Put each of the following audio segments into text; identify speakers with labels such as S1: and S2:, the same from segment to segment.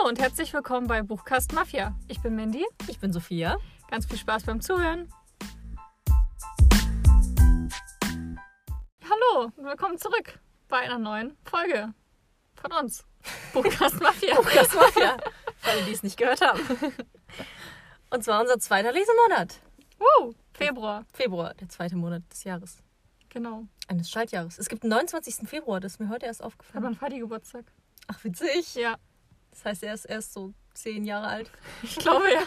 S1: Hallo und herzlich willkommen bei Buchcast Mafia. Ich bin Mandy.
S2: Ich bin Sophia.
S1: Ganz viel Spaß beim Zuhören. Hallo und willkommen zurück bei einer neuen Folge von uns. Buchcast Mafia.
S2: Buchcast Mafia. Für alle, die es nicht gehört haben. Und zwar unser zweiter Lesemonat.
S1: Februar.
S2: Februar, der zweite Monat des Jahres.
S1: Genau.
S2: Eines Schaltjahres. Es gibt den 29. Februar, das ist mir heute erst
S1: Hat
S2: aufgefallen.
S1: mein Vati Geburtstag.
S2: Ach, witzig.
S1: Ja,
S2: Das heißt, er ist erst so 10 Jahre alt.
S1: ich glaube ja.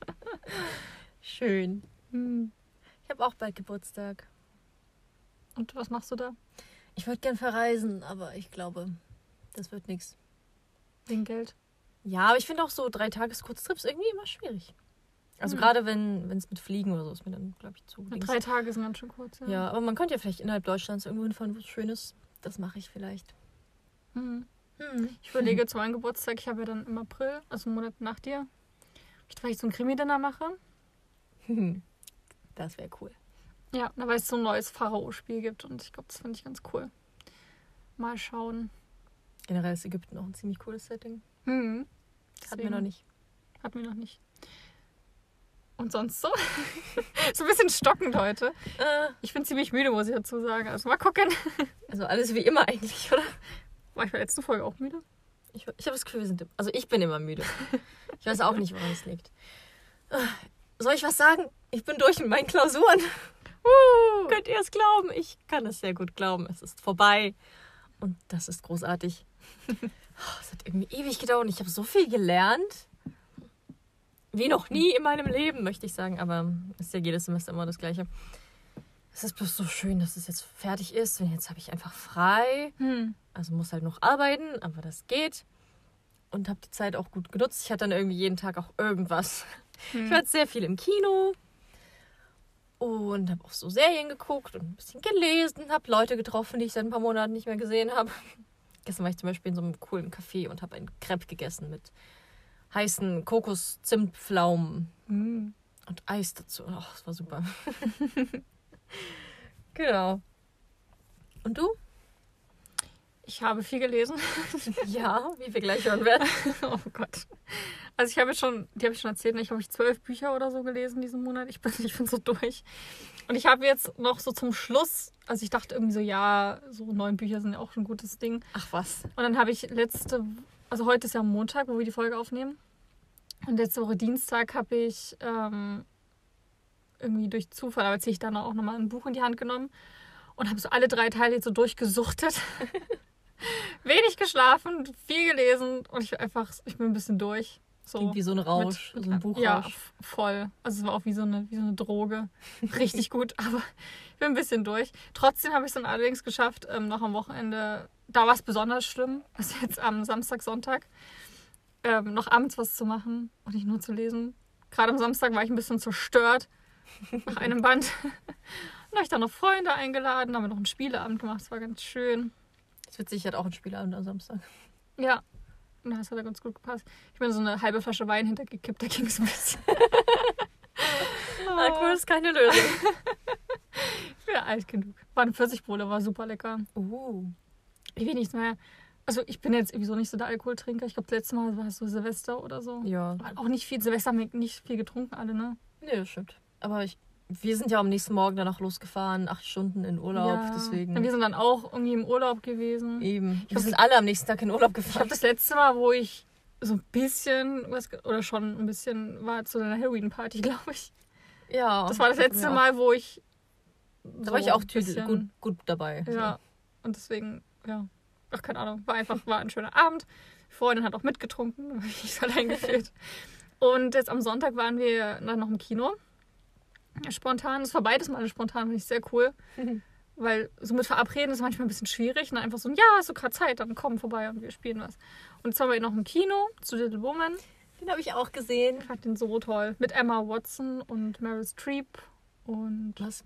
S2: Schön. Ich habe auch bald Geburtstag.
S1: Und was machst du da?
S2: Ich würde gern verreisen, aber ich glaube, das wird nichts.
S1: Wegen Geld.
S2: Ja, aber ich finde auch so 3-Tages-Kurztrips irgendwie immer schwierig. Also gerade wenn es mit Fliegen oder so ist mir dann, glaube ich, zu.
S1: 3 Tage sind ganz schön kurz.
S2: Ja, aber man könnte ja vielleicht innerhalb Deutschlands irgendwo hinfahren, wo es schön ist. Das mache ich vielleicht.
S1: Ich überlege zu meinem Geburtstag, ich habe ja dann im April, also einen Monat nach dir, ob ich vielleicht so ein Krimi-Dinner mache.
S2: Das wäre cool.
S1: Ja, weil es so ein neues Pharao-Spiel gibt und ich glaube, das finde ich ganz cool. Mal schauen.
S2: Generell ist Ägypten auch ein ziemlich cooles Setting. Hatten wir noch nicht.
S1: Hatten wir noch nicht. Und sonst so? So ein bisschen stockend heute. Ich bin ziemlich müde, muss ich dazu sagen. Also mal gucken.
S2: Also alles wie immer eigentlich, oder?
S1: War ich bei der letzten Folge auch müde?
S2: Ich habe das Gefühl, wir sind... Also ich bin immer müde. Ich weiß auch nicht, woran es liegt. Soll ich was sagen? Ich bin durch mit meinen Klausuren. Könnt ihr es glauben? Ich kann es sehr gut glauben. Es ist vorbei. Und das ist großartig. Es hat irgendwie ewig gedauert und ich habe so viel gelernt. Wie noch nie in meinem Leben, möchte ich sagen. Aber es ist ja jedes Semester immer das Gleiche. Es ist bloß so schön, dass es jetzt fertig ist. Und jetzt habe ich einfach frei. Also muss halt noch arbeiten, aber das geht. Und habe die Zeit auch gut genutzt. Ich hatte dann irgendwie jeden Tag auch irgendwas. Ich war jetzt sehr viel im Kino. Und habe auch so Serien geguckt und ein bisschen gelesen. Habe Leute getroffen, die ich seit ein paar Monaten nicht mehr gesehen habe. Gestern war ich zum Beispiel in so einem coolen Café und habe einen Crepe gegessen mit heißen Kokos-Zimtpflaumen und Eis dazu. Oh, das war super. Genau. Und du?
S1: Ich habe viel gelesen.
S2: Ja, wie wir gleich hören werden.
S1: Oh Gott. Also die habe ich schon erzählt, ich habe 12 Bücher oder so gelesen diesen Monat. Ich bin so durch. Und ich habe jetzt noch so zum Schluss, also ich dachte irgendwie so, ja, so 9 Bücher sind ja auch schon ein gutes Ding.
S2: Ach was.
S1: Und dann habe ich also heute ist ja Montag, wo wir die Folge aufnehmen. Und letzte Woche Dienstag habe ich irgendwie durch Zufall, aber erzähle ich dann auch nochmal ein Buch in die Hand genommen und habe so alle 3 Teile jetzt so durchgesuchtet. Wenig geschlafen, viel gelesen und ich bin ein bisschen durch. So
S2: Klingt wie so ein Rausch, so ein Buchrausch.
S1: Ja, voll. Also es war auch wie so eine Droge. Richtig gut, aber ich bin ein bisschen durch. Trotzdem habe ich es dann allerdings geschafft, noch am Wochenende, da war es besonders schlimm, also jetzt am Samstag, Sonntag, noch abends was zu machen und nicht nur zu lesen. Gerade am Samstag war ich ein bisschen zerstört nach einem Band. Und habe ich dann noch Freunde eingeladen, haben wir noch einen Spieleabend gemacht, das war ganz schön.
S2: Das ist witzig, ich hatte auch einen Spieleabend am Samstag.
S1: Ja, das hat ja ganz gut gepasst. Ich bin so eine halbe Flasche Wein hintergekippt, da ging es ein bisschen.
S2: Alkohol ist keine Lösung.
S1: Ich bin ja alt genug. War eine Pfirsichbowle, war super lecker. Ich will nichts mehr. Also ich bin jetzt sowieso nicht so der Alkoholtrinker. Ich glaube, das letzte Mal war es so Silvester oder so.
S2: Ja.
S1: Aber auch nicht viel. Silvester haben wir nicht viel getrunken alle, ne?
S2: Nee, das stimmt. Aber wir sind ja am nächsten Morgen danach losgefahren, 8 Stunden in Urlaub,
S1: Ja.
S2: deswegen...
S1: Und wir sind dann auch irgendwie im Urlaub gewesen.
S2: Eben. Wir sind alle am nächsten Tag in Urlaub
S1: Ich
S2: gefahren.
S1: glaube, das letzte Mal, wo ich so ein bisschen, oder schon ein bisschen, war zu einer Halloween-Party, glaube ich.
S2: Ja.
S1: Das war das letzte Mal, wo ich...
S2: Da war ich auch gut dabei.
S1: Ja, und deswegen, ja, ach, keine Ahnung, war ein schöner Abend. Die Freundin hat auch mitgetrunken, habe ich nicht allein gefühlt. Und jetzt am Sonntag waren wir dann noch im Kino. Ja, spontan, das war beides mal spontan, finde ich sehr cool. Weil so mit Verabreden ist manchmal ein bisschen schwierig. Und einfach so, ja, hast du gerade Zeit, dann komm vorbei und wir spielen was. Und jetzt waren wir noch im Kino zu Little Woman.
S2: Den habe ich auch gesehen.
S1: Ich fand den so toll. Mit Emma Watson und Meryl Streep und...
S2: Was?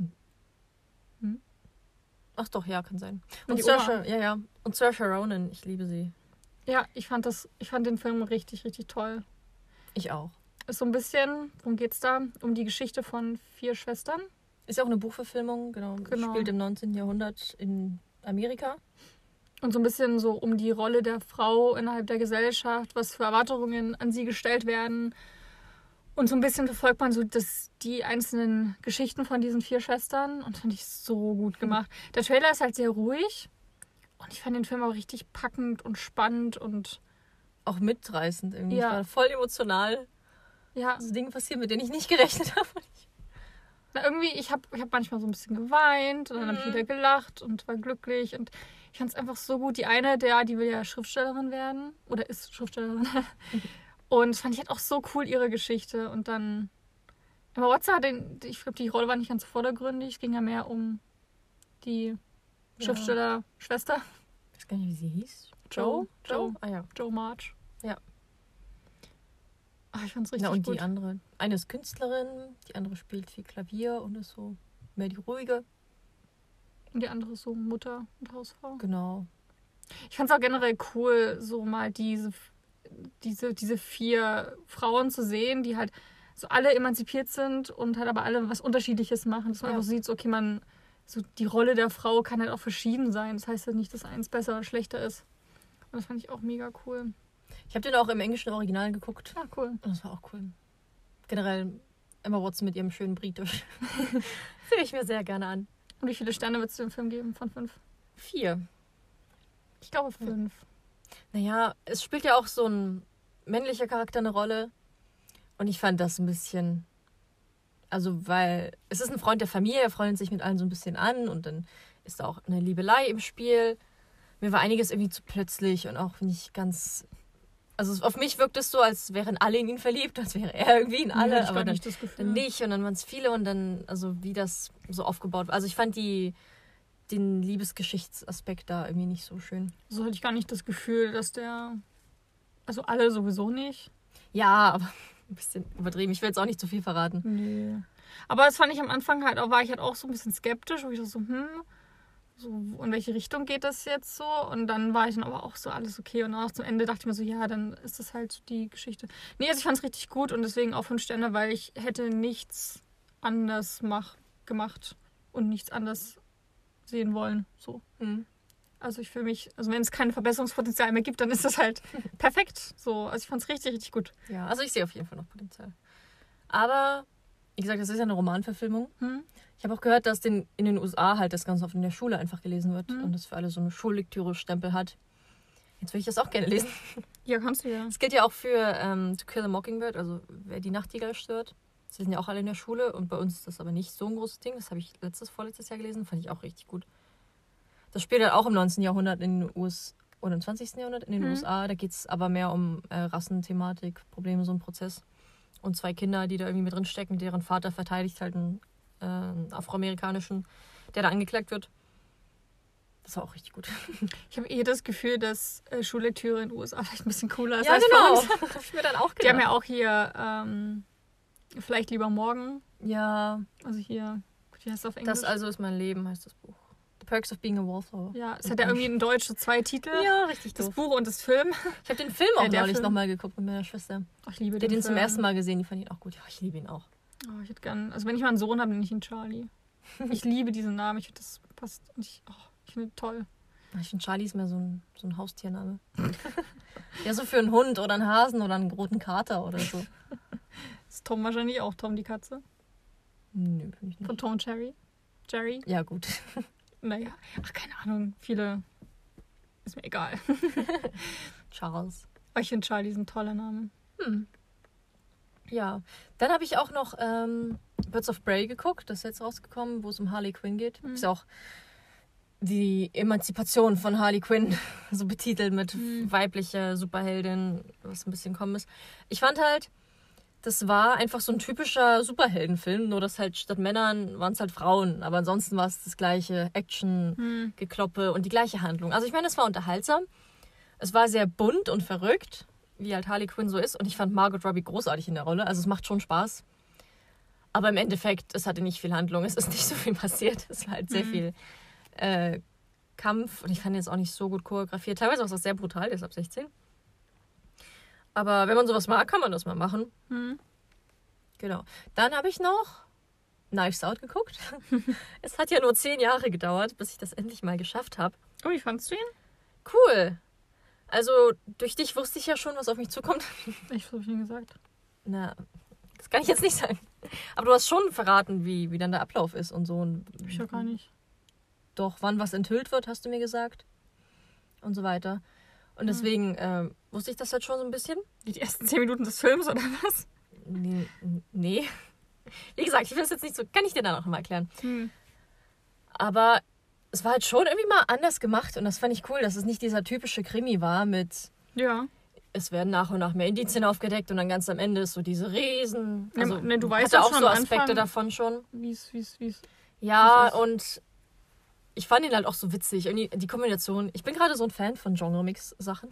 S2: Ach doch, ja, kann sein.
S1: Und
S2: Und
S1: die
S2: Saoirse, ja. Und Saoirse Ronan, ich liebe sie.
S1: Ja, ich fand den Film richtig, richtig toll.
S2: Ich auch.
S1: Ist so ein bisschen, worum geht's da? Um die Geschichte von 4 Schwestern.
S2: Ist ja auch eine Buchverfilmung, genau. Spielt im 19. Jahrhundert in Amerika.
S1: Und so ein bisschen so um die Rolle der Frau innerhalb der Gesellschaft, was für Erwartungen an sie gestellt werden. Und so ein bisschen verfolgt man so die einzelnen Geschichten von diesen 4 Schwestern. Und das fand ich so gut gemacht. Der Trailer ist halt sehr ruhig. Und ich fand den Film auch richtig packend und spannend und
S2: auch mitreißend irgendwie.
S1: Ja.
S2: Ich war voll emotional.
S1: ja,
S2: So Dinge passieren, mit denen ich nicht gerechnet habe.
S1: irgendwie, ich hab manchmal so ein bisschen geweint und dann habe ich wieder gelacht und war glücklich. Und ich fand es einfach so gut. Die eine, die will ja Schriftstellerin werden. Oder ist Schriftstellerin. Und das fand ich halt auch so cool, ihre Geschichte. Und dann Emma Watson ich glaube, die Rolle war nicht ganz vordergründig. Es ging ja mehr um die Schriftsteller-Schwester.
S2: Ich weiß gar nicht, wie sie hieß.
S1: Joe?
S2: Ah ja.
S1: Joe March.
S2: Ja.
S1: Ach, ich fand's richtig
S2: Und
S1: gut.
S2: die andere. Eine ist Künstlerin, die andere spielt viel Klavier und ist so mehr die ruhige.
S1: Und die andere ist so Mutter und Hausfrau.
S2: Genau.
S1: Ich fand's auch generell cool, so mal diese 4 Frauen zu sehen, die halt so alle emanzipiert sind und halt aber alle was Unterschiedliches machen. Dass man einfach sieht, so, okay, so die Rolle der Frau kann halt auch verschieden sein. Das heißt halt nicht, dass eins besser oder schlechter ist. Und das fand ich auch mega cool.
S2: Ich habe den auch im englischen Original geguckt.
S1: Ja, cool.
S2: Und das war auch cool. Generell Emma Watson mit ihrem schönen Britisch. Fühle ich mir sehr gerne an.
S1: Und wie viele Sterne würdest du dem Film geben von 5?
S2: 4.
S1: Ich glaube 5.
S2: Naja, es spielt ja auch so ein männlicher Charakter eine Rolle. Und ich fand das ein bisschen... Also, weil es ist ein Freund der Familie, er freundet sich mit allen so ein bisschen an und dann ist da auch eine Liebelei im Spiel. Mir war einiges irgendwie zu plötzlich und auch nicht ganz... Also auf mich wirkt es so, als wären alle in ihn verliebt, als wäre er irgendwie in alle,
S1: ich
S2: aber
S1: nicht das Gefühl.
S2: dann nicht und dann waren es viele und dann, also wie das so aufgebaut war. Also ich fand den Liebesgeschichtsaspekt da irgendwie nicht so schön.
S1: So hatte ich gar nicht das Gefühl, dass also alle sowieso nicht.
S2: Ja, aber ein bisschen übertrieben. Ich will jetzt auch nicht zu viel verraten.
S1: Nee. Aber das fand ich am Anfang halt auch, war ich halt auch so ein bisschen skeptisch, wo ich so, so, in welche Richtung geht das jetzt so? Und dann war ich dann aber auch so alles okay. Und dann auch zum Ende dachte ich mir so, ja, dann ist das halt die Geschichte. Nee, also ich fand es richtig gut und deswegen auch 5 Sterne, weil ich hätte nichts anders gemacht und nichts anders sehen wollen. So. Also ich fühle mich, also wenn es kein Verbesserungspotenzial mehr gibt, dann ist das halt perfekt. So, also ich fand es richtig, richtig gut.
S2: Ja, also ich sehe auf jeden Fall noch Potenzial. Aber, wie gesagt, das ist ja eine Romanverfilmung. Ich habe auch gehört, dass in den USA halt das Ganze oft in der Schule einfach gelesen wird und das für alle so eine Schullektüre-Stempel hat. Jetzt würde ich das auch gerne lesen.
S1: Ja, kannst du ja.
S2: Das gilt ja auch für To Kill a Mockingbird, also wer die Nachtigall stört. Das sind ja auch alle in der Schule und bei uns ist das aber nicht so ein großes Ding. Das habe ich vorletztes Jahr gelesen, fand ich auch richtig gut. Das spielt halt auch im 19. Jahrhundert in den USA oder im 20. Jahrhundert in den USA. Da geht es aber mehr um Rassenthematik, Probleme, so ein Prozess. Und 2 Kinder, die da irgendwie mit drin stecken, deren Vater verteidigt halt einen afroamerikanischen, der da angeklagt wird. Das war auch richtig gut.
S1: Ich habe das Gefühl, dass Schullektüre in den USA vielleicht ein bisschen cooler ist
S2: Ja,
S1: als
S2: genau.
S1: bei uns.
S2: Hab ich mir dann auch gedacht.
S1: Die haben ja auch hier Vielleicht lieber morgen.
S2: Ja.
S1: Also hier, wie heißt das auf Englisch?
S2: Das also ist mein Leben, heißt das Buch. The Perks of Being a Wallflower.
S1: Ja, es hat ja irgendwie in Deutsch so 2 Titel.
S2: Ja, richtig
S1: Das
S2: doof.
S1: Buch und das Film.
S2: Ich habe den Film auch neulich
S1: Film.
S2: nochmal geguckt mit meiner Schwester.
S1: Oh, ich liebe
S2: Die hat den zum
S1: Film.
S2: ersten Mal gesehen, die fand ihn auch gut. Ja, ich liebe ihn auch.
S1: Oh, ich hätte gern, also wenn ich mal einen Sohn habe, nenne ich ihn Charlie. Ich liebe diesen Namen. Ich finde, das passt. Und ich finde ihn toll.
S2: Ich finde, Charlie ist mehr so ein Haustiername. Ja, so für einen Hund oder einen Hasen oder einen roten Kater oder so.
S1: Ist Tom wahrscheinlich auch Tom, die Katze?
S2: Nö, finde ich nicht.
S1: Von Tom und Jerry?
S2: Ja, gut.
S1: Naja, ach, keine Ahnung. Viele. Ist mir egal.
S2: Charles.
S1: Aber ich finde Charlie ist ein toller Name.
S2: Ja, dann habe ich auch noch Birds of Prey geguckt. Das ist jetzt rausgekommen, wo es um Harley Quinn geht. Ist ja auch die Emanzipation von Harley Quinn so betitelt mit weiblicher Superheldin, was ein bisschen kommen ist. Ich fand halt, das war einfach so ein typischer Superheldenfilm, nur dass halt statt Männern waren es halt Frauen. Aber ansonsten war es das gleiche Action, Gekloppe und die gleiche Handlung. Also ich meine, es war unterhaltsam. Es war sehr bunt und verrückt, wie halt Harley Quinn so ist. Und ich fand Margot Robbie großartig in der Rolle. Also es macht schon Spaß. Aber im Endeffekt, es hatte nicht viel Handlung. Es ist nicht so viel passiert. Es war halt sehr viel Kampf. Und ich fand jetzt auch nicht so gut choreografiert. Teilweise auch sehr brutal, der ist ab 16. Aber wenn man sowas mag, kann man das mal machen. Genau. Dann habe ich noch Knives Out geguckt. Es hat ja nur 10 Jahre gedauert, bis ich das endlich mal geschafft habe.
S1: Oh, wie fandst du ihn?
S2: Cool. Also, durch dich wusste ich ja schon, was auf mich zukommt.
S1: Ich habe nie gesagt.
S2: Na, das kann ich jetzt nicht sagen. Aber du hast schon verraten, wie dann der Ablauf ist und so.
S1: Ich ja gar nicht.
S2: Doch, wann was enthüllt wird, hast du mir gesagt. Und so weiter. Und deswegen wusste ich das halt schon so ein bisschen.
S1: Die ersten 10 Minuten des Films, oder was?
S2: Nee. Wie gesagt, ich will es jetzt nicht so... Kann ich dir dann auch mal erklären. Aber es war halt schon irgendwie mal anders gemacht. Und das fand ich cool, dass es nicht dieser typische Krimi war mit...
S1: Ja.
S2: Es werden nach und nach mehr Indizien aufgedeckt und dann ganz am Ende ist so diese Riesen... Also,
S1: nee, du weißt
S2: hatte
S1: auch
S2: auch
S1: schon
S2: so
S1: am
S2: Aspekte
S1: Anfang,
S2: davon schon.
S1: Wie's.
S2: Ja,
S1: ist.
S2: und ich fand ihn halt auch so witzig. Irgendwie die Kombination. Ich bin gerade so ein Fan von Genre-Mix-Sachen.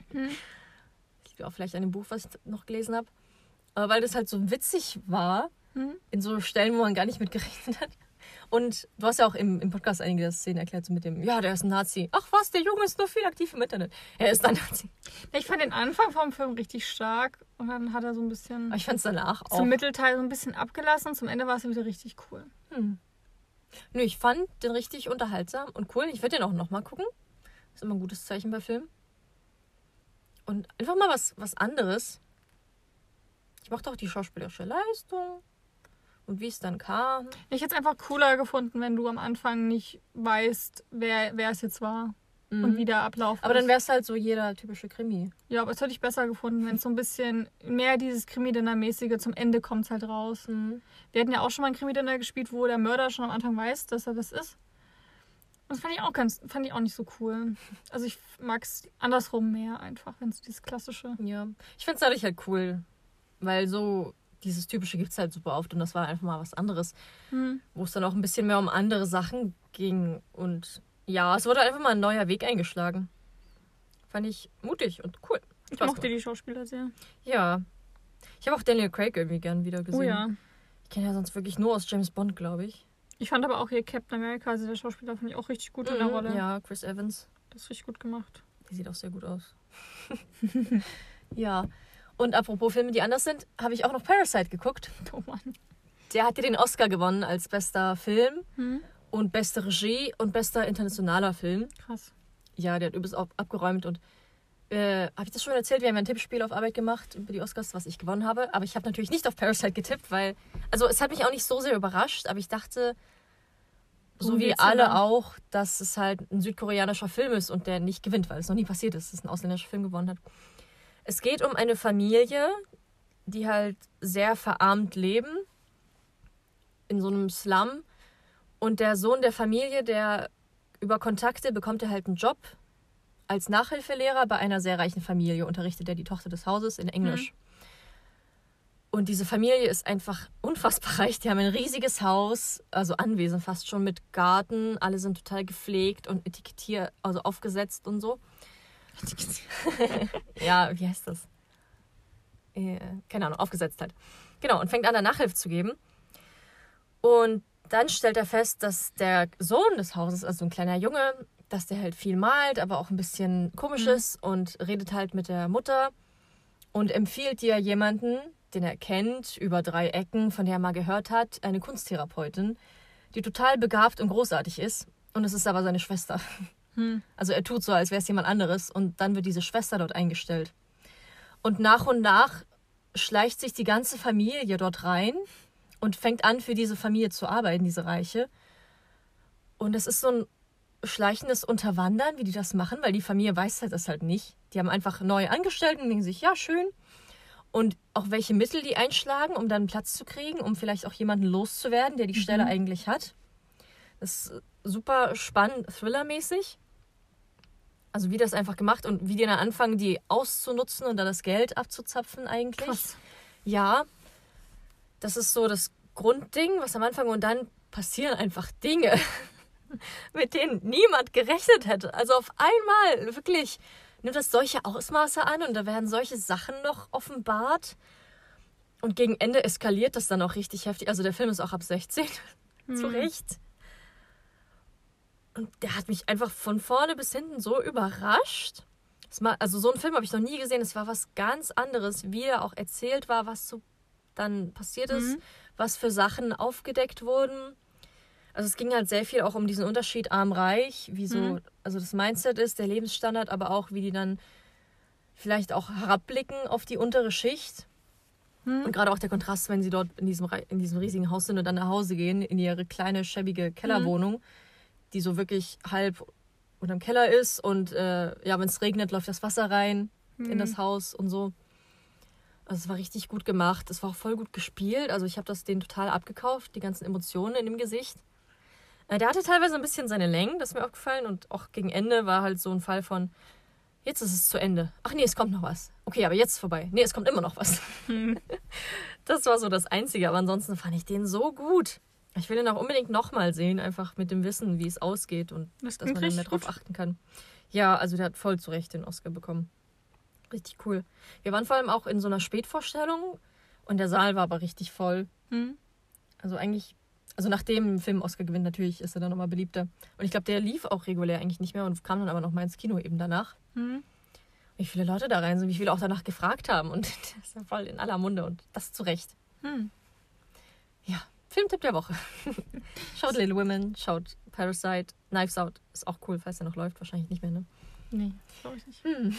S2: Das liegt auch vielleicht an dem Buch, was ich noch gelesen habe. Aber weil das halt so witzig war, in so Stellen, wo man gar nicht mit gerechnet hat. Und du hast ja auch im Podcast einige Szenen erklärt, so mit dem, ja, der ist ein Nazi. Ach was, der Junge ist nur viel aktiv im Internet. Er ist ein Nazi.
S1: Ich fand den Anfang vom Film richtig stark und dann hat er so ein bisschen...
S2: Aber ich fand es danach auch.
S1: Zum Mittelteil so ein bisschen abgelassen und zum Ende war es wieder richtig cool.
S2: Nö, ich fand den richtig unterhaltsam und cool. Ich würde den auch nochmal gucken. Ist immer ein gutes Zeichen bei Filmen. Und einfach mal was anderes. Ich mochte auch die schauspielerische Leistung und wie es dann kam.
S1: Ich hätte es einfach cooler gefunden, wenn du am Anfang nicht weißt, wer es jetzt war und wie der Ablauf
S2: Aber
S1: ist.
S2: dann wäre es halt so jeder typische Krimi.
S1: Ja, aber es hätte ich besser gefunden, wenn es so ein bisschen mehr dieses Krimi-Dinner-mäßige, zum Ende kommt es halt raus. Wir hatten ja auch schon mal ein Krimi-Dinner gespielt, wo der Mörder schon am Anfang weiß, dass er das ist. Und das fand ich auch nicht so cool. Also ich mag es andersrum mehr einfach, wenn es dieses klassische...
S2: Ja, ich finde es dadurch halt cool, weil so dieses Typische gibt es halt super oft und das war einfach mal was anderes, wo es dann auch ein bisschen mehr um andere Sachen ging und ja, es wurde einfach mal ein neuer Weg eingeschlagen. Fand ich mutig und cool.
S1: Ich mochte die Schauspieler sehr.
S2: Ja. Ich habe auch Daniel Craig irgendwie gern wieder gesehen.
S1: Oh ja.
S2: Ich kenne ja sonst wirklich nur aus James Bond, glaube ich.
S1: Ich fand aber auch hier Captain America, also der Schauspieler, fand ich auch richtig gut in der Rolle.
S2: Ja, Chris Evans.
S1: Das ist richtig gut gemacht.
S2: Der sieht auch sehr gut aus. Ja. Und apropos Filme, die anders sind, habe ich auch noch Parasite geguckt.
S1: Oh Mann.
S2: Der hat ja den Oscar gewonnen als bester Film und beste Regie und bester internationaler Film.
S1: Krass.
S2: Ja, der hat übelst abgeräumt und habe ich das schon erzählt? Wir haben ein Tippspiel auf Arbeit gemacht über die Oscars, was ich gewonnen habe. Aber ich habe natürlich nicht auf Parasite getippt, weil... Also es hat mich auch nicht so sehr überrascht, aber ich dachte, so wie alle auch, dass es halt ein südkoreanischer Film ist und der nicht gewinnt, weil es noch nie passiert ist, dass ein ausländischer Film gewonnen hat. Es geht um eine Familie, die halt sehr verarmt leben, in so einem Slum. Und der Sohn der Familie, der über Kontakte bekommt er halt einen Job als Nachhilfelehrer bei einer sehr reichen Familie, unterrichtet er die Tochter des Hauses in Englisch. Und diese Familie ist einfach unfassbar reich. Die haben ein riesiges Haus, also Anwesen fast schon mit Garten. Alle sind total gepflegt und etikettiert, also aufgesetzt und so. Ja, wie heißt das? Keine Ahnung, aufgesetzt halt. Genau, und fängt an, da Nachhilfe zu geben. Und dann stellt er fest, dass der Sohn des Hauses, also ein kleiner Junge, dass der halt viel malt, aber auch ein bisschen komisch ist und redet halt mit der Mutter und empfiehlt dir jemanden, den er kennt, über 3 Ecken, von der er mal gehört hat, eine Kunsttherapeutin, die total begabt und großartig ist. Und es ist aber seine Schwester. Also er tut so, als wäre es jemand anderes und dann wird diese Schwester dort eingestellt. Und nach schleicht sich die ganze Familie dort rein und fängt an, für diese Familie zu arbeiten, diese Reiche. Und es ist so ein schleichendes Unterwandern, wie die das machen, weil die Familie weiß halt das halt nicht. Die haben einfach neue Angestellte und denken sich, ja, schön. Und auch welche Mittel die einschlagen, um dann Platz zu kriegen, um vielleicht auch jemanden loszuwerden, der die Stelle eigentlich hat. Das ist super spannend, thrillermäßig. Also wie das einfach gemacht und wie die dann anfangen, die auszunutzen und dann das Geld abzuzapfen eigentlich.
S1: Krass.
S2: Ja, das ist so das Grundding, was am Anfang und dann passieren einfach Dinge, mit denen niemand gerechnet hätte. Also auf einmal wirklich nimmt das solche Ausmaße an und da werden solche Sachen noch offenbart. Und gegen Ende eskaliert das dann auch richtig heftig. Also der Film ist auch ab 16, zu Recht. Und der hat mich einfach von vorne bis hinten so überrascht. Also so einen Film habe ich noch nie gesehen. Es war was ganz anderes, wie er auch erzählt war, was so dann passiert ist, was für Sachen aufgedeckt wurden. Also es ging halt sehr viel auch um diesen Unterschied arm-reich, wie so, also das Mindset ist, der Lebensstandard, aber auch wie die dann vielleicht auch herabblicken auf die untere Schicht. Und gerade auch der Kontrast, wenn sie dort in diesem riesigen Haus sind und dann nach Hause gehen, in ihre kleine, schäbige Kellerwohnung, die so wirklich halb unterm Keller ist. Und wenn es regnet, läuft das Wasser rein in das Haus und so. Also es war richtig gut gemacht. Es war auch voll gut gespielt. Also ich habe denen total abgekauft, die ganzen Emotionen in dem Gesicht. Der hatte teilweise ein bisschen seine Längen, das ist mir aufgefallen. Und auch gegen Ende war halt so ein Fall von, jetzt ist es zu Ende. Ach nee, es kommt noch was. Okay, aber jetzt ist vorbei. Nee, es kommt immer noch was. Das war so das Einzige. Aber ansonsten fand ich den so gut. Ich will ihn auch unbedingt nochmal sehen, einfach mit dem Wissen, wie es ausgeht und dass man dann mehr drauf achten kann. Ja, also der hat voll zu Recht den Oscar bekommen. Richtig cool. Wir waren vor allem auch in so einer Spätvorstellung und der Saal war aber richtig voll. Also eigentlich, also nach dem Film Oscar gewinnt, natürlich ist er dann nochmal beliebter. Und ich glaube, der lief auch regulär eigentlich nicht mehr und kam dann aber noch mal ins Kino eben danach. Wie viele Leute da rein sind, wie viele auch danach gefragt haben. Und das ist ja voll in aller Munde und das zu Recht. Ja, Filmtipp der Woche. Schaut Little Women, schaut Parasite, Knives Out. Ist auch cool, falls der noch läuft. Wahrscheinlich nicht mehr, ne?
S1: Nee, glaube ich nicht.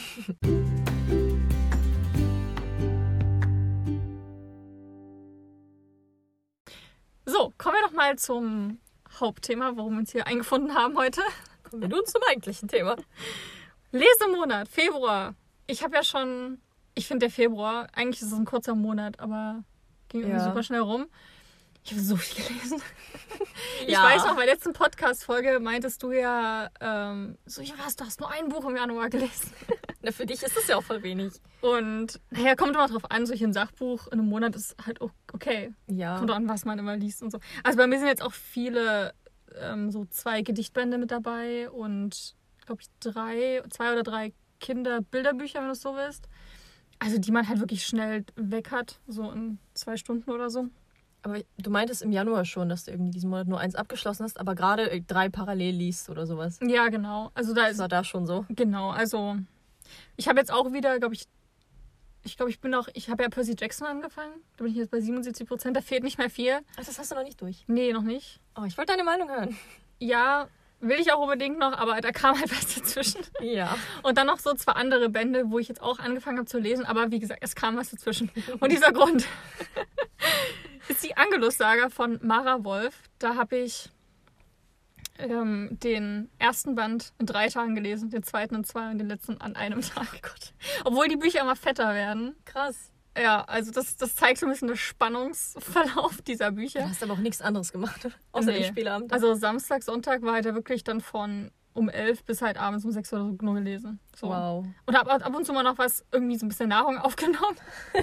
S1: So, kommen wir doch mal zum Hauptthema, warum wir uns hier eingefunden haben heute.
S2: Kommen wir nun zum eigentlichen Thema.
S1: Lesemonat, Februar. Ich finde der Februar, eigentlich ist es ein kurzer Monat, aber ging irgendwie super schnell rum. Ich habe so viel gelesen. Ich weiß noch, bei der letzten Podcast-Folge meintest du ja, du hast nur ein Buch im Januar gelesen.
S2: Na, für dich ist es ja auch voll wenig.
S1: Und kommt immer drauf an, solch ein Sachbuch in einem Monat ist halt auch okay.
S2: Ja.
S1: Kommt an, was man immer liest und so. Also bei mir sind jetzt auch viele so 2 Gedichtbände mit dabei und, glaube ich, 2 oder 3 Kinderbilderbücher, wenn du es so willst. Also die man halt wirklich schnell weg hat, so in 2 Stunden oder so.
S2: Aber du meintest im Januar schon, dass du irgendwie diesen Monat nur 1 abgeschlossen hast, aber gerade 3 parallel liest oder sowas.
S1: Ja, genau. Also
S2: das war da schon so.
S1: Genau, also ich habe jetzt auch wieder, ich habe ja Percy Jackson angefangen. Da bin ich jetzt bei 77%, da fehlt nicht mehr viel.
S2: Ach, das hast du noch nicht durch?
S1: Nee, noch nicht.
S2: Oh, ich wollte deine Meinung hören.
S1: Ja, will ich auch unbedingt noch, aber da kam halt was dazwischen.
S2: Ja.
S1: Und dann noch so 2 andere Bände, wo ich jetzt auch angefangen habe zu lesen, aber wie gesagt, es kam was dazwischen. Und dieser Grund ist die Angelus-Saga von Mara Wolf. Da habe ich den ersten Band in 3 Tagen gelesen, den zweiten in 2 und den letzten an einem Tag. Oh Gott. Obwohl die Bücher immer fetter werden.
S2: Krass.
S1: Ja, also das zeigt so ein bisschen den Spannungsverlauf dieser Bücher.
S2: Du hast aber auch nichts anderes gemacht, außer dem Spieleabend.
S1: Also Samstag, Sonntag war halt ja wirklich dann von um 11 bis halt abends um 6 oder so nur gelesen. So.
S2: Wow.
S1: Und habe ab und zu mal noch irgendwie so ein bisschen Nahrung aufgenommen.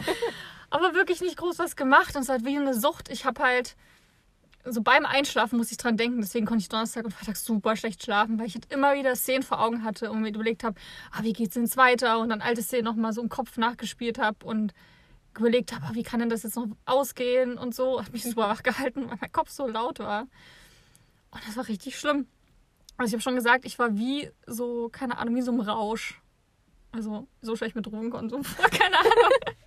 S1: Aber wirklich nicht groß was gemacht. Und es ist halt wie eine Sucht. Ich habe halt, so beim Einschlafen muss ich dran denken. Deswegen konnte ich Donnerstag und Freitag super schlecht schlafen, weil ich halt immer wieder Szenen vor Augen hatte und mir überlegt habe, wie geht's denn jetzt weiter? Und dann alte Szenen nochmal so im Kopf nachgespielt habe und überlegt habe, wie kann denn das jetzt noch ausgehen und so. Hat mich super wach gehalten, weil mein Kopf so laut war. Und das war richtig schlimm. Also ich habe schon gesagt, ich war wie so, keine Ahnung, wie so im Rausch. Also so schlecht mit Drogenkonsum, keine Ahnung.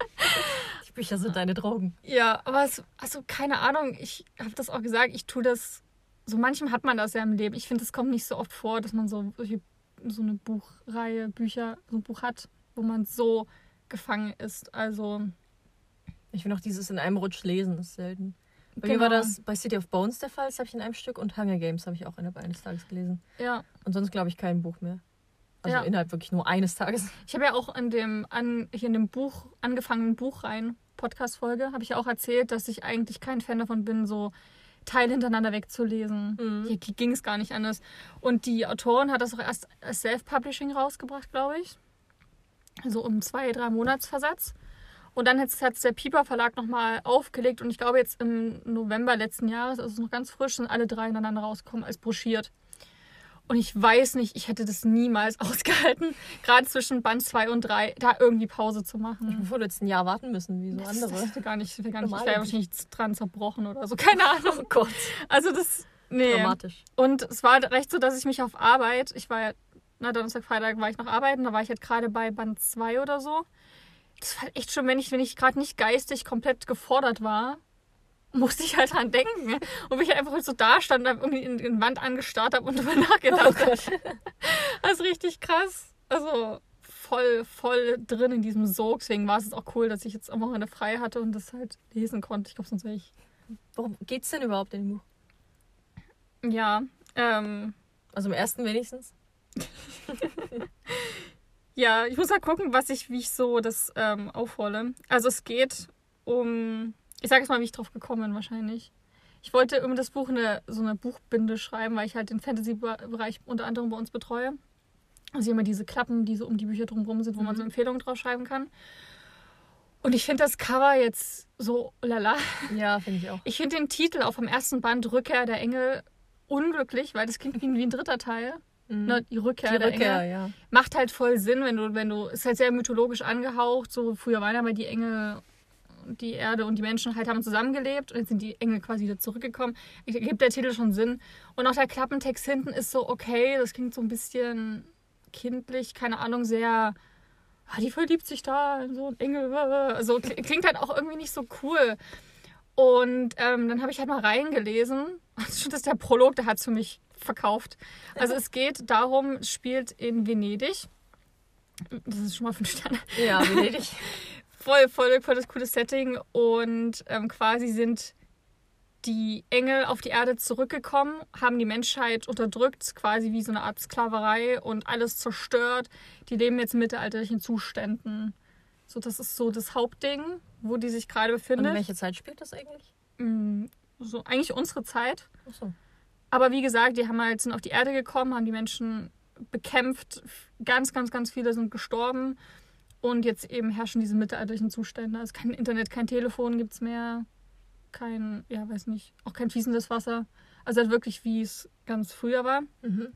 S2: Die Bücher sind deine Drogen.
S1: Ja, aber keine Ahnung, ich habe das auch gesagt, ich tue das, so manchem hat man das ja im Leben. Ich finde, es kommt nicht so oft vor, dass man so eine Buchreihe, so ein Buch hat, wo man so gefangen ist. Also
S2: ich will auch dieses in einem Rutsch lesen, das ist selten. Bei mir war das bei City of Bones der Fall, das habe ich in einem Stück, und Hunger Games habe ich auch innerhalb eines Tages gelesen.
S1: Ja.
S2: Und sonst glaube ich kein Buch mehr. Also innerhalb wirklich nur eines Tages.
S1: Ich habe ja auch in dem Buch, angefangenen Buchreihen, Podcast-Folge, habe ich ja auch erzählt, dass ich eigentlich kein Fan davon bin, so Teile hintereinander wegzulesen. Hier ging es gar nicht anders. Und die Autorin hat das auch erst als Self-Publishing rausgebracht, glaube ich. Also um 2-3 Monatsversatz. Und dann hat es der Piper Verlag nochmal aufgelegt. Und ich glaube, jetzt im November letzten Jahres, also noch ganz frisch, sind alle 3 ineinander rausgekommen als broschiert. Und ich weiß nicht, ich hätte das niemals ausgehalten, gerade zwischen Band 2 und 3, da irgendwie Pause zu machen.
S2: Bevor du jetzt ein Jahr warten müssen, wie so andere.
S1: Das wäre gar nicht, ich wäre wahrscheinlich dran zerbrochen oder so, keine Ahnung.
S2: Oh Gott.
S1: Also das, nee.
S2: Dramatisch.
S1: Und es war recht so, dass ich mich auf Arbeit, Donnerstag, Freitag war ich noch arbeiten, da war ich halt gerade bei Band 2 oder so. Das war echt schon, wenn ich gerade nicht geistig komplett gefordert war, musste ich halt dran denken. Und ich einfach so da stand und irgendwie in die Wand angestarrt habe und drüber nachgedacht habe. Das ist richtig krass. Also voll drin in diesem Sog. Deswegen war es auch cool, dass ich jetzt am Wochenende frei hatte und das halt lesen konnte. Ich glaube, sonst wäre ich...
S2: Worum geht's denn überhaupt in dem Buch?
S1: Ja,
S2: also im ersten wenigstens?
S1: Ja, ich muss halt gucken, wie ich so das aufrolle. Also es geht um... Ich sage jetzt mal, wie ich drauf gekommen bin wahrscheinlich. Ich wollte über das Buch so eine Buchbinde schreiben, weil ich halt den Fantasy-Bereich unter anderem bei uns betreue. Also immer diese Klappen, die so um die Bücher drumherum sind, wo man so Empfehlungen drauf schreiben kann. Und ich finde das Cover jetzt so lala.
S2: Ja, finde ich auch.
S1: Ich finde den Titel auch vom ersten Band, Rückkehr der Engel, unglücklich, weil das klingt wie ein dritter Teil. Ne, die Rückkehr der Engel.
S2: Ja.
S1: Macht halt voll Sinn, wenn du, ist halt sehr mythologisch angehaucht. So früher waren ja mal die Engel, die Erde und die Menschen halt haben zusammengelebt und jetzt sind die Engel quasi wieder zurückgekommen. Gibt der Titel schon Sinn. Und auch der Klappentext hinten ist so okay, das klingt so ein bisschen kindlich, keine Ahnung, sehr, die verliebt sich da in so einen Engel. Also klingt halt auch irgendwie nicht so cool. Und dann habe ich halt mal reingelesen. Also schon, dass der Prolog, der hat es für mich verkauft. Also es geht darum, es spielt in Venedig. Das ist schon mal 5 Sterne.
S2: Ja, Venedig.
S1: voll das coole Setting. Und quasi sind die Engel auf die Erde zurückgekommen, haben die Menschheit unterdrückt, quasi wie so eine Art Sklaverei und alles zerstört. Die leben jetzt in mittelalterlichen Zuständen. So, das ist so das Hauptding, wo die sich gerade befindet.
S2: Und welche Zeit spielt das eigentlich?
S1: So, eigentlich unsere Zeit.
S2: Ach so.
S1: Aber wie gesagt, sind auf die Erde gekommen, haben die Menschen bekämpft. Ganz, ganz, ganz viele sind gestorben. Und jetzt eben herrschen diese mittelalterlichen Zustände. Also kein Internet, kein Telefon gibt's mehr. Auch kein fließendes Wasser. Also halt wirklich, wie es ganz früher war.
S2: Mhm.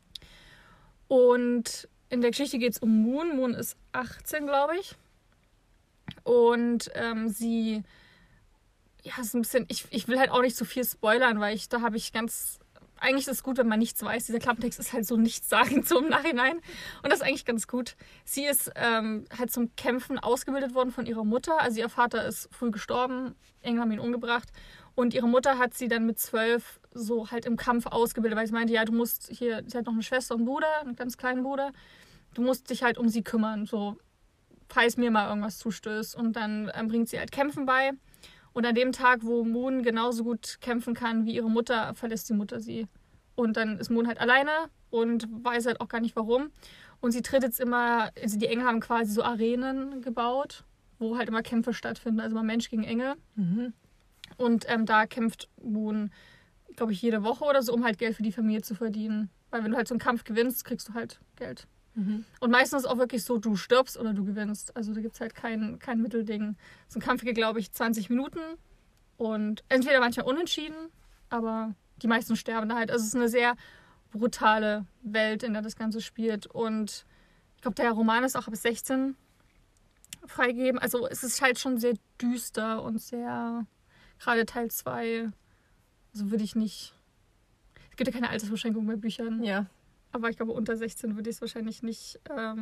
S1: Und in der Geschichte geht es um Moon. Moon ist 18, glaube ich. Und sie... Ja, ist ein bisschen... Ich will halt auch nicht so viel spoilern, weil da habe ich ganz... Eigentlich ist es gut, wenn man nichts weiß. Dieser Klappentext ist halt so nichtssagend so im Nachhinein. Und das ist eigentlich ganz gut. Sie ist halt zum Kämpfen ausgebildet worden von ihrer Mutter. Also ihr Vater ist früh gestorben. Engel haben ihn umgebracht. Und ihre Mutter hat sie dann mit 12 so halt im Kampf ausgebildet, weil sie meinte, ja, du musst sie hat noch eine Schwester und einen Bruder, einen ganz kleinen Bruder. Du musst dich halt um sie kümmern, so falls mir mal irgendwas zustößt. Und dann bringt sie halt Kämpfen bei. Und an dem Tag, wo Moon genauso gut kämpfen kann wie ihre Mutter, verlässt die Mutter sie. Und dann ist Moon halt alleine und weiß halt auch gar nicht warum. Und sie tritt jetzt immer, also die Engel haben quasi so Arenen gebaut, wo halt immer Kämpfe stattfinden, also immer Mensch gegen Engel.
S2: Mhm.
S1: Und da kämpft Moon, glaube ich, jede Woche oder so, um halt Geld für die Familie zu verdienen. Weil wenn du halt so einen Kampf gewinnst, kriegst du halt Geld.
S2: Mhm.
S1: Und meistens ist es auch wirklich so, du stirbst oder du gewinnst. Also da gibt es halt kein Mittelding. So ein Kampf geht, glaube ich, 20 Minuten. Und entweder manchmal unentschieden, aber die meisten sterben da halt. Also es ist eine sehr brutale Welt, in der das Ganze spielt. Und ich glaube, der Roman ist auch ab 16 freigegeben. Also es ist halt schon sehr düster und sehr... Gerade Teil 2, also würde ich nicht... Es gibt ja keine Altersbeschränkung bei Büchern.
S2: Ja.
S1: Aber ich glaube, unter 16 würde ich es wahrscheinlich nicht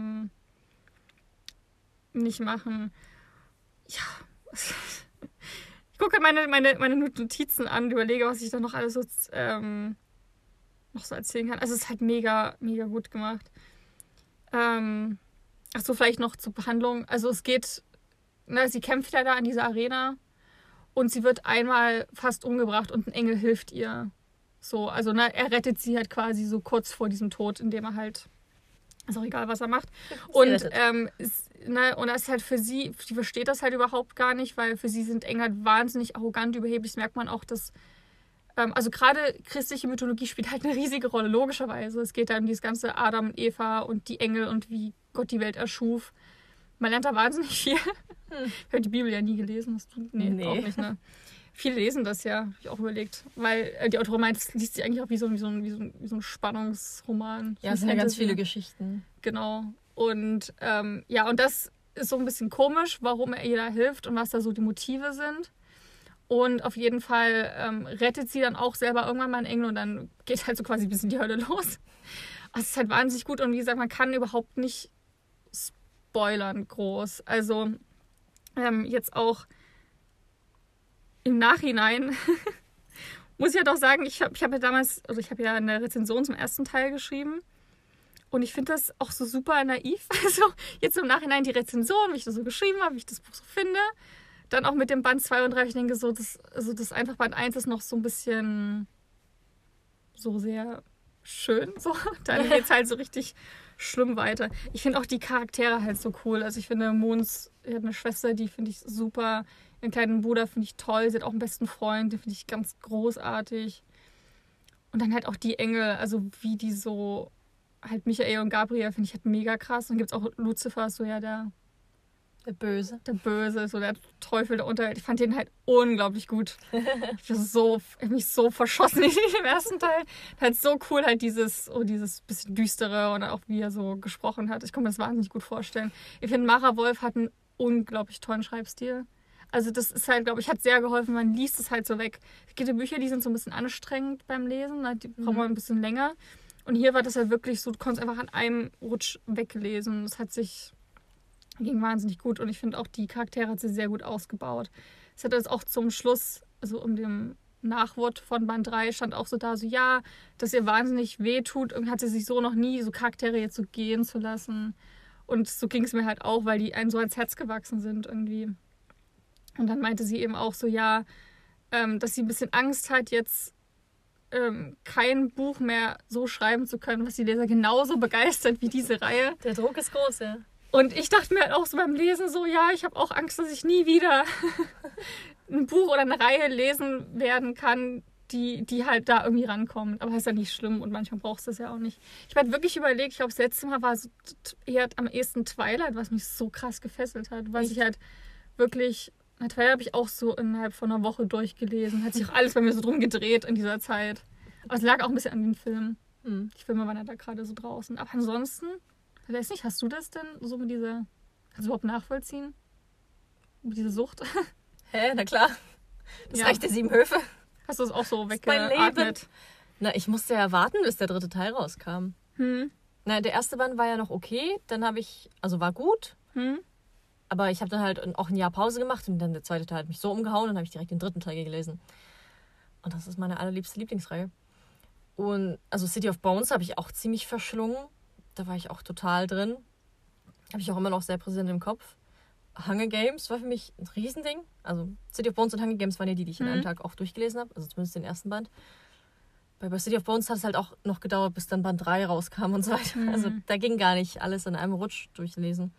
S1: machen. Ja. Ich gucke meine Notizen an und überlege, was ich da noch alles so, noch so erzählen kann. Also es ist halt mega, mega gut gemacht. Achso, vielleicht noch zur Behandlung. Also es geht... sie kämpft ja da in dieser Arena und sie wird einmal fast umgebracht und ein Engel hilft ihr. So, also er rettet sie halt quasi so kurz vor diesem Tod, indem er halt, ist auch egal, was er macht. Und und das ist halt für sie versteht das halt überhaupt gar nicht, weil für sie sind Engel halt wahnsinnig arrogant, überheblich. Das merkt man auch, dass, also gerade christliche Mythologie spielt halt eine riesige Rolle, logischerweise. Es geht da um dieses ganze Adam und Eva und die Engel und wie Gott die Welt erschuf. Man lernt da wahnsinnig viel. Ich habe die Bibel ja nie gelesen. Nee, auch nicht, ne? Viele lesen das ja, habe ich auch überlegt. Weil die Autorin meint, es liest sich eigentlich auch wie so ein Spannungsroman.
S2: Ja, es sind ja ganz viele Geschichten.
S1: Genau. Und und das ist so ein bisschen komisch, warum er ihr da hilft und was da so die Motive sind. Und auf jeden Fall rettet sie dann auch selber irgendwann mal einen Engel und dann geht halt so quasi ein bisschen die Hölle los. Also es ist halt wahnsinnig gut und wie gesagt, man kann überhaupt nicht spoilern groß. Also jetzt auch im Nachhinein muss ich ja doch sagen, ich habe ja damals, also ich habe ja eine Rezension zum ersten Teil geschrieben. Und ich finde das auch so super naiv. Also jetzt im Nachhinein die Rezension, wie ich das so geschrieben habe, wie ich das Buch so finde. Dann auch mit dem Band 2 und 3, ich denke so, das einfach Band 1 ist noch so ein bisschen so sehr schön. So. Dann geht es halt so richtig schlimm weiter. Ich finde auch die Charaktere halt so cool. Also ich finde, Moons hat eine Schwester, die finde ich super. Ihren kleinen Bruder finde ich toll. Sie hat auch einen besten Freund, den finde ich ganz großartig. Und dann halt auch die Engel, also wie die so, halt Michael und Gabriel finde ich halt mega krass. Und dann gibt es auch Lucifer, so ja der
S2: Böse.
S1: Der Böse, so der Teufel der Unterwelt. Ich fand den halt unglaublich gut. Ich hab mich so verschossen in dem ersten Teil. Halt so cool, halt dieses bisschen düstere und auch wie er so gesprochen hat. Ich kann mir das wahnsinnig gut vorstellen. Ich finde, Mara Wolf hat einen unglaublich tollen Schreibstil. Also das ist halt, glaube ich, hat sehr geholfen. Man liest es halt so weg. Es gibt ja Bücher, die sind so ein bisschen anstrengend beim Lesen. Die brauchen wir ein bisschen länger. Und hier war das halt wirklich so, du konntest einfach an einem Rutsch weglesen. Das ging wahnsinnig gut. Und ich finde auch, die Charaktere hat sie sehr gut ausgebaut. Es hat jetzt auch zum Schluss, also um dem Nachwort von Band 3 stand auch so da, so ja, dass ihr wahnsinnig wehtut und hat sie sich so noch nie, so Charaktere jetzt so gehen zu lassen. Und so ging es mir halt auch, weil die einem so ans Herz gewachsen sind irgendwie. Und dann meinte sie eben auch so, ja, dass sie ein bisschen Angst hat, jetzt kein Buch mehr so schreiben zu können, was die Leser genauso begeistert wie diese Reihe.
S2: Der Druck ist groß, ja.
S1: Und ich dachte mir halt auch so beim Lesen so, ja, ich habe auch Angst, dass ich nie wieder ein Buch oder eine Reihe lesen werden kann, die halt da irgendwie rankommt. Aber das ist ja nicht schlimm und manchmal brauchst du es ja auch nicht. Ich habe halt wirklich überlegt, ich glaube, das letzte Mal war so eher am ehesten Twilight, was mich so krass gefesselt hat. Was ich halt wirklich, Twilight habe ich auch so innerhalb von einer Woche durchgelesen. Hat sich auch alles bei mir so drum gedreht in dieser Zeit. Aber es lag auch ein bisschen an den Filmen. Die Filme waren ja da gerade so draußen. Aber ansonsten, ich weiß nicht, hast du das denn so mit dieser, kannst du überhaupt nachvollziehen? Mit dieser Sucht?
S2: Hä, na klar. Das Reich der 7 Höfe.
S1: Hast du es auch so
S2: Mein Leben.
S1: weggeatmet?
S2: Na, ich musste ja warten, bis der 3. Teil rauskam. Na, der erste Band war ja noch okay. Dann habe ich, also war gut. Aber ich habe dann halt auch ein Jahr Pause gemacht und dann der 2. Teil hat mich so umgehauen und dann habe ich direkt den 3. Teil gelesen. Und das ist meine allerliebste Lieblingsreihe. Und also City of Bones habe ich auch ziemlich verschlungen. Da war ich auch total drin. Habe ich auch immer noch sehr präsent im Kopf. Hunger Games war für mich ein Riesending. Also City of Bones und Hunger Games waren ja die ich in einem Tag auch durchgelesen habe. Also zumindest den ersten Band. Bei City of Bones hat es halt auch noch gedauert, bis dann Band 3 rauskam und so weiter. Also da ging gar nicht alles in einem Rutsch durchlesen.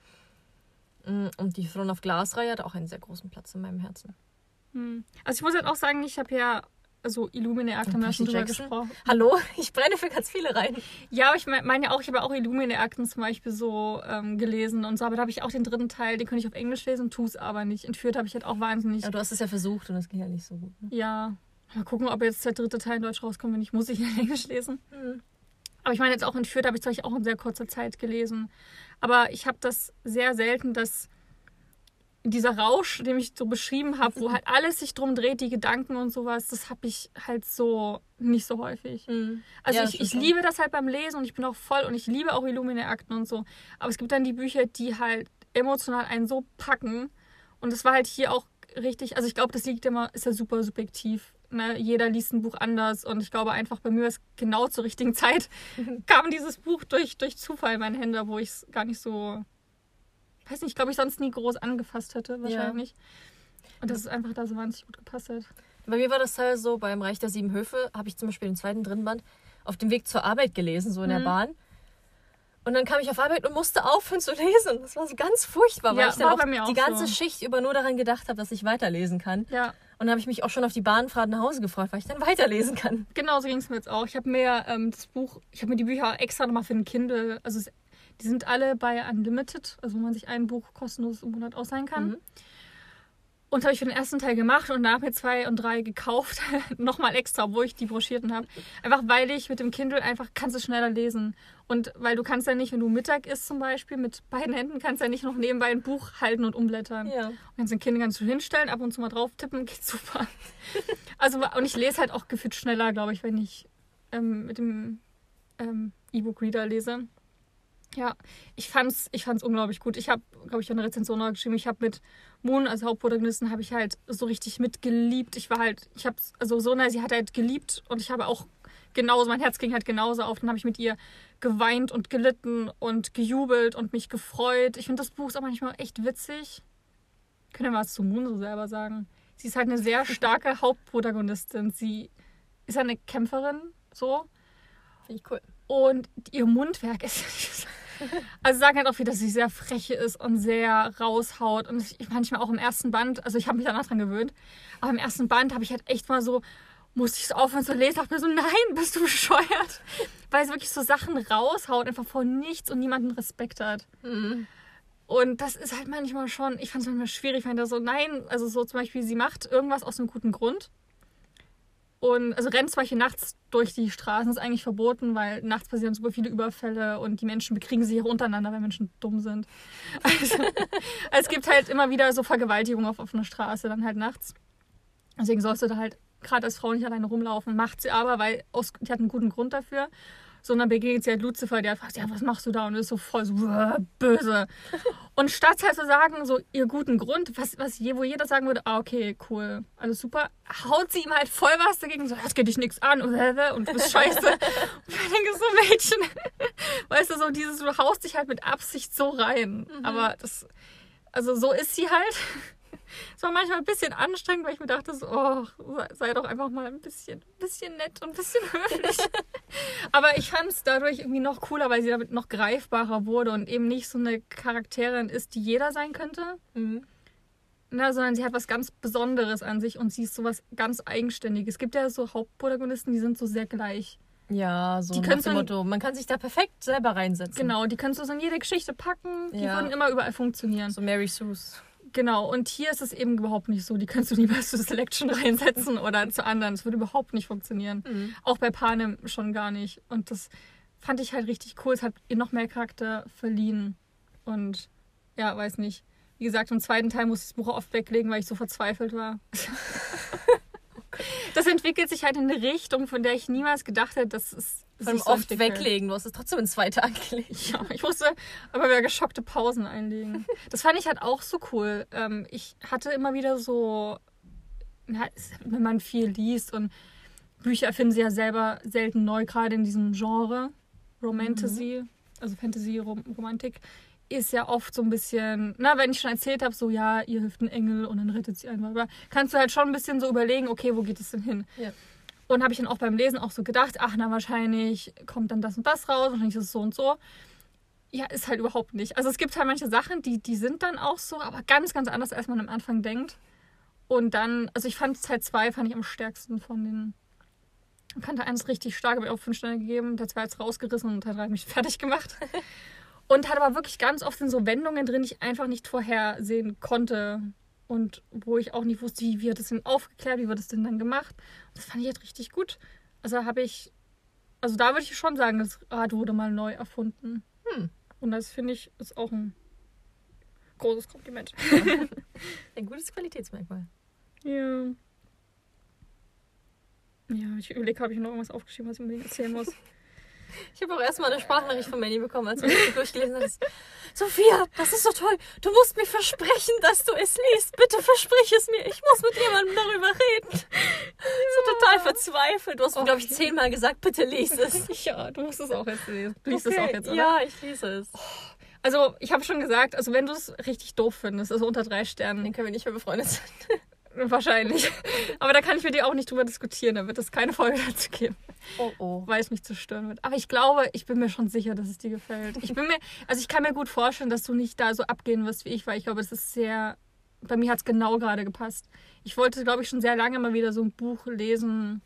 S2: Und die Throne of Glass-Reihe hat auch einen sehr großen Platz in meinem Herzen.
S1: Also ich muss halt auch sagen, ich habe ja, also Illuminae haben wir schon drüber gesprochen.
S2: Hallo? Ich brenne für ganz viele Reihen.
S1: Ja, aber ich meine ja auch, ich habe ja auch Illuminae-Akten zum Beispiel so gelesen und so, aber da habe ich auch den 3. Teil, den könnte ich auf Englisch lesen, tue es aber nicht. Entführt habe ich halt auch wahnsinnig.
S2: Ja, du hast es ja versucht und das ging ja nicht so gut. Ne?
S1: Ja, mal gucken, ob jetzt der 3. Teil in Deutsch rauskommt. Wenn nicht, muss ich in Englisch lesen. Aber ich meine jetzt auch Entführt habe ich zwar auch in sehr kurzer Zeit gelesen. Aber ich habe das sehr selten, dass dieser Rausch, den ich so beschrieben habe, wo halt alles sich drum dreht, die Gedanken und sowas, das habe ich halt so nicht so häufig. Also ja, ich liebe das halt beim Lesen und ich bin auch voll und ich liebe auch Illuminae-Akten und so. Aber es gibt dann die Bücher, die halt emotional einen so packen. Und das war halt hier auch richtig, also ich glaube, das liegt immer, ist ja super subjektiv. Ne? Jeder liest ein Buch anders und ich glaube einfach, bei mir ist genau zur richtigen Zeit kam dieses Buch durch Zufall in meine Hände, wo ich es gar nicht so, weiß nicht, ich glaube, ich sonst nie groß angefasst hätte, wahrscheinlich. Ja. Und das ist einfach da so wahnsinnig gut gepasst hat.
S2: Bei mir war das Teil so, beim Reich der 7 Höfe habe ich zum Beispiel den 2. Band auf dem Weg zur Arbeit gelesen, so in der Bahn. Und dann kam ich auf Arbeit und musste aufhören zu lesen. Das war so ganz furchtbar, weil ich dann auch die ganze Schicht über nur daran gedacht habe, dass ich weiterlesen kann. Ja. Und dann habe ich mich auch schon auf die Bahnfahrt nach Hause gefreut, weil ich dann weiterlesen kann.
S1: Genau, so ging es mir jetzt auch. Ich habe mir die Bücher extra nochmal für ein Kindle, also die sind alle bei Unlimited, also wo man sich ein Buch kostenlos im Monat ausleihen kann. Und habe ich für den ersten Teil gemacht und da habe mir 2 und 3 gekauft. Nochmal extra, wo ich die broschierten habe. Einfach weil ich mit dem Kindle einfach kannst du schneller lesen. Und weil du kannst ja nicht, wenn du Mittag isst zum Beispiel, mit beiden Händen kannst du ja nicht noch nebenbei ein Buch halten und umblättern. Ja. Und wenn du ein Kind kannst du hinstellen, ab und zu mal drauf tippen, geht super. Also, und ich lese halt auch gefühlt schneller, glaube ich, wenn ich mit dem E-Book-Reader lese. Ja, ich fand's unglaublich gut. Ich habe, glaube ich, eine Rezension noch geschrieben. Ich habe mit Moon als Hauptprotagonistin habe ich halt so richtig mitgeliebt. Sie hat halt geliebt und ich habe auch genauso, mein Herz ging halt genauso auf. Dann habe ich mit ihr geweint und gelitten und gejubelt und mich gefreut. Ich finde, das Buch ist auch manchmal echt witzig. Können wir was zu Moon so selber sagen? Sie ist halt eine sehr starke Hauptprotagonistin. Sie ist eine Kämpferin, so.
S2: Finde ich cool.
S1: Und ihr Mundwerk ist... Also sagen halt auch viel, dass sie sehr frech ist und sehr raushaut. Und ich manchmal auch im ersten Band, also ich habe mich danach dran gewöhnt, aber im ersten Band habe ich halt echt mal so, musste ich so aufhören zu lesen, dachte mir so, nein, bist du bescheuert? Weil es wirklich so Sachen raushaut, einfach vor nichts und niemanden Respekt hat.
S2: Mhm.
S1: Und das ist halt manchmal schon, ich fand es manchmal schwierig, wenn da so, nein, also so zum Beispiel, sie macht irgendwas aus einem guten Grund. Und also rennt zum Beispiel nachts durch die Straßen, ist eigentlich verboten, weil nachts passieren super viele Überfälle und die Menschen bekriegen sich auch untereinander, wenn Menschen dumm sind. Also es gibt halt immer wieder so Vergewaltigungen auf offener Straße, dann halt nachts. Deswegen sollst du da halt gerade als Frau nicht alleine rumlaufen. Macht sie aber, weil die hat einen guten Grund dafür. So, und dann begegnet sie halt Lucifer, der fragt, ja, was machst du da? Und ist so voll so böse. Und statt halt zu sagen, so ihr guten Grund, wo jeder sagen würde, okay, cool, alles super, haut sie ihm halt voll was dagegen, so, das geht dich nichts an und du bist scheiße. Und ich denke so, Mädchen, weißt du, so dieses, du haust dich halt mit Absicht so rein. Mhm. Aber also so ist sie halt. Es war manchmal ein bisschen anstrengend, weil ich mir dachte, so, sei doch einfach mal ein bisschen nett und ein bisschen höflich. Aber ich fand es dadurch irgendwie noch cooler, weil sie damit noch greifbarer wurde und eben nicht so eine Charakterin ist, die jeder sein könnte. Mhm. Sondern sie hat was ganz Besonderes an sich und sie ist so was ganz Eigenständiges. Es gibt ja so Hauptprotagonisten, die sind so sehr gleich.
S2: Ja, so nach dem Motto, man kann sich da perfekt selber reinsetzen. Genau,
S1: die kannst du so in jede Geschichte packen, die würden immer überall funktionieren.
S2: So Mary Sue's.
S1: Genau, und hier ist es eben überhaupt nicht so. Die kannst du niemals zu Selection reinsetzen oder zu anderen. Das würde überhaupt nicht funktionieren. Mhm. Auch bei Panem schon gar nicht. Und das fand ich halt richtig cool. Es hat ihr noch mehr Charakter verliehen. Und ja, weiß nicht. Wie gesagt, im zweiten Teil musste ich das Buch oft weglegen, weil ich so verzweifelt war. Das entwickelt sich halt in eine Richtung, von der ich niemals gedacht hätte, dass es
S2: sich so oft weglegen. Du hast es trotzdem in 2 Tagen gelegt.
S1: Ja, ich musste aber wieder geschockte Pausen einlegen. Das fand ich halt auch so cool. Ich hatte immer wieder so, wenn man viel liest und Bücher erfinden sie ja selber selten neu, gerade in diesem Genre Romantasy, also Fantasy, Romantik, ist ja oft so ein bisschen, wenn ich schon erzählt habe, so ja, ihr hilft ein Engel und dann rettet sie einmal. Aber kannst du halt schon ein bisschen so überlegen, okay, wo geht es denn hin? Ja. Und habe ich dann auch beim Lesen auch so gedacht, wahrscheinlich kommt dann das und das raus, wahrscheinlich ist es so und so. Ja, ist halt überhaupt nicht. Also es gibt halt manche Sachen, die sind dann auch so, aber ganz, ganz anders, als man am Anfang denkt. Und dann, also ich fand Teil 2 fand ich am stärksten von den... Ich fand Teil 1 richtig stark, habe ich auch 5 Sterne gegeben. Teil 2 hat es rausgerissen und Teil 3 hat mich fertig gemacht. Und hat aber wirklich ganz oft in so Wendungen drin, die ich einfach nicht vorhersehen konnte. Und wo ich auch nicht wusste, wie wird das denn aufgeklärt, wie wird das denn dann gemacht. Und das fand ich halt richtig gut. Also da würde ich schon sagen, das Rad wurde mal neu erfunden. Und das finde ich ist auch ein großes Kompliment.
S2: Ein gutes Qualitätsmerkmal.
S1: Ja. Ja, ich überlege, habe ich noch irgendwas aufgeschrieben, was ich unbedingt erzählen muss.
S2: Ich habe auch erstmal eine Sprachnachricht von Manny bekommen, als du das durchgelesen hast. Sophia, das ist so toll. Du musst mir versprechen, dass du es liest. Bitte versprich es mir. Ich muss mit jemandem darüber reden. Ja. So total verzweifelt. Du hast mir, glaube ich, 10-mal gesagt, bitte lies es.
S1: Ja, du musst es auch jetzt lesen. Lies es auch jetzt, oder?
S2: Ja, ich lese es.
S1: Also, ich habe schon gesagt, also wenn du es richtig doof findest, also unter 3 Sternen.
S2: Dann können wir nicht mehr befreundet sein.
S1: Wahrscheinlich. Aber da kann ich mit dir auch nicht drüber diskutieren. Da wird es keine Folge dazu geben.
S2: Oh.
S1: Weil es mich zerstören wird. Aber ich bin mir schon sicher, dass es dir gefällt. Ich kann mir gut vorstellen, dass du nicht da so abgehen wirst wie ich, weil ich glaube, es ist sehr... Bei mir hat es genau gerade gepasst. Ich wollte, glaube ich, schon sehr lange mal wieder so ein Buch lesen,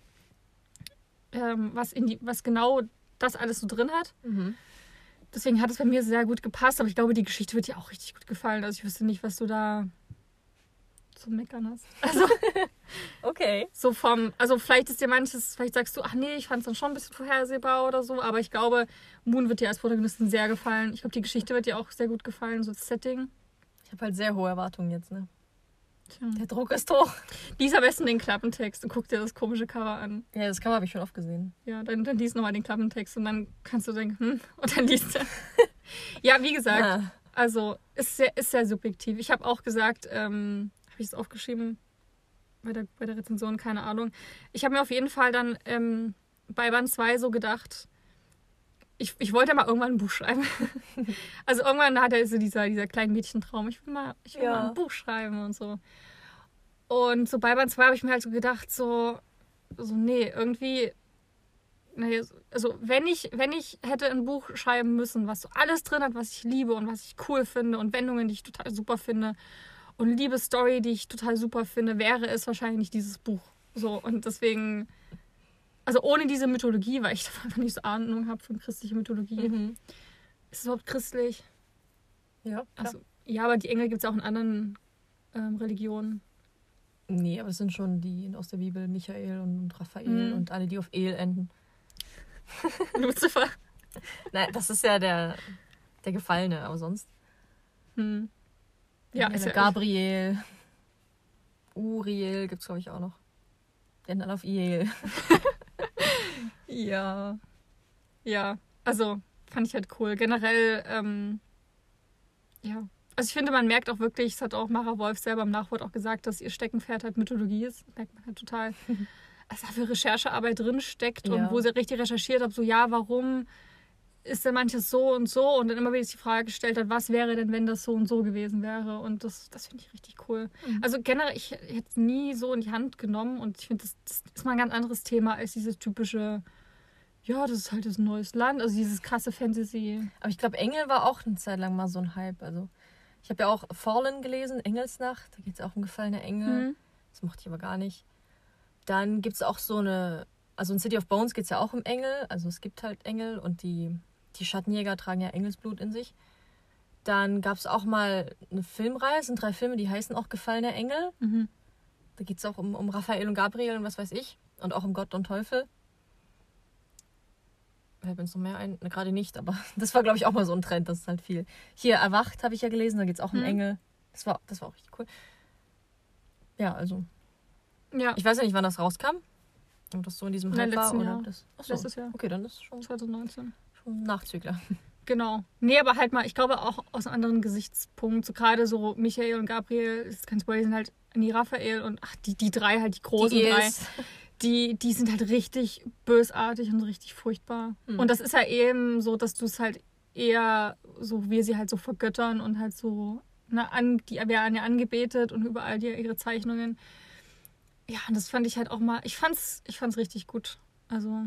S1: was genau das alles so drin hat. Mhm. Deswegen hat es bei mir sehr gut gepasst. Aber ich glaube, die Geschichte wird dir auch richtig gut gefallen. Also ich wüsste nicht, was du da... zu meckern hast. Also,
S2: okay.
S1: So vielleicht ist dir vielleicht sagst du, ich fand es dann schon ein bisschen vorhersehbar oder so, aber ich glaube, Moon wird dir als Protagonistin sehr gefallen. Ich glaube, die Geschichte wird dir auch sehr gut gefallen, so das Setting.
S2: Ich habe halt sehr hohe Erwartungen jetzt, ne? Tja. Der Druck ist hoch.
S1: Lies am besten den Klappentext und guck dir das komische Cover an.
S2: Ja, das Cover habe ich schon oft gesehen.
S1: Ja, dann lies nochmal den Klappentext und dann kannst du denken, und dann liest du. Ja, wie gesagt,
S2: Ah.
S1: also ist sehr subjektiv. Ich habe auch gesagt, habe ich es aufgeschrieben bei der Rezension, keine Ahnung. Ich habe mir auf jeden Fall dann bei Band 2 so gedacht, ich wollte mal irgendwann ein Buch schreiben. Also irgendwann hat er so dieser kleine Mädchentraum, ich will mal ein Buch schreiben und so. Und so bei Band 2 habe ich mir halt so gedacht, so nee, irgendwie, naja, also wenn ich hätte ein Buch schreiben müssen, was so alles drin hat, was ich liebe und was ich cool finde und Wendungen, die ich total super finde und Liebesstory, die ich total super finde, wäre es wahrscheinlich nicht dieses Buch. So, und deswegen, also ohne diese Mythologie, weil ich davon einfach nicht so Ahnung habe von christlicher Mythologie.
S2: Mhm.
S1: Ist es überhaupt christlich?
S2: Ja, klar.
S1: Also, ja, aber die Engel gibt es auch in anderen Religionen.
S2: Nee, aber es sind schon die aus der Bibel, Michael und Raphael und alle, die auf El enden.
S1: Luzifer.
S2: Nein, das ist ja der Gefallene, aber sonst.
S1: Ja, ist ja
S2: Gabriel. Uriel gibt es, glaube ich, auch noch. Die enden alle auf Il.
S1: Ja. Ja, also fand ich halt cool. Generell, ja. Also ich finde, man merkt auch wirklich, es hat auch Mara Wolf selber im Nachwort auch gesagt, dass ihr Steckenpferd halt Mythologie ist. Das merkt man halt total. Als da für Recherchearbeit drin steckt und wo sie richtig recherchiert hat, so ja, warum ist denn manches so und so und dann immer wieder die Frage gestellt hat, was wäre denn, wenn das so und so gewesen wäre, und das finde ich richtig cool. Also generell, ich hätte es nie so in die Hand genommen und ich finde, das ist mal ein ganz anderes Thema als dieses typische, ja, das ist halt das neues Land, also dieses krasse Fantasy.
S2: Aber ich glaube, Engel war auch eine Zeit lang mal so ein Hype. Also ich habe ja auch Fallen gelesen, Engelsnacht, da geht es auch um gefallene Engel. Das mochte ich aber gar nicht. Dann gibt es auch so also in City of Bones geht es ja auch um Engel, also es gibt halt Engel und die Schattenjäger tragen ja Engelsblut in sich. Dann gab es auch mal eine Filmreihe, es sind 3 Filme, die heißen auch Gefallene Engel. Da geht es auch um Raphael und Gabriel und was weiß ich. Und auch um Gott und Teufel. Fällt mir jetzt noch mehr ein? Gerade nicht, aber das war, glaube ich, auch mal so ein Trend, das ist halt viel. Hier, Erwacht habe ich ja gelesen, da geht es auch um Engel. Das war auch richtig cool. Ja, also.
S1: Ja.
S2: Ich weiß ja nicht, wann das rauskam. Ob das so in diesem Hype war.
S1: Jahr.
S2: Achso,
S1: letztes Jahr.
S2: Okay, dann ist es schon
S1: 2019.
S2: Schon Nachzügler.
S1: Genau. Nee, aber halt mal, ich glaube auch aus einem anderen Gesichtspunkt, so gerade so Michael und Gabriel, ist kein Spoiler, sind halt nie Raphael und die 3 halt, die großen 3, die sind halt richtig bösartig und richtig furchtbar. Und das ist ja eben so, dass du es halt eher so, wir sie halt so vergöttern und halt so, die werden ja angebetet und überall ihre Zeichnungen. Ja, und das fand ich halt auch mal, ich fand's richtig gut. Also,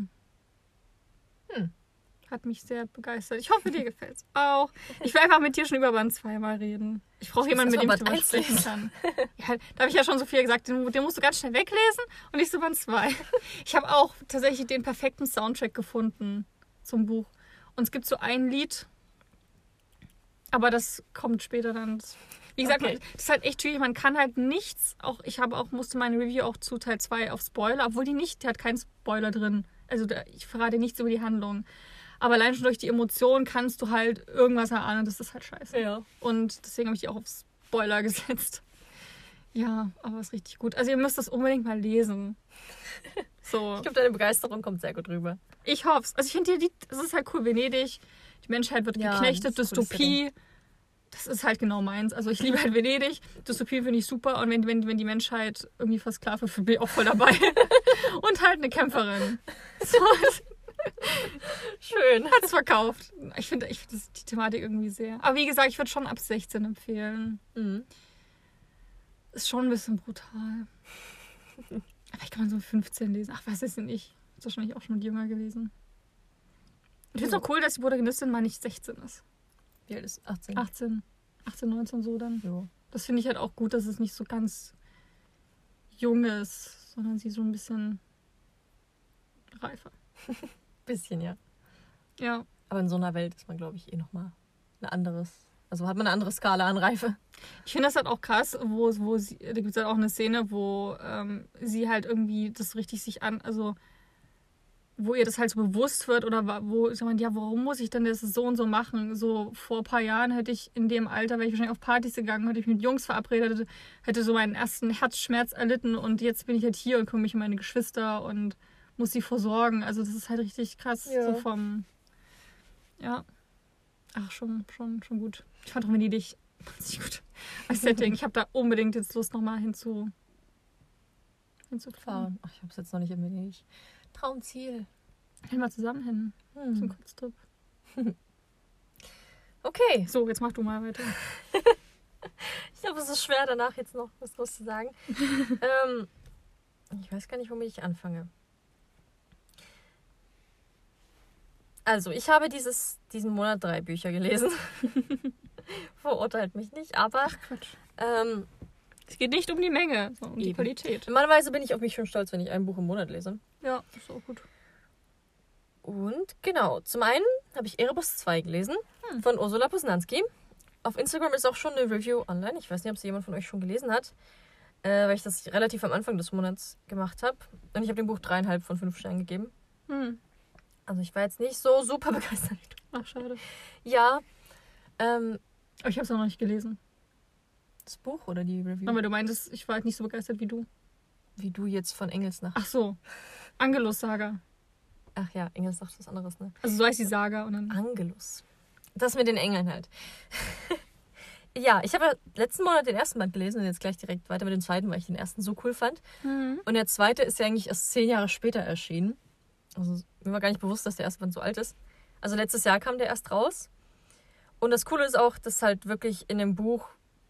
S1: hat mich sehr begeistert. Ich hoffe, dir gefällt's auch. Ich will einfach mit dir schon über Band 2 mal reden. Ich brauche jemanden, mit dem ich drüber sprechen kann. Ja, da habe ich ja schon so viel gesagt, den musst du ganz schnell weglesen und nicht so Band 2. Ich habe auch tatsächlich den perfekten Soundtrack gefunden zum Buch. Und es gibt so ein Lied, aber das kommt später dann. Wie gesagt, das ist halt echt schwierig. Man kann halt nichts, musste meine Review auch zu Teil 2 auf Spoiler, obwohl die hat keinen Spoiler drin. Also ich verrate nichts über die Handlung. Aber allein schon durch die Emotionen kannst du halt irgendwas erahnen. Das ist halt scheiße.
S2: Ja.
S1: Und deswegen habe ich die auch auf Spoiler gesetzt. Ja, aber ist richtig gut. Also ihr müsst das unbedingt mal lesen. So.
S2: Ich glaube, deine Begeisterung kommt sehr gut rüber.
S1: Ich hoffe es. Also ich finde, das ist halt cool. Venedig. Die Menschheit wird geknechtet. Dystopie. Das ist halt genau meins. Also ich liebe halt Venedig. Dystopie finde ich super. Und wenn die Menschheit irgendwie versklavt wird, bin ich auch voll dabei. Und halt eine Kämpferin. So.
S2: Schön.
S1: Hat's verkauft. Ich finde die Thematik irgendwie sehr. Aber wie gesagt, ich würde schon ab 16 empfehlen. Ist schon ein bisschen brutal. Aber ich kann man so 15 lesen. Ach, was ist denn ich? Ist wahrscheinlich auch schon jünger gewesen. Ich finde es auch cool, dass die Protagonistin mal nicht 16 ist.
S2: Wie alt ist 18?
S1: 18, 19 so dann.
S2: Jo.
S1: Das finde ich halt auch gut, dass es nicht so ganz jung ist, sondern sie so ein bisschen reifer.
S2: Bisschen, ja.
S1: Ja.
S2: Aber in so einer Welt ist man, glaube ich, nochmal hat man eine andere Skala an Reife.
S1: Ich finde das halt auch krass, wo sie, da gibt es halt auch eine Szene, wo sie halt irgendwie das richtig wo ihr das halt so bewusst wird oder wo sagt man, ja, warum muss ich denn das so und so machen? So vor ein paar Jahren wäre ich wahrscheinlich auf Partys gegangen, hätte ich mit Jungs verabredet, hätte so meinen ersten Herzschmerz erlitten und jetzt bin ich halt hier und kümmere mich um meine Geschwister und muss sie versorgen. Also das ist halt richtig krass, so vom, ja. Ach, schon gut. Ich fand auch Venedig wahnsinnig gut als Setting. Ich habe da unbedingt jetzt Lust, nochmal hinzufahren.
S2: Ach, ich habe es jetzt noch nicht in Venedig. Traumziel.
S1: Gehen wir zusammen hin. Zum Kurztrip.
S2: Okay.
S1: So, jetzt mach du mal weiter.
S2: Ich glaube, es ist schwer, danach jetzt noch was draus zu sagen. Ich weiß gar nicht, womit ich anfange. Also, ich habe diesen Monat 3 Bücher gelesen. Verurteilt mich nicht, aber
S1: Ach, Quatsch. Es geht nicht um die Menge, sondern um die Qualität.
S2: Normalerweise bin ich auf mich schon stolz, wenn ich ein Buch im Monat lese.
S1: Ja, ist auch gut.
S2: Und genau, zum einen habe ich Erebus 2 gelesen von Ursula Posnanski. Auf Instagram ist auch schon eine Review online. Ich weiß nicht, ob es jemand von euch schon gelesen hat, weil ich das relativ am Anfang des Monats gemacht habe. Und ich habe dem Buch 3,5 von 5 Sternen gegeben. Also ich war jetzt nicht so super begeistert.
S1: Ach, schade.
S2: Ja.
S1: Aber ich habe es auch noch nicht gelesen.
S2: Das Buch oder die Review?
S1: Aber du meintest, ich war halt nicht so begeistert wie du.
S2: Wie du jetzt von Engelsnacht.
S1: Ach so. Angelus-Saga.
S2: Ach ja, Engelsnacht ist was anderes, ne?
S1: Also so heißt die Saga und dann...
S2: Angelus. Das mit den Engeln halt. Ja, ich habe ja letzten Monat den ersten Band gelesen und jetzt gleich direkt weiter mit dem zweiten, weil ich den ersten so cool fand. Und der zweite ist ja eigentlich erst 10 Jahre später erschienen. Also mir war gar nicht bewusst, dass der erste Band so alt ist. Also letztes Jahr kam der erst raus. Und das Coole ist auch, dass halt wirklich in dem Buch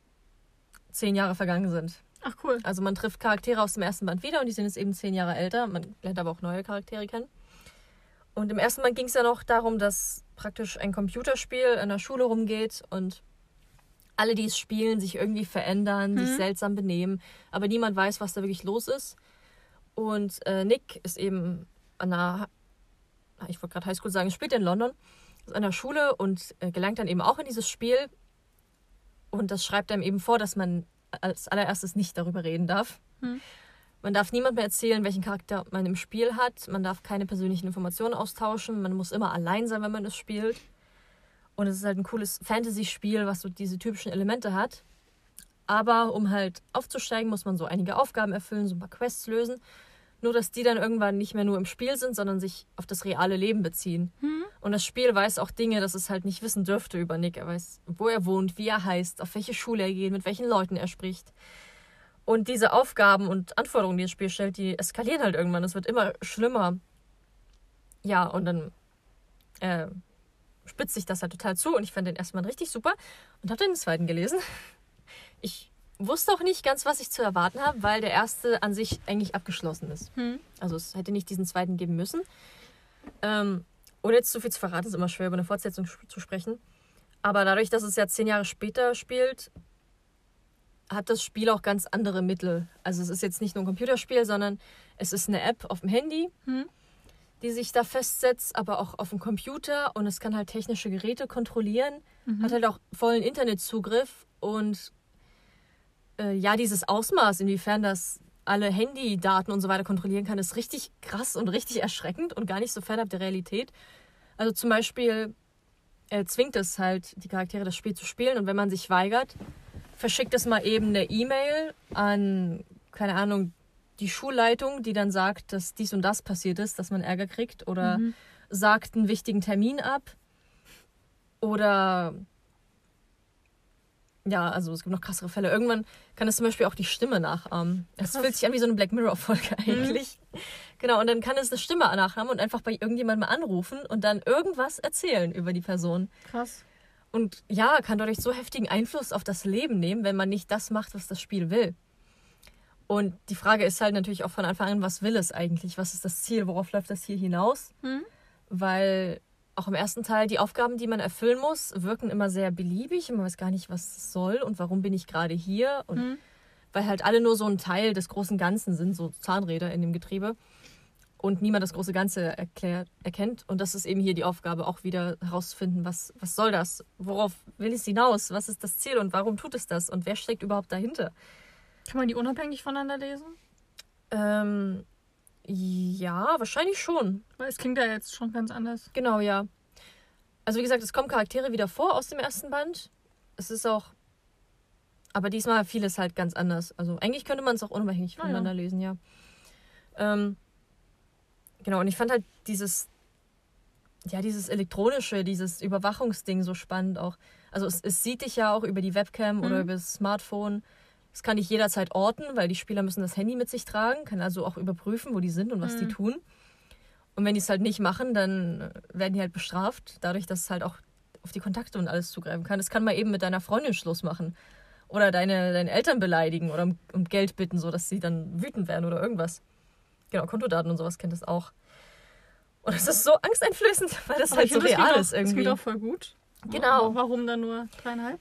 S2: 10 Jahre vergangen sind.
S1: Ach, cool.
S2: Also man trifft Charaktere aus dem ersten Band wieder und die sind jetzt eben 10 Jahre älter. Man lernt aber auch neue Charaktere kennen. Und im ersten Band ging es ja noch darum, dass praktisch ein Computerspiel in der Schule rumgeht und alle, die es spielen, sich irgendwie verändern, sich seltsam benehmen, aber niemand weiß, was da wirklich los ist. Und Nick ist eben an einer, ich wollte gerade Highschool sagen, spielt in London, ist an der Schule und gelangt dann eben auch in dieses Spiel. Und das schreibt einem eben vor, dass man als allererstes nicht darüber reden darf. Man darf niemand mehr erzählen, welchen Charakter man im Spiel hat. Man darf keine persönlichen Informationen austauschen. Man muss immer allein sein, wenn man es spielt. Und es ist halt ein cooles Fantasy-Spiel, was so diese typischen Elemente hat. Aber um halt aufzusteigen, muss man so einige Aufgaben erfüllen, so ein paar Quests lösen. Nur, dass die dann irgendwann nicht mehr nur im Spiel sind, sondern sich auf das reale Leben beziehen. Und das Spiel weiß auch Dinge, dass es halt nicht wissen dürfte über Nick. Er weiß, wo er wohnt, wie er heißt, auf welche Schule er geht, mit welchen Leuten er spricht. Und diese Aufgaben und Anforderungen, die das Spiel stellt, die eskalieren halt irgendwann. Es wird immer schlimmer. Ja, und dann spitzt sich das halt total zu. Und ich fand den ersten Mal richtig super und habe den zweiten gelesen. Ich wusste auch nicht ganz, was ich zu erwarten habe, weil der erste an sich eigentlich abgeschlossen ist. Also es hätte nicht diesen zweiten geben müssen. Ohne jetzt zu viel zu verraten, ist immer schwer, über eine Fortsetzung zu sprechen. Aber dadurch, dass es ja 10 Jahre später spielt, hat das Spiel auch ganz andere Mittel. Also es ist jetzt nicht nur ein Computerspiel, sondern es ist eine App auf dem Handy, die sich da festsetzt, aber auch auf dem Computer. Und es kann halt technische Geräte kontrollieren, hat halt auch vollen Internetzugriff. Und ja, dieses Ausmaß, inwiefern das alle Handydaten und so weiter kontrollieren kann, ist richtig krass und richtig erschreckend und gar nicht so fernab der Realität. Also zum Beispiel zwingt es halt die Charaktere, das Spiel zu spielen. Und wenn man sich weigert, verschickt es mal eben eine E-Mail an, keine Ahnung, die Schulleitung, die dann sagt, dass dies und das passiert ist, dass man Ärger kriegt. Oder sagt einen wichtigen Termin ab. Oder ja, also es gibt noch krassere Fälle. Irgendwann kann es zum Beispiel auch die Stimme nachahmen. Es fühlt sich an wie so eine Black Mirror-Folge eigentlich. Genau, und dann kann es eine Stimme nachahmen und einfach bei irgendjemandem anrufen und dann irgendwas erzählen über die Person.
S1: Krass.
S2: Und ja, kann dadurch so heftigen Einfluss auf das Leben nehmen, wenn man nicht das macht, was das Spiel will. Und die Frage ist halt natürlich auch von Anfang an, was will es eigentlich? Was ist das Ziel? Worauf läuft das hier hinaus? Weil auch im ersten Teil die Aufgaben, die man erfüllen muss, wirken immer sehr beliebig. Man weiß gar nicht, was es soll und warum bin ich gerade hier. Und weil halt alle nur so ein Teil des großen Ganzen sind, so Zahnräder in dem Getriebe. Und niemand das große Ganze erkennt. Und das ist eben hier die Aufgabe, auch wieder herauszufinden, was soll das? Worauf will es hinaus? Was ist das Ziel und warum tut es das? Und wer steckt überhaupt dahinter?
S1: Kann man die unabhängig voneinander lesen?
S2: Ja, wahrscheinlich schon.
S1: Weil es klingt ja jetzt schon ganz anders.
S2: Genau, ja. Also wie gesagt, es kommen Charaktere wieder vor aus dem ersten Band. Es ist auch... Aber diesmal vieles halt ganz anders. Also eigentlich könnte man es auch unabhängig voneinander lesen, ja. Genau, und ich fand halt dieses dieses Elektronische, dieses Überwachungsding so spannend auch. Also es sieht dich ja auch über die Webcam oder über das Smartphone. Es kann dich jederzeit orten, weil die Spieler müssen das Handy mit sich tragen, kann also auch überprüfen, wo die sind und was die tun. Und wenn die es halt nicht machen, dann werden die halt bestraft, dadurch, dass es halt auch auf die Kontakte und alles zugreifen kann. Das kann mal eben mit deiner Freundin Schluss machen. Oder deine Eltern beleidigen oder um Geld bitten, sodass sie dann wütend werden oder irgendwas. Genau, Kontodaten und sowas kennt es auch. Und es ist so angsteinflößend, weil das halt so real ist irgendwie.
S1: Das klingt auch voll gut.
S2: Genau.
S1: Warum dann nur 3,5?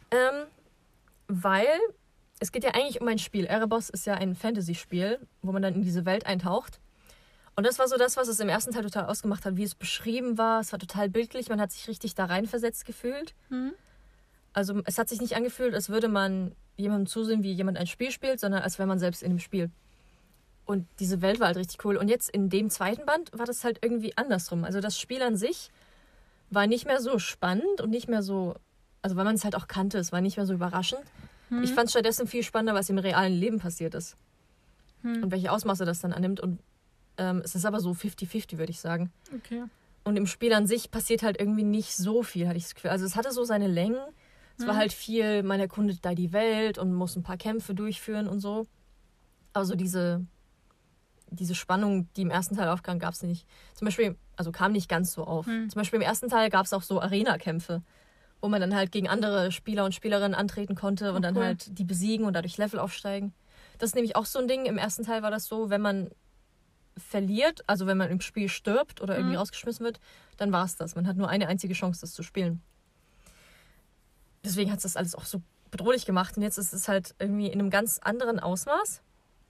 S2: Weil es geht ja eigentlich um ein Spiel. Erebos ist ja ein Fantasy-Spiel, wo man dann in diese Welt eintaucht. Und das war so das, was es im ersten Teil total ausgemacht hat, wie es beschrieben war. Es war total bildlich, man hat sich richtig da reinversetzt gefühlt. Also es hat sich nicht angefühlt, als würde man jemandem zusehen, wie jemand ein Spiel spielt, sondern als wäre man selbst in dem Spiel. Und diese Welt war halt richtig cool. Und jetzt in dem zweiten Band war das halt irgendwie andersrum. Also das Spiel an sich war nicht mehr so spannend und nicht mehr so, also weil man es halt auch kannte, es war nicht mehr so überraschend. Ich fand es stattdessen viel spannender, was im realen Leben passiert ist. Und welche Ausmaße das dann annimmt. Und es ist aber so 50-50, würde ich sagen.
S1: Okay.
S2: Und im Spiel an sich passiert halt irgendwie nicht so viel, hatte ich das Gefühl. Also es hatte so seine Längen. Es war halt viel, man erkundet da die Welt und muss ein paar Kämpfe durchführen und so. Aber so diese Spannung, die im ersten Teil aufkam, gab es nicht. Zum Beispiel, also kam nicht ganz so auf. Zum Beispiel im ersten Teil gab es auch so Arena-Kämpfe, wo man dann halt gegen andere Spieler und Spielerinnen antreten konnte und dann halt die besiegen und dadurch Level aufsteigen. Das ist nämlich auch so ein Ding. Im ersten Teil war das so, wenn man verliert, also wenn man im Spiel stirbt oder irgendwie rausgeschmissen wird, dann war es das. Man hat nur eine einzige Chance, das zu spielen. Deswegen hat es das alles auch so bedrohlich gemacht. Und jetzt ist es halt irgendwie in einem ganz anderen Ausmaß.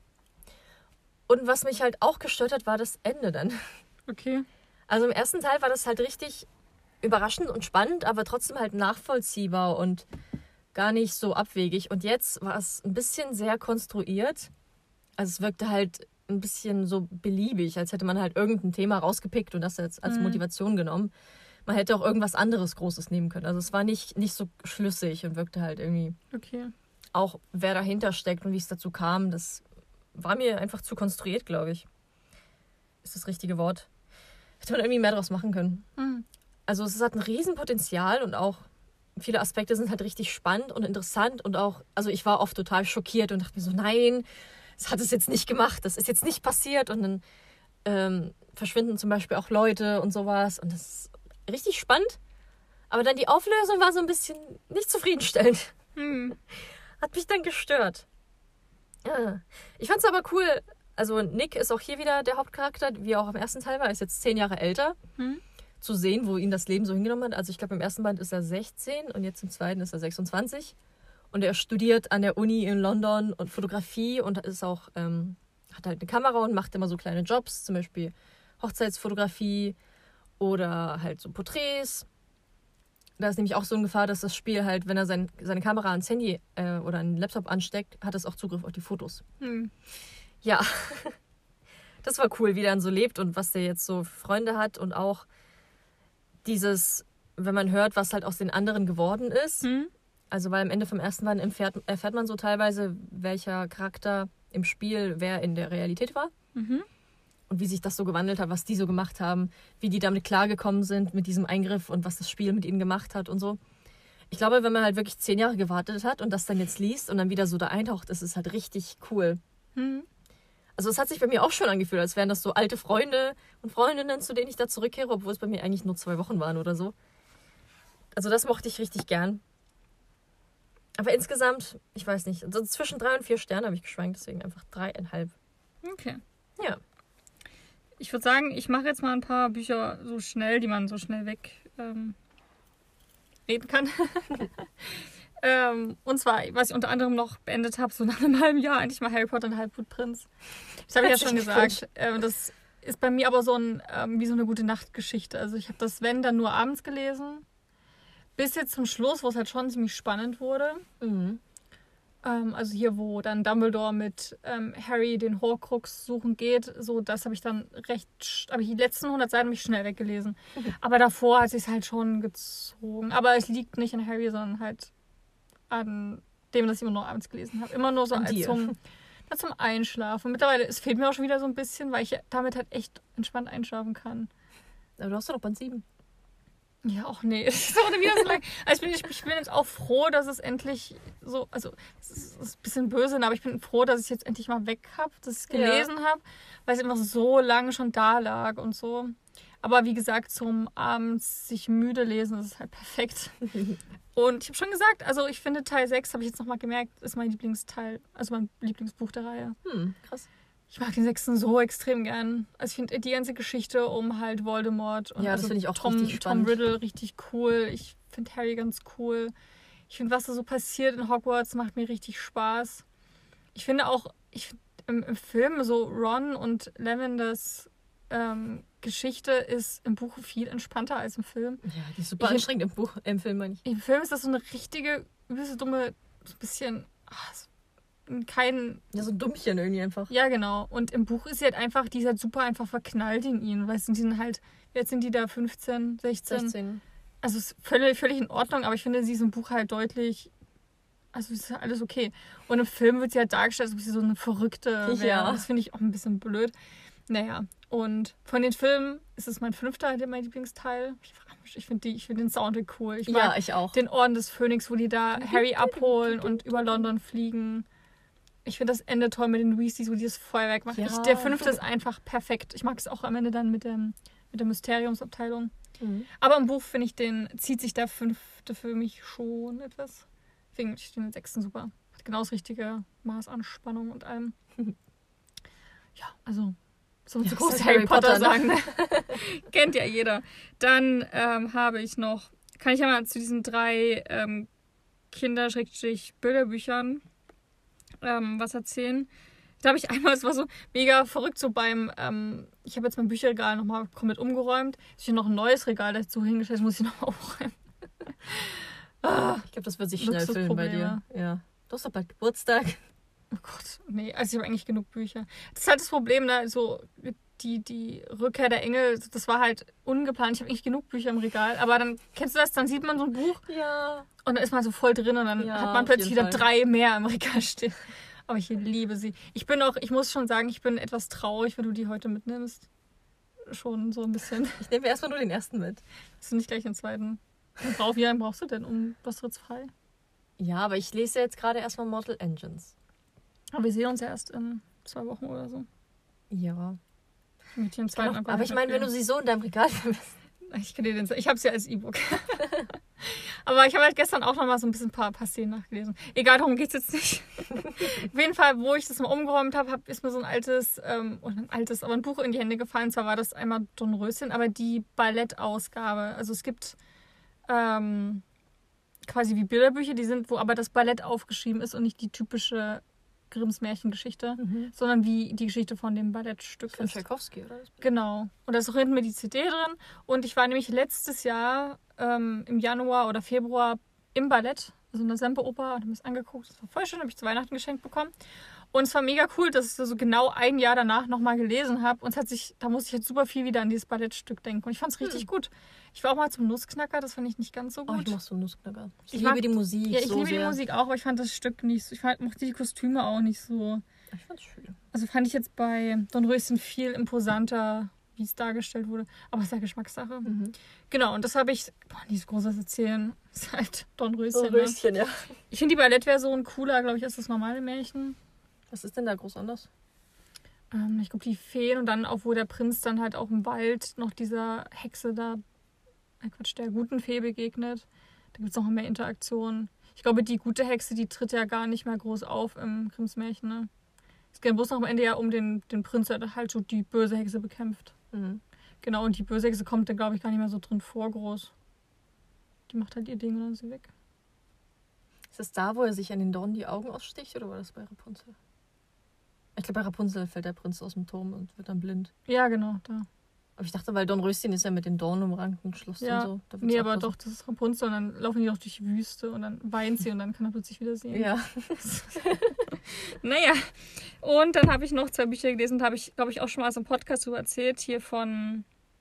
S2: Und was mich halt auch gestört hat, war das Ende dann.
S1: Okay.
S2: Also im ersten Teil war das halt richtig überraschend und spannend, aber trotzdem halt nachvollziehbar und gar nicht so abwegig. Und jetzt war es ein bisschen sehr konstruiert. Also es wirkte halt ein bisschen so beliebig, als hätte man halt irgendein Thema rausgepickt und das jetzt als Motivation genommen. Man hätte auch irgendwas anderes Großes nehmen können. Also es war nicht so schlüssig und wirkte halt irgendwie auch, wer dahinter steckt und wie es dazu kam, das war mir einfach zu konstruiert, glaube ich. Ist das richtige Wort. Hätte man irgendwie mehr draus machen können. Also es hat ein Riesenpotenzial und auch viele Aspekte sind halt richtig spannend und interessant und auch, also ich war oft total schockiert und dachte mir so, nein, das hat es jetzt nicht gemacht, das ist jetzt nicht passiert und dann verschwinden zum Beispiel auch Leute und sowas und das ist richtig spannend. Aber dann die Auflösung war so ein bisschen nicht zufriedenstellend. Hat mich dann gestört. Ja. Ich fand es aber cool, also Nick ist auch hier wieder der Hauptcharakter, wie er auch im ersten Teil war, er ist jetzt 10 Jahre älter. Zu sehen, wo ihn das Leben so hingenommen hat. Also ich glaube, im ersten Band ist er 16 und jetzt im zweiten ist er 26. Und er studiert an der Uni in London und Fotografie und ist auch, hat halt eine Kamera und macht immer so kleine Jobs, zum Beispiel Hochzeitsfotografie oder halt so Porträts. Da ist nämlich auch so eine Gefahr, dass das Spiel halt, wenn er seine Kamera ans Handy oder an den Laptop ansteckt, hat es auch Zugriff auf die Fotos. Ja, das war cool, wie der dann so lebt und was der jetzt so für Freunde hat und auch dieses, wenn man hört, was halt aus den anderen geworden ist. Also weil am Ende vom ersten Band erfährt man so teilweise, welcher Charakter im Spiel wer in der Realität war. Und wie sich das so gewandelt hat, was die so gemacht haben, wie die damit klargekommen sind mit diesem Eingriff und was das Spiel mit ihnen gemacht hat und so. Ich glaube, wenn man halt wirklich 10 Jahre gewartet hat und das dann jetzt liest und dann wieder so da eintaucht, ist es halt richtig cool. Also es hat sich bei mir auch schon angefühlt, als wären das so alte Freunde und Freundinnen, zu denen ich da zurückkehre, obwohl es bei mir eigentlich nur 2 Wochen waren oder so. Also das mochte ich richtig gern. Aber insgesamt, ich weiß nicht, also zwischen 3 und 4 Sterne habe ich geschwankt, deswegen einfach 3,5.
S1: Okay.
S2: Ja.
S1: Ich würde sagen, ich mache jetzt mal ein paar Bücher so schnell, die man so schnell weg reden kann. Und zwar, was ich unter anderem noch beendet habe, so nach einem halben Jahr, endlich mal Harry Potter und Halbblutprinz. Das habe ich ja schon gesagt. Das ist bei mir aber so wie so eine gute Nachtgeschichte. Also ich habe das, wenn, dann nur abends gelesen. Bis jetzt zum Schluss, wo es halt schon ziemlich spannend wurde. Also hier, wo dann Dumbledore mit Harry den Horcrux suchen geht, so das habe ich dann aber die letzten 100 Seiten habe ich schnell weggelesen. Aber davor hat es sich halt schon gezogen. Aber es liegt nicht an Harry, sondern halt an dem, dass ich immer nur abends gelesen habe. Immer nur so zum Einschlafen. Mittlerweile, es fehlt mir auch schon wieder so ein bisschen, weil ich damit halt echt entspannt einschlafen kann.
S2: Aber du hast doch noch Band 7.
S1: Ja, auch nee. Es ist auch wieder so lang. Also ich bin jetzt auch froh, dass es endlich so, also es ist ein bisschen böse, aber ich bin froh, dass ich es jetzt endlich mal weg habe, dass ich es gelesen habe, weil es immer so lange schon da lag und so. Aber wie gesagt, zum abends sich müde lesen, das ist halt perfekt. Und ich habe schon gesagt, also ich finde Teil 6, habe ich jetzt nochmal gemerkt, ist mein Lieblingsteil, also mein Lieblingsbuch der Reihe.
S2: Krass.
S1: Ich mag den 6. so extrem gern. Also ich finde die ganze Geschichte um halt Voldemort und
S2: das finde ich auch
S1: Tom Riddle richtig cool. Ich finde Harry ganz cool. Ich finde, was da so passiert in Hogwarts, macht mir richtig Spaß. Ich finde auch, im Film so Ron und Lavenders Geschichte ist im Buch viel entspannter als im Film.
S2: Ja, die ist super anstrengend im Film, meine ich.
S1: Im Film ist das so eine richtige, übelst dumme, so ein bisschen,
S2: ja, so ein Dummchen irgendwie einfach.
S1: Ja, genau. Und im Buch ist sie halt einfach, die ist halt super einfach verknallt in ihn. Weißt du, die sind halt, jetzt sind die da 15, 16. Also ist völlig in Ordnung, aber ich finde, sie ist im Buch halt deutlich, also ist halt alles okay. Und im Film wird sie halt dargestellt, als ob sie so eine Verrückte wäre. Ja. Das finde ich auch ein bisschen blöd. Naja, und von den Filmen ist es mein 5. mein Lieblingsteil. Ich finde den Soundtrack cool. Ich mag
S2: ich auch.
S1: Den Orden des Phönix, wo die da Harry abholen und über London fliegen. Ich finde das Ende toll mit den Weasleys, wo die das Feuerwerk machen.
S2: Ja.
S1: Der 5. ist einfach perfekt. Ich mag es auch am Ende dann mit der Mysteriumsabteilung. Mhm. Aber im Buch, finde ich, zieht sich der 5. für mich schon etwas. Deswegen finde ich den 6. super. Hat genau das richtige Maß an Spannung und allem. Ja, also so zu groß Harry Potter sagen. Ne? Kennt ja jeder. Dann habe ich noch, kann ich ja mal zu diesen 3 Kinder-Bilderbüchern was erzählen. Da habe ich einmal, es war so mega verrückt, so beim, ich habe jetzt mein Bücherregal nochmal komplett umgeräumt. Ich habe noch ein neues Regal dazu hingestellt, das muss ich nochmal aufräumen.
S2: Ich glaube, das wird sich schnell füllen bei dir. Ja. Du hast doch bald Geburtstag.
S1: Oh Gott, nee, also ich habe eigentlich genug Bücher. Das ist halt das Problem, ne? So die Rückkehr der Engel, das war halt ungeplant. Ich habe eigentlich genug Bücher im Regal, aber dann, kennst du das, dann sieht man so ein Buch und dann ist man so voll drin und dann hat man plötzlich wieder 3 mehr im Regal stehen. Aber ich liebe sie. Ich muss schon sagen, ich bin etwas traurig, wenn du die heute mitnimmst. Schon so ein bisschen.
S2: Ich nehme erstmal nur den 1. mit.
S1: Hast du nicht gleich den 2.? Wie lange brauchst du denn? Was wird's frei?
S2: Ja, aber ich lese jetzt gerade erstmal Mortal Engines.
S1: Aber wir sehen uns ja erst in 2 Wochen oder so.
S2: Ja.
S1: Mit dem 2.
S2: Aber ich meine, wenn du sie so in deinem Regal vermisst.
S1: Ich habe sie ja als E-Book. Aber ich habe halt gestern auch noch mal so ein bisschen ein paar Szenen nachgelesen. Egal, darum geht es jetzt nicht. Auf jeden Fall, wo ich das mal umgeräumt habe, ist mir so aber ein Buch in die Hände gefallen. Zwar war das einmal Dornröschen, aber die Ballettausgabe. Also es gibt quasi wie Bilderbücher, wo aber das Ballett aufgeschrieben ist und nicht die typische Grimms Märchengeschichte, sondern wie die Geschichte von dem Ballettstück
S2: von Tchaikovsky, oder?
S1: Genau. Und da ist auch hinten mit die CD drin. Und ich war nämlich letztes Jahr im Januar oder Februar im Ballett, also in der Semperoper, und habe mir das angeguckt. Das war voll schön, habe ich zu Weihnachten geschenkt bekommen. Und es war mega cool, dass ich das so genau ein Jahr danach nochmal gelesen habe. Und da musste ich jetzt super viel wieder an dieses Ballettstück denken. Und ich fand es richtig gut. Ich war auch mal zum Nussknacker, das fand ich nicht ganz so gut.
S2: Oh, ich mach so Nussknacker. Ich liebe die Musik.
S1: Ja, ich liebe die Musik auch, aber ich fand das Stück nicht so. Ich mochte die Kostüme auch nicht so.
S2: Ich fand's schön.
S1: Also fand ich jetzt bei Dornröschen viel imposanter, wie es dargestellt wurde. Aber es ist ja Geschmackssache. Genau, und das habe ich, nicht so großes erzählen. Das ist halt Dornröschen.
S2: Dornröschen, ja.
S1: Ich finde die Ballettversion cooler, glaube ich, als das normale Märchen.
S2: Was ist denn da groß anders?
S1: Ich glaube, die Feen und dann auch, wo der Prinz dann halt auch im Wald noch dieser Hexe da, der guten Fee begegnet. Da gibt es noch mehr Interaktion. Ich glaube, die gute Hexe, die tritt ja gar nicht mehr groß auf im Grimms Märchen, ne? Es geht bloß noch am Ende ja um den Prinz, der halt so die böse Hexe bekämpft. Genau, und die böse Hexe kommt dann, glaube ich, gar nicht mehr so drin vor groß. Die macht halt ihr Ding und dann ist sie weg.
S2: Ist das da, wo er sich an den Dornen die Augen aussticht, oder war das bei Rapunzel? Ich glaube, bei Rapunzel fällt der Prinz aus dem Turm und wird dann blind.
S1: Ja, genau, da.
S2: Aber ich dachte, weil Dornröschen ist ja mit den Dornen umrankten Schloss und so.
S1: Nee, aber doch, das ist Rapunzel und dann laufen die doch durch die Wüste und dann weint sie und dann kann er plötzlich wieder sehen.
S2: Ja.
S1: Naja, und dann habe ich noch 2 Bücher gelesen, da habe ich, glaube ich, auch schon mal aus einem Podcast drüber erzählt, hier von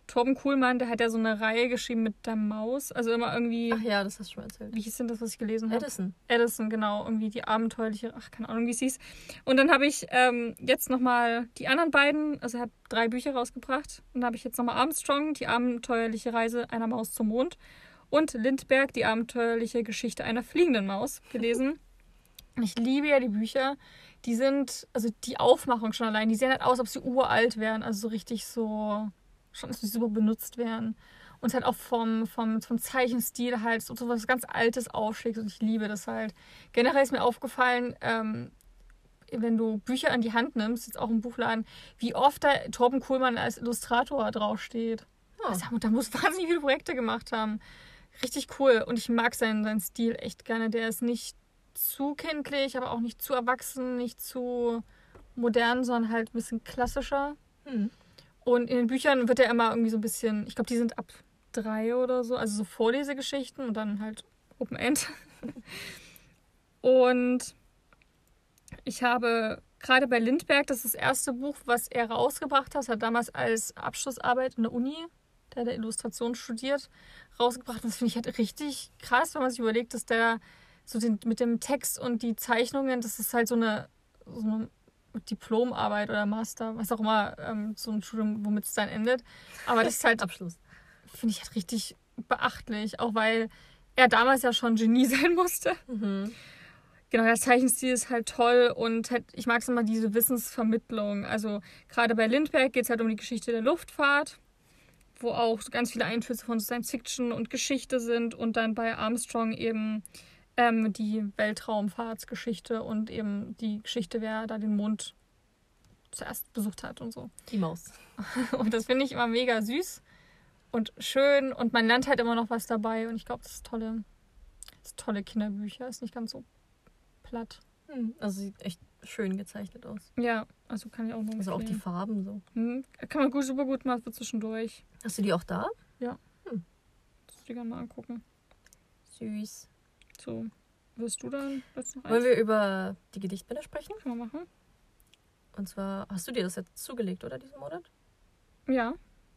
S1: Torben Kuhlmann, der hat ja so eine Reihe geschrieben mit der Maus. Also immer irgendwie...
S2: Ach ja, das hast du schon mal erzählt.
S1: Wie hieß denn das, was ich gelesen habe?
S2: Edison.
S1: Edison, genau. Irgendwie die abenteuerliche... Ach, keine Ahnung, wie es hieß. Und dann habe ich jetzt nochmal die anderen beiden... Also er hat 3 Bücher rausgebracht. Und dann habe ich jetzt nochmal Armstrong, die abenteuerliche Reise einer Maus zum Mond. Und Lindbergh, die abenteuerliche Geschichte einer fliegenden Maus gelesen. Ich liebe ja die Bücher. Die sind... Also die Aufmachung schon allein. Die sehen halt aus, als ob sie uralt wären. Also so richtig so... Schon, dass sie super benutzt werden. Und halt auch vom Zeichenstil halt so was ganz Altes aufschlägt. Und ich liebe das halt. Generell ist mir aufgefallen, wenn du Bücher in die Hand nimmst, jetzt auch im Buchladen, wie oft da Torben Kuhlmann als Illustrator draufsteht.
S2: Oh.
S1: Also, da muss wahnsinnig viele Projekte gemacht haben. Richtig cool. Und ich mag seinen Stil echt gerne. Der ist nicht zu kindlich, aber auch nicht zu erwachsen, nicht zu modern, sondern halt ein bisschen klassischer. Und in den Büchern wird er immer irgendwie so ein bisschen, ich glaube, die sind ab 3 oder so, also so Vorlesegeschichten und dann halt Open End. Und ich habe gerade bei Lindbergh, das ist das erste Buch, was er rausgebracht hat damals als Abschlussarbeit in der Uni, der hat Illustration studiert, rausgebracht. Und das finde ich halt richtig krass, wenn man sich überlegt, dass der so mit dem Text und die Zeichnungen, das ist halt so eine Diplomarbeit oder Master, was auch immer, so ein Studium, womit es dann endet. Aber das ist halt,
S2: Abschluss.
S1: Finde ich halt richtig beachtlich, auch weil er damals ja schon Genie sein musste.
S2: Mhm.
S1: Genau, der Zeichenstil ist halt toll und halt, ich mag es immer, diese Wissensvermittlung. Also gerade bei Lindbergh geht es halt um die Geschichte der Luftfahrt, wo auch ganz viele Einflüsse von Science Fiction und Geschichte sind und dann bei Armstrong eben die Weltraumfahrtsgeschichte und eben die Geschichte, wer da den Mond zuerst besucht hat und so.
S2: Die Maus.
S1: Und das finde ich immer mega süß und schön und man lernt halt immer noch was dabei und ich glaube, das ist tolle Kinderbücher, ist nicht ganz so platt.
S2: Also sieht echt schön gezeichnet aus.
S1: Ja, also kann ich auch noch
S2: Also auch die Farben so.
S1: Kann man super gut machen für zwischendurch.
S2: Hast du die auch da?
S1: Ja. Das würde ich gerne mal angucken.
S2: Süß.
S1: So, willst du dann jetzt noch
S2: Wollen wir über die Gedichtbände sprechen?
S1: Können wir machen?
S2: Und zwar, hast du dir das jetzt zugelegt, oder, diesen Monat?
S1: Ja.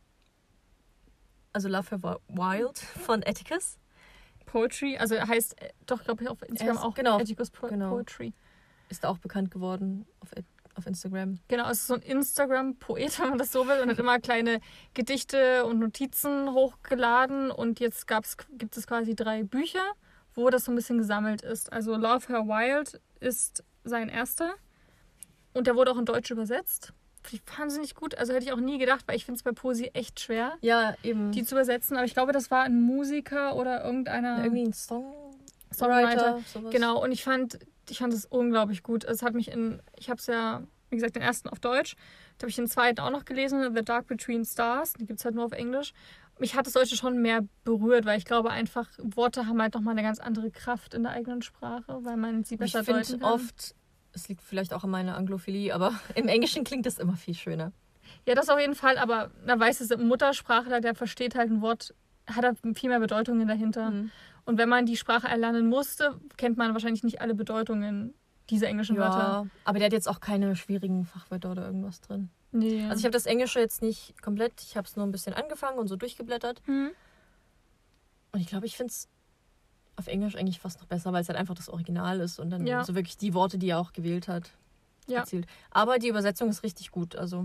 S2: Also Love Her Wild von Atticus.
S1: Poetry, also er heißt doch, glaube ich, auf Instagram auch
S2: genau,
S1: Atticus Poetry.
S2: Ist auch bekannt geworden auf Instagram.
S1: Genau, es ist so ein Instagram-Poet, wenn man das so will, und hat immer kleine Gedichte und Notizen hochgeladen und jetzt gibt es quasi 3 Bücher, wo das so ein bisschen gesammelt ist. Also Love Her Wild ist sein erster und der wurde auch in Deutsch übersetzt. Finde ich wahnsinnig gut. Also hätte ich auch nie gedacht, weil ich finde es bei Poesie echt schwer,
S2: Ja, eben.
S1: die zu übersetzen. Aber ich glaube, das war ein Musiker oder irgendeiner
S2: Irgendwie ein
S1: Songwriter.
S2: Sowas.
S1: Genau, und ich fand es unglaublich gut. Es hat mich ich habe es ja, wie gesagt, den ersten auf Deutsch. Da habe ich den zweiten auch noch gelesen, The Dark Between Stars. Die gibt es halt nur auf Englisch. Mich hat das Deutsche schon mehr berührt, weil ich glaube einfach, Worte haben halt nochmal eine ganz andere Kraft in der eigenen Sprache, weil man sie besser deuten kann.
S2: Ich finde oft, es liegt vielleicht auch an meiner Anglophilie, aber im Englischen klingt das immer viel schöner.
S1: Ja, das auf jeden Fall, aber da weiß es, ein Muttersprachler, der versteht halt ein Wort, hat da viel mehr Bedeutungen dahinter. Und wenn man die Sprache erlernen musste, kennt man wahrscheinlich nicht alle Bedeutungen dieser englischen Wörter.
S2: Aber der hat jetzt auch keine schwierigen Fachwörter oder irgendwas drin.
S1: Nee.
S2: Also ich habe das Englische jetzt nicht komplett, ich habe es nur ein bisschen angefangen und so durchgeblättert. Und ich glaube, ich finde es auf Englisch eigentlich fast noch besser, weil es halt einfach das Original ist und dann so wirklich die Worte, die er auch gewählt hat, erzielt. Aber die Übersetzung ist richtig gut, also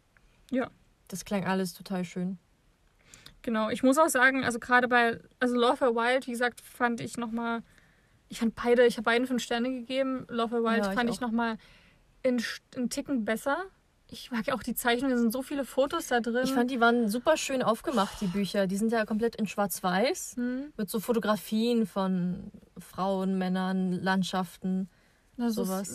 S2: das klang alles total schön.
S1: Genau, ich muss auch sagen, also gerade bei Love Her Wild, wie gesagt, fand ich nochmal, ich habe beiden 5 Sterne gegeben. Love Her Wild fand ich nochmal einen Ticken besser. Ich mag ja auch die Zeichnungen, da sind so viele Fotos da drin.
S2: Ich fand, die waren super schön aufgemacht, die Bücher. Die sind ja komplett in Schwarz-Weiß, mit so Fotografien von Frauen, Männern, Landschaften, sowas.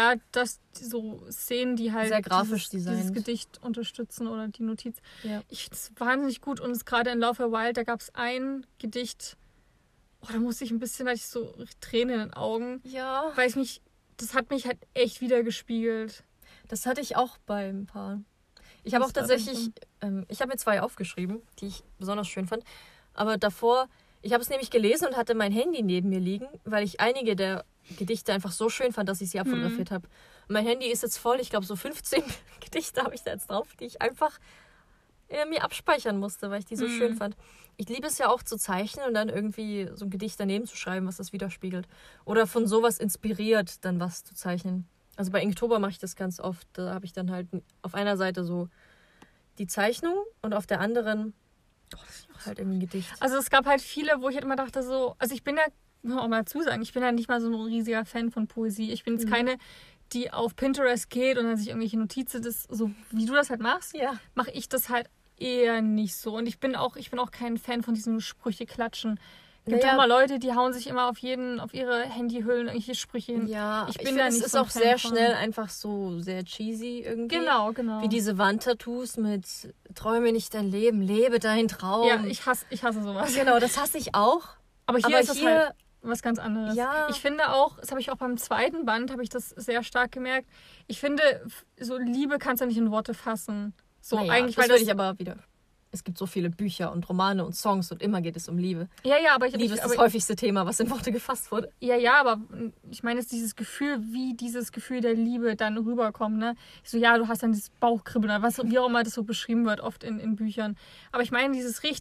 S1: So Szenen, die halt
S2: sehr grafisch
S1: dieses Gedicht unterstützen oder die Notiz.
S2: Ja.
S1: Ich finde es wahnsinnig gut. Und es gerade in Love Her Wild, da gab es ein Gedicht, da musste ich ein bisschen, weil ich so Tränen in den Augen.
S2: Ja.
S1: Weil das hat mich halt echt wieder gespiegelt.
S2: Das hatte ich auch bei ein paar. Ich habe auch tatsächlich, ich habe mir 2 aufgeschrieben, die ich besonders schön fand. Aber davor, ich habe es nämlich gelesen und hatte mein Handy neben mir liegen, weil ich einige der Gedichte einfach so schön fand, dass ich sie abfotografiert habe. Und mein Handy ist jetzt voll, ich glaube so 15 Gedichte habe ich da jetzt drauf, die ich einfach mir abspeichern musste, weil ich die so schön fand. Ich liebe es ja auch zu zeichnen und dann irgendwie so ein Gedicht daneben zu schreiben, was das widerspiegelt. Oder von sowas inspiriert, dann was zu zeichnen. Also bei Inktober mache ich das ganz oft. Da habe ich dann halt auf einer Seite so die Zeichnung und auf der anderen halt irgendwie ein Gedicht.
S1: Also es gab halt viele, wo ich halt immer dachte so, also ich bin ja, muss man auch mal dazu sagen, ich bin ja nicht mal so ein riesiger Fan von Poesie. Ich bin jetzt keine, die auf Pinterest geht und dann sich irgendwelche Notizen, das, so wie du das halt machst, mache ich das halt eher nicht so. Und ich bin auch kein Fan von diesen Sprüche-Klatschen. Es gibt immer Leute, die hauen sich immer auf ihre Handyhüllen irgendwelche Sprüche hin.
S2: Ja, ich finde, es ist auch sehr schnell einfach so sehr cheesy irgendwie.
S1: Genau.
S2: Wie diese Wandtattoos mit träume nicht dein Leben, lebe deinen Traum.
S1: Ja, ich hasse sowas.
S2: Genau, das hasse ich auch.
S1: Aber hier ist es halt was ganz anderes.
S2: Ja.
S1: Ich finde auch, das habe ich auch beim zweiten Band, habe ich das sehr stark gemerkt. Ich finde, so Liebe kannst du nicht in Worte fassen. So eigentlich,
S2: das würde ich aber wieder. Es gibt so viele Bücher und Romane und Songs und immer geht es um Liebe.
S1: Ja, aber
S2: Liebe ist das häufigste Thema, was in Worte gefasst wurde.
S1: Ja, aber ich meine jetzt dieses Gefühl, wie dieses Gefühl der Liebe dann rüberkommt, ne? So, ja, du hast dann dieses Bauchkribbeln oder was, wie auch immer das so beschrieben wird, oft in Büchern. Aber ich meine,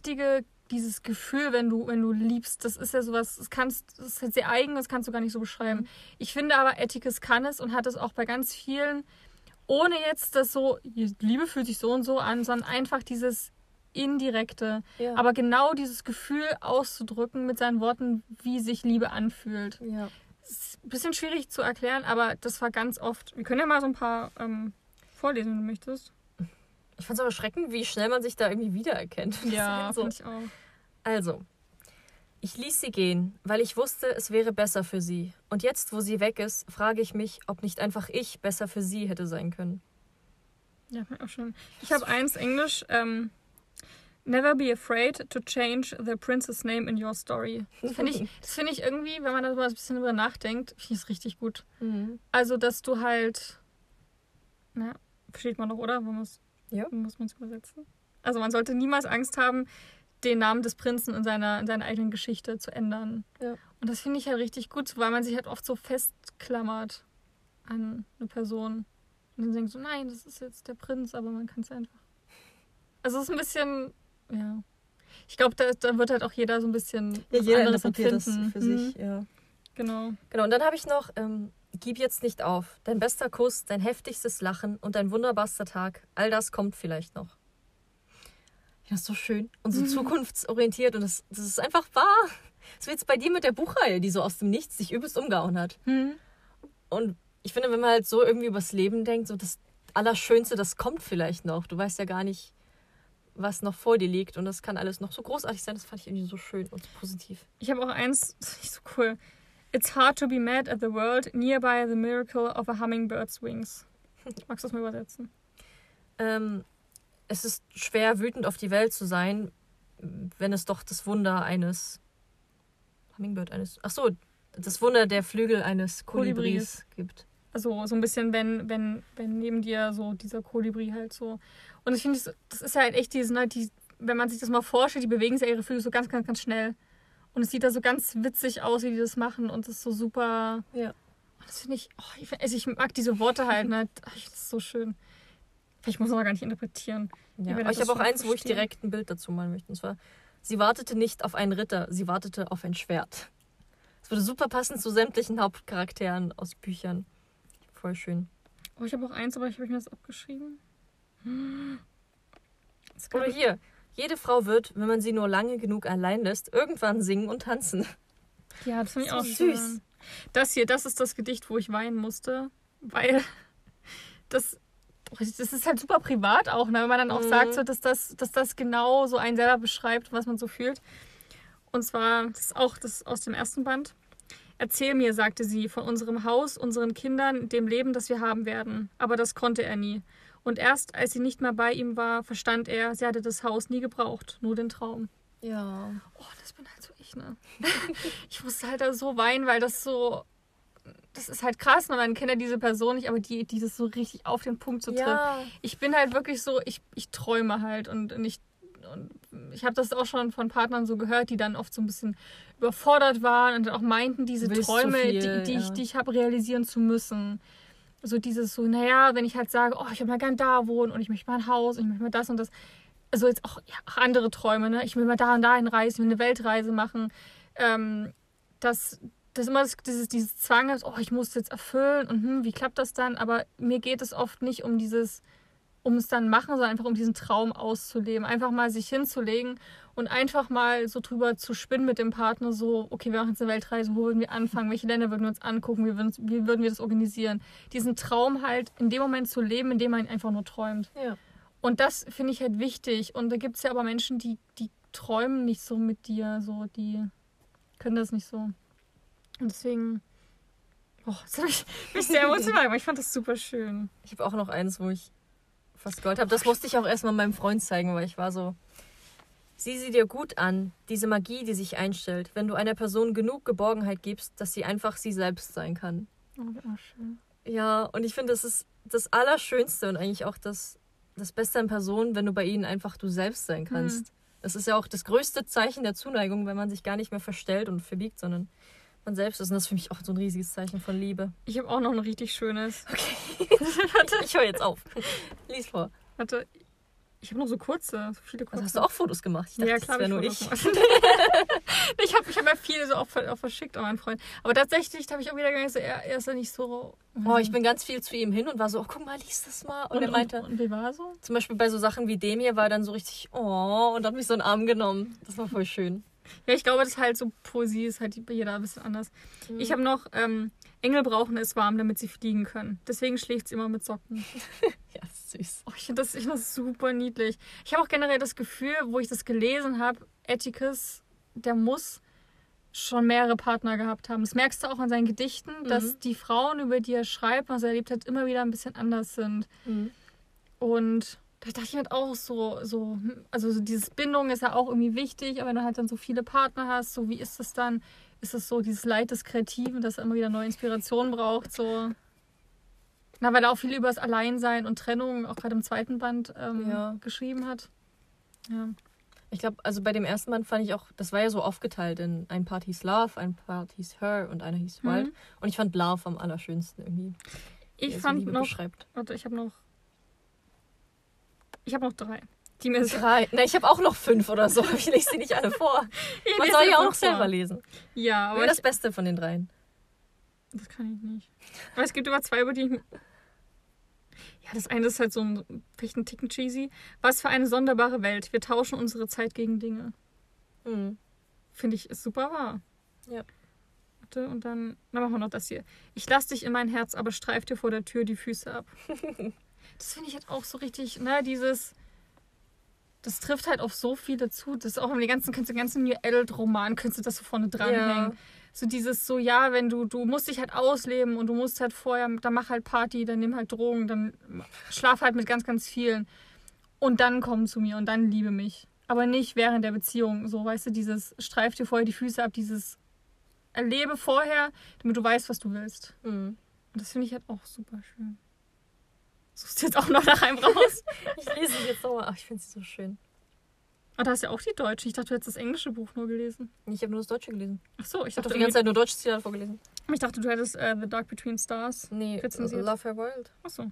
S1: dieses Gefühl, wenn du liebst, das ist ja sowas, das ist halt sehr eigen, das kannst du gar nicht so beschreiben. Ich finde aber, Atticus kann es und hat es auch bei ganz vielen, ohne jetzt das so, Liebe fühlt sich so und so an, sondern einfach dieses indirekte, aber genau dieses Gefühl auszudrücken mit seinen Worten, wie sich Liebe anfühlt.
S2: Ja.
S1: Das ist ein bisschen schwierig zu erklären, aber das war ganz oft. Wir können ja mal so ein paar vorlesen, wenn du möchtest.
S2: Ich fand es aber erschreckend, wie schnell man sich da irgendwie wiedererkennt.
S1: Ja, finde ich auch.
S2: Also, ich ließ sie gehen, weil ich wusste, es wäre besser für sie. Und jetzt, wo sie weg ist, frage ich mich, ob nicht einfach ich besser für sie hätte sein können.
S1: Ja, auch schon. Ich habe eins Englisch. Never be afraid to change the prince's name in your story. Das finde ich irgendwie, wenn man da so ein bisschen drüber nachdenkt, finde ich es richtig gut.
S2: Mhm.
S1: Also, dass du halt, versteht man doch, oder? Wie muss man es übersetzen? Also, man sollte niemals Angst haben, den Namen des Prinzen in seiner eigenen Geschichte zu ändern.
S2: Ja.
S1: Und das finde ich halt richtig gut, weil man sich halt oft so festklammert an eine Person. Und dann denkt so, nein, das ist jetzt der Prinz, aber man kann es einfach. Also, es ist ein bisschen. Ja. Ich glaube, da wird halt auch jeder so ein bisschen
S2: jeder
S1: anderes
S2: interpretiert das
S1: empfinden.
S2: für sich, ja.
S1: Genau.
S2: Und dann habe ich noch, gib jetzt nicht auf. Dein bester Kuss, dein heftigstes Lachen und dein wunderbarster Tag. All das kommt vielleicht noch. Ja, das ist so schön und so zukunftsorientiert und das ist einfach wahr. So wie jetzt bei dir mit der Buchreihe, die so aus dem Nichts sich übelst umgehauen hat. Und ich finde, wenn man halt so irgendwie übers Leben denkt, so das Allerschönste, das kommt vielleicht noch. Du weißt ja gar nicht, was noch vor dir liegt. Und das kann alles noch so großartig sein. Das fand ich irgendwie so schön und so positiv.
S1: Ich habe auch eins, das finde ich so cool. It's hard to be mad at the world, nearby the miracle of a hummingbird's wings. Magst du das mal übersetzen?
S2: Es ist schwer, wütend auf die Welt zu sein, wenn es doch das Wunder das Wunder der Flügel eines Kolibris gibt.
S1: Also so ein bisschen, wenn neben dir so dieser Kolibri halt so. Und ich finde, das ist ja halt echt wenn man sich das mal vorstellt, die bewegen sich ja ihre Flügel so ganz, ganz, ganz schnell. Und es sieht da so ganz witzig aus, wie die das machen. Und das ist so super.
S2: Ja.
S1: Und das finde ich, ich mag diese Worte halt, ne? Das ist so schön. Vielleicht muss man aber gar nicht interpretieren.
S2: Ja, aber ich habe auch eins, wo ich direkt ein Bild dazu malen möchte. Und zwar, sie wartete nicht auf einen Ritter, sie wartete auf ein Schwert. Das würde super passen zu sämtlichen Hauptcharakteren aus Büchern. Voll schön.
S1: Oh, ich habe auch eins, aber ich habe mir das abgeschrieben.
S2: Oder hier. Jede Frau wird, wenn man sie nur lange genug allein lässt, irgendwann singen und tanzen.
S1: Ja, das finde ich auch
S2: süß.
S1: Schön. Das ist das Gedicht, wo ich weinen musste, weil das ist halt super privat auch, ne? Wenn man dann auch sagt, so, dass das genau so einen selber beschreibt, was man so fühlt. Und zwar, das ist aus dem ersten Band. Erzähl mir, sagte sie, von unserem Haus, unseren Kindern, dem Leben, das wir haben werden. Aber das konnte er nie. Und erst, als sie nicht mehr bei ihm war, verstand er, sie hatte das Haus nie gebraucht, nur den Traum.
S2: Ja.
S1: Oh, das bin halt so ich, ne? Ich musste halt da so weinen, weil das ist halt krass, ne? Man kennt ja diese Person nicht, aber die das so richtig auf den Punkt so trifft.
S2: Ja.
S1: Ich bin halt wirklich so, ich träume halt und ich habe das auch schon von Partnern so gehört, die dann oft so ein bisschen überfordert waren und auch meinten, diese Träume, die ich habe realisieren zu müssen. So dieses so, naja, wenn ich halt sage, oh, ich würde mal gern da wohnen und ich möchte mal ein Haus und ich möchte mal das und das. also jetzt auch, ja, auch andere Träume, ne? Ich will mal da und dahin reisen, ich will eine Weltreise machen. Dass immer dieses Zwang ist, oh, ich muss es jetzt erfüllen und wie klappt das dann? Aber mir geht es oft nicht um es dann machen, sondern einfach um diesen Traum auszuleben. Einfach mal sich hinzulegen und einfach mal so drüber zu spinnen mit dem Partner, so, okay, wir machen jetzt eine Weltreise, wo würden wir anfangen, welche Länder würden wir uns angucken, wie würden wir das organisieren? Diesen Traum halt in dem Moment zu leben, in dem man einfach nur träumt.
S2: Ja.
S1: Und das finde ich halt wichtig. Und da gibt es ja aber Menschen, die träumen nicht so mit dir, so, die können das nicht so. Und deswegen, das habe ich mich sehr emotional gemacht. Ich fand das super schön.
S2: Ich habe auch noch eins, wo ich fast Gold habe. Das musste ich auch erstmal meinem Freund zeigen, weil ich war so, sieh sie dir gut an, diese Magie, die sich einstellt, wenn du einer Person genug Geborgenheit gibst, dass sie einfach sie selbst sein kann.
S1: Oh, das war schön.
S2: Ja, und ich finde, das ist das Allerschönste und eigentlich auch das Beste an Personen, wenn du bei ihnen einfach du selbst sein kannst. Das ist ja auch das größte Zeichen der Zuneigung, wenn man sich gar nicht mehr verstellt und verbiegt, sondern man selbst ist. Und das ist für mich auch so ein riesiges Zeichen von Liebe.
S1: Ich habe auch noch ein richtig schönes.
S2: Okay. Ich höre jetzt auf. Lies vor.
S1: Warte, ich habe noch so viele kurze.
S2: Also hast du auch Fotos gemacht? Ich dachte,
S1: ja, klar,
S2: das wäre nur ich.
S1: Ich hab ja viele so auch verschickt an meinen Freund. Aber tatsächlich habe ich auch wieder gedacht, er ist ja nicht so...
S2: Oh, ich bin ganz viel zu ihm hin und war so, oh, guck mal, lies das mal. Und er meinte...
S1: Und wie war er so?
S2: Zum Beispiel bei so Sachen wie dem hier war er dann so richtig, oh, und hat mich so einen Arm genommen. Das war voll schön.
S1: Ja, ich glaube, das ist halt so, Poesie ist halt bei jeder ein bisschen anders. Ich habe noch, Engel brauchen es warm, damit sie fliegen können. Deswegen schläft sie immer mit Socken.
S2: Ja, süß.
S1: Oh, ich finde das super niedlich. Ich habe auch generell das Gefühl, wo ich das gelesen habe, Atticus, der muss schon mehrere Partner gehabt haben. Das merkst du auch an seinen Gedichten, dass die Frauen, über die er schreibt, was er erlebt hat, immer wieder ein bisschen anders sind. Und da dachte ich halt auch so, also so dieses Bindung ist ja auch irgendwie wichtig, aber wenn du halt dann so viele Partner hast, so wie ist das dann? Ist das so dieses Leid des Kreativen, dass er immer wieder neue Inspirationen braucht, so... Na, weil er auch viel über das Alleinsein und Trennung, auch gerade im zweiten Band, geschrieben hat. Ja.
S2: Ich glaube, also bei dem ersten Band fand ich auch, das war ja so aufgeteilt in ein Part hieß Love, ein Part hieß Her und einer hieß Wild. Und ich fand Love am allerschönsten irgendwie.
S1: Ich fand
S2: Liebe
S1: noch...
S2: beschreibt.
S1: Warte, ich habe noch 3. Die mir
S2: 3? Na, ich habe auch noch 5 oder so. Ich lese sie nicht alle vor. Man soll ja auch noch selber lesen.
S1: Ja, aber...
S2: Wer das Beste von den 3?
S1: Das kann ich nicht. Aber es gibt über 2, über die ich... Ja, das eine ist halt so vielleicht ein Ticken cheesy. Was für eine sonderbare Welt. Wir tauschen unsere Zeit gegen Dinge. Finde ich, ist super wahr.
S2: Ja.
S1: Warte, und dann machen wir noch das hier. Ich lass dich in mein Herz, aber streif dir vor der Tür die Füße ab. Das finde ich halt auch so richtig, ne, das trifft halt auf so viele zu. Das ist auch im ganzen New Adult-Roman, könntest du das so vorne dranhängen. Ja. So dieses so, ja, wenn du musst dich halt ausleben und du musst halt vorher, dann mach halt Party, dann nimm halt Drogen, dann schlaf halt mit ganz, ganz vielen. Und dann komm zu mir und dann liebe mich. Aber nicht während der Beziehung. So, weißt du, dieses streif dir vorher die Füße ab, dieses erlebe vorher, damit du weißt, was du willst. Und das finde ich halt auch super schön. Suchst du jetzt auch noch nach einem raus?
S2: Ich lese sie jetzt so. Ach, ich finde sie so schön.
S1: Ah, da hast ja auch die Deutsche. Ich dachte, du hättest das englische Buch nur gelesen.
S2: Ich habe nur das Deutsche gelesen.
S1: Ach so,
S2: ich habe doch die ganze Zeit nur deutsches Zitat vorgelesen.
S1: Ich dachte, du hättest The Dark Between Stars rezensiert.
S2: Love Her Wild.
S1: Ach so.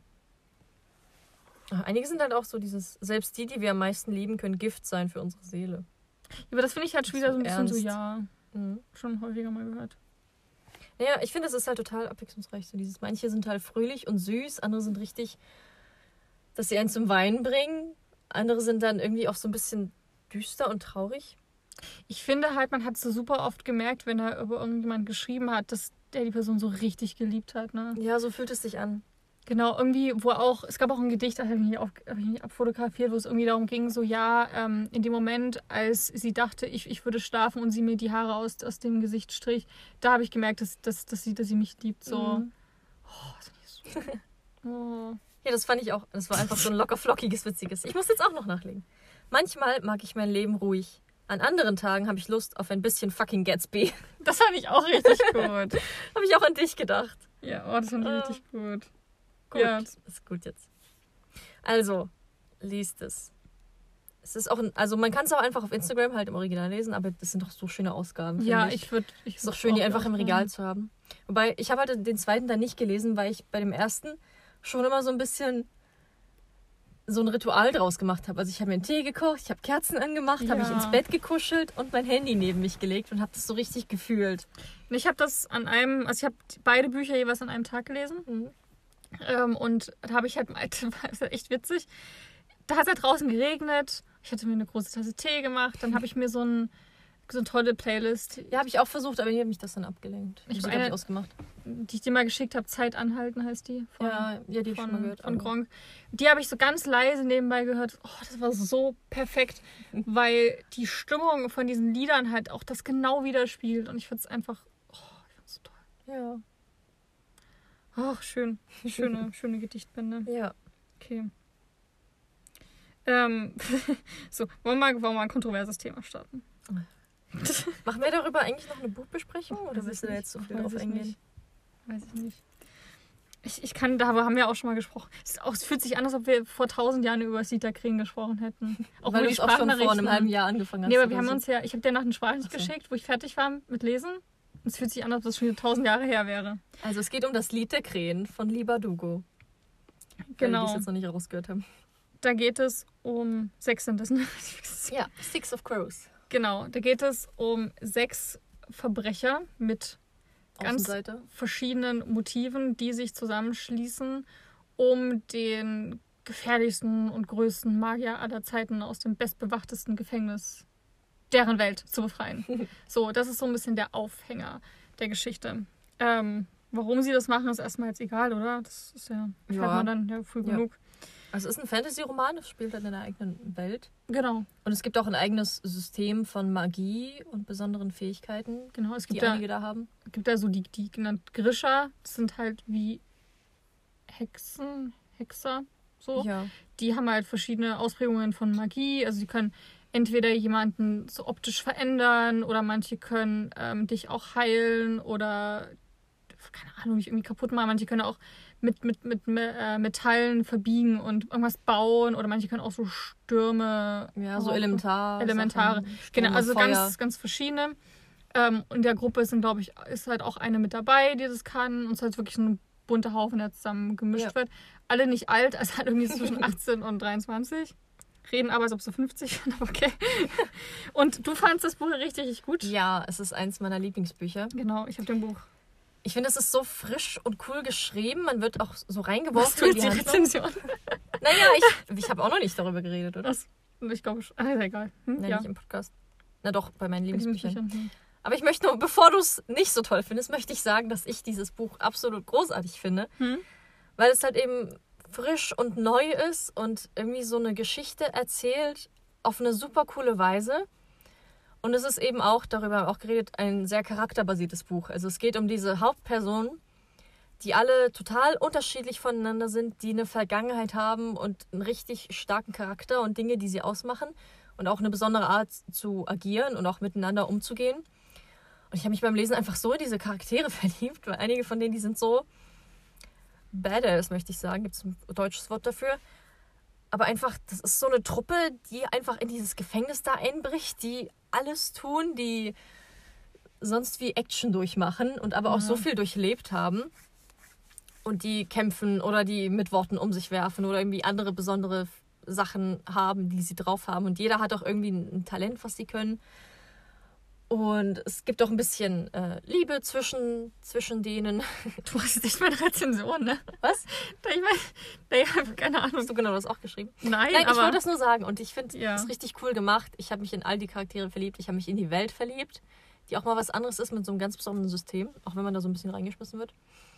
S2: Einige sind halt auch so dieses, selbst die wir am meisten lieben, können Gift sein für unsere Seele.
S1: Ja, aber das finde ich halt schon wieder so ein bisschen so, ja, schon häufiger mal gehört.
S2: Ja, ich finde, es ist halt total abwechslungsreich. So dieses, manche sind halt fröhlich und süß, andere sind richtig, dass sie einen zum Weinen bringen. Andere sind dann irgendwie auch so ein bisschen düster und traurig.
S1: Ich finde halt, man hat so super oft gemerkt, wenn er über irgendjemanden geschrieben hat, dass der die Person so richtig geliebt hat, ne?
S2: Ja, so fühlt es sich an.
S1: Genau, irgendwie, es gab auch ein Gedicht, das habe ich nicht abfotografiert, wo es irgendwie darum ging, so ja, in dem Moment, als sie dachte, ich würde schlafen und sie mir die Haare aus dem Gesicht strich, da habe ich gemerkt, dass sie mich liebt, so. Oh, das ist so. Oh.
S2: Ja, das fand ich auch, das war einfach so ein locker flockiges, witziges. Ich muss jetzt auch noch nachlegen. Manchmal mag ich mein Leben ruhig. An anderen Tagen habe ich Lust auf ein bisschen fucking Gatsby.
S1: Das fand ich auch richtig gut.
S2: Habe ich auch an dich gedacht.
S1: Ja, das fand ich richtig gut.
S2: Gut, ja. Ist gut jetzt. Also, liest es. Es ist auch also man kann es auch einfach auf Instagram halt im Original lesen, aber das sind doch so schöne Ausgaben.
S1: Ja, ich würde.
S2: Ist doch schön, die einfach im Regal zu haben. Wobei, ich habe halt den zweiten dann nicht gelesen, weil ich bei dem ersten schon immer so ein bisschen so ein Ritual draus gemacht habe. Also ich habe mir einen Tee gekocht, ich habe Kerzen angemacht, habe mich ins Bett gekuschelt und mein Handy neben mich gelegt und habe das so richtig gefühlt.
S1: Ich habe das ich habe beide Bücher jeweils an einem Tag gelesen. Und da habe ich halt, das war echt witzig, da hat es halt draußen geregnet, ich hatte mir eine große Tasse Tee gemacht, dann habe ich mir so eine tolle Playlist.
S2: Ja, habe ich auch versucht, aber hier hat mich das dann abgelenkt.
S1: Ich habe eine ausgemacht. Die ich dir mal geschickt habe, Zeit anhalten heißt die.
S2: Die habe ich schon mal gehört.
S1: Von Gronkh. Die habe ich so ganz leise nebenbei gehört. Oh, das war so perfekt, weil die Stimmung von diesen Liedern halt auch das genau widerspiegelt. Und ich finde es einfach, ich finde es so toll.
S2: Ja.
S1: Ach, schön. Schöne Gedichtbände.
S2: Ja.
S1: Okay. So, wollen wir mal ein kontroverses Thema starten?
S2: Machen wir darüber eigentlich noch eine Buchbesprechung oder willst du da jetzt so viel drauf eingehen?
S1: Weiß ich nicht. Darüber haben wir auch schon mal gesprochen. Es fühlt sich an, als ob wir vor 1000 Jahren über Sita Kring gesprochen hätten.
S2: Auch weil du es auch schon vor einem halben Jahr angefangen hast.
S1: Nee, aber wir haben uns ich habe dir nach den Sprachnachricht geschickt, wo ich fertig war mit Lesen. Es fühlt sich an, als ob das schon wieder 1000 Jahre her wäre.
S2: Also es geht um das Lied der Krähen von Libardugo.
S1: Genau.
S2: Die es jetzt noch nicht rausgehört haben.
S1: Da geht es um 6 sind das, ne?
S2: Ja, Six of Crows.
S1: Genau, da geht es um 6 Verbrecher mit ganz verschiedenen Motiven, die sich zusammenschließen, um den gefährlichsten und größten Magier aller Zeiten aus dem bestbewachtesten Gefängnis deren Welt zu befreien. So, das ist so ein bisschen der Aufhänger der Geschichte. Warum sie das machen, ist erstmal jetzt egal, oder? Das ist ja, erfährt man dann früh genug.
S2: Also es ist ein Fantasy-Roman, es spielt dann in einer eigenen Welt.
S1: Genau.
S2: Und es gibt auch ein eigenes System von Magie und besonderen Fähigkeiten,
S1: genau, es gibt
S2: die einige da haben.
S1: Es gibt da so die genannten Grisha, das sind halt wie Hexer, so.
S2: Ja.
S1: Die haben halt verschiedene Ausprägungen von Magie, also sie können entweder jemanden so optisch verändern oder manche können dich auch heilen oder keine Ahnung, dich irgendwie kaputt machen. Manche können auch mit Metallen verbiegen und irgendwas bauen oder manche können auch so Stürme.
S2: Ja, so Elementare.
S1: Stürme, genau, also
S2: Feuer.
S1: ganz, ganz verschiedene. In der Gruppe ist halt auch eine mit dabei, die das kann. Und es ist halt wirklich ein bunter Haufen, der zusammen gemischt wird. Alle nicht alt, also halt irgendwie zwischen 18 und 23. Reden aber, als ob sie 50 sind, aber okay. Und du fandst das Buch richtig gut?
S2: Ja, es ist eins meiner Lieblingsbücher.
S1: Genau, ich habe den Buch.
S2: Ich finde, es ist so frisch und cool geschrieben. Man wird auch so reingeworfen
S1: in die Rezension.
S2: Naja, ich habe auch noch nicht darüber geredet, oder?
S1: Ich glaube, ist egal.
S2: Nein, nicht im Podcast. Na doch, bei meinen Lieblingsbüchern.
S1: Hm.
S2: Aber ich möchte nur, bevor du es nicht so toll findest, möchte ich sagen, dass ich dieses Buch absolut großartig finde. Weil es halt eben frisch und neu ist und irgendwie so eine Geschichte erzählt auf eine super coole Weise. Und es ist eben auch, darüber haben wir auch geredet, ein sehr charakterbasiertes Buch. Also es geht um diese Hauptpersonen, die alle total unterschiedlich voneinander sind, die eine Vergangenheit haben und einen richtig starken Charakter und Dinge, die sie ausmachen und auch eine besondere Art zu agieren und auch miteinander umzugehen. Und ich habe mich beim Lesen einfach so in diese Charaktere verliebt, weil einige von denen, die sind so badass, möchte ich sagen. Gibt es ein deutsches Wort dafür? Aber einfach, das ist so eine Truppe, die einfach in dieses Gefängnis da einbricht, die alles tun, die sonst wie Action durchmachen und aber auch so viel durchlebt haben. Und die kämpfen oder die mit Worten um sich werfen oder irgendwie andere besondere Sachen haben, die sie drauf haben. Und jeder hat auch irgendwie ein Talent, was sie können. Und es gibt auch ein bisschen Liebe zwischen denen.
S1: Du hast nicht meine Rezension, ne?
S2: Was?
S1: Ich habe keine Ahnung.
S2: Hast du genau das auch geschrieben?
S1: Nein,
S2: aber...
S1: ich
S2: wollte das nur sagen. Und ich finde
S1: es
S2: ist richtig cool gemacht. Ich habe mich in all die Charaktere verliebt. Ich habe mich in die Welt verliebt, die auch mal was anderes ist mit so einem ganz besonderen System. Auch wenn man da so ein bisschen reingeschmissen wird.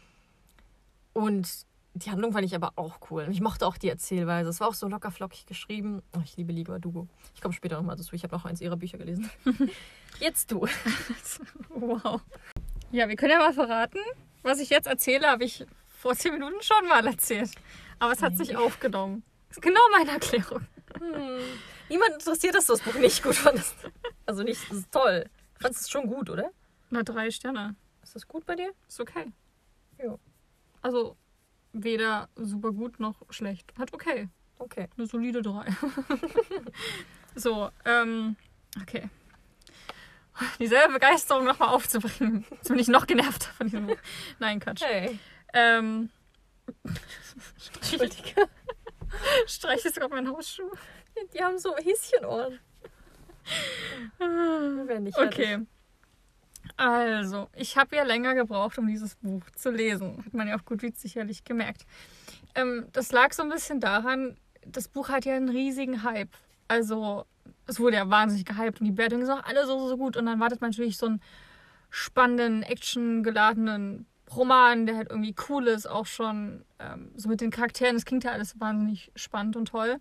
S2: Und die Handlung fand ich aber auch cool. Und ich mochte auch die Erzählweise. Es war auch so locker flockig geschrieben. Oh, ich liebe Libardugo. Ich komme später nochmal dazu. Ich habe noch eins ihrer Bücher gelesen. Jetzt du.
S1: Wow. Ja, wir können ja mal verraten, was ich jetzt erzähle, habe ich vor 10 Minuten schon mal erzählt. Aber es hat sich aufgenommen. Das ist genau meine Erklärung.
S2: Niemand interessiert, dass du das Buch nicht gut fandest. Also nicht, das ist toll. Du fandest es schon gut, oder?
S1: Na, 3 Sterne.
S2: Ist das gut bei dir?
S1: Ist okay.
S2: Ja.
S1: Also weder super gut noch schlecht. Hat okay.
S2: Okay.
S1: Eine solide 3. So, okay. Dieselbe Begeisterung nochmal aufzubringen. Jetzt bin ich noch genervter von diesem Buch. Nein, Quatsch.
S2: Hey.
S1: Entschuldige. Streichst gerade meinen Hausschuh.
S2: Die haben so Häschenohren. Wir werden nicht fertig.
S1: Okay. Also, ich habe ja länger gebraucht, um dieses Buch zu lesen. Hat man ja auf Goodreads sicherlich gemerkt. Das lag so ein bisschen daran, das Buch hat ja einen riesigen Hype. Also, es wurde ja wahnsinnig gehypt und die Bewertungen sind auch alle so gut. Und dann wartet man natürlich so einen spannenden, actiongeladenen Roman, der halt irgendwie cool ist, auch schon so mit den Charakteren. Das klingt ja alles wahnsinnig spannend und toll.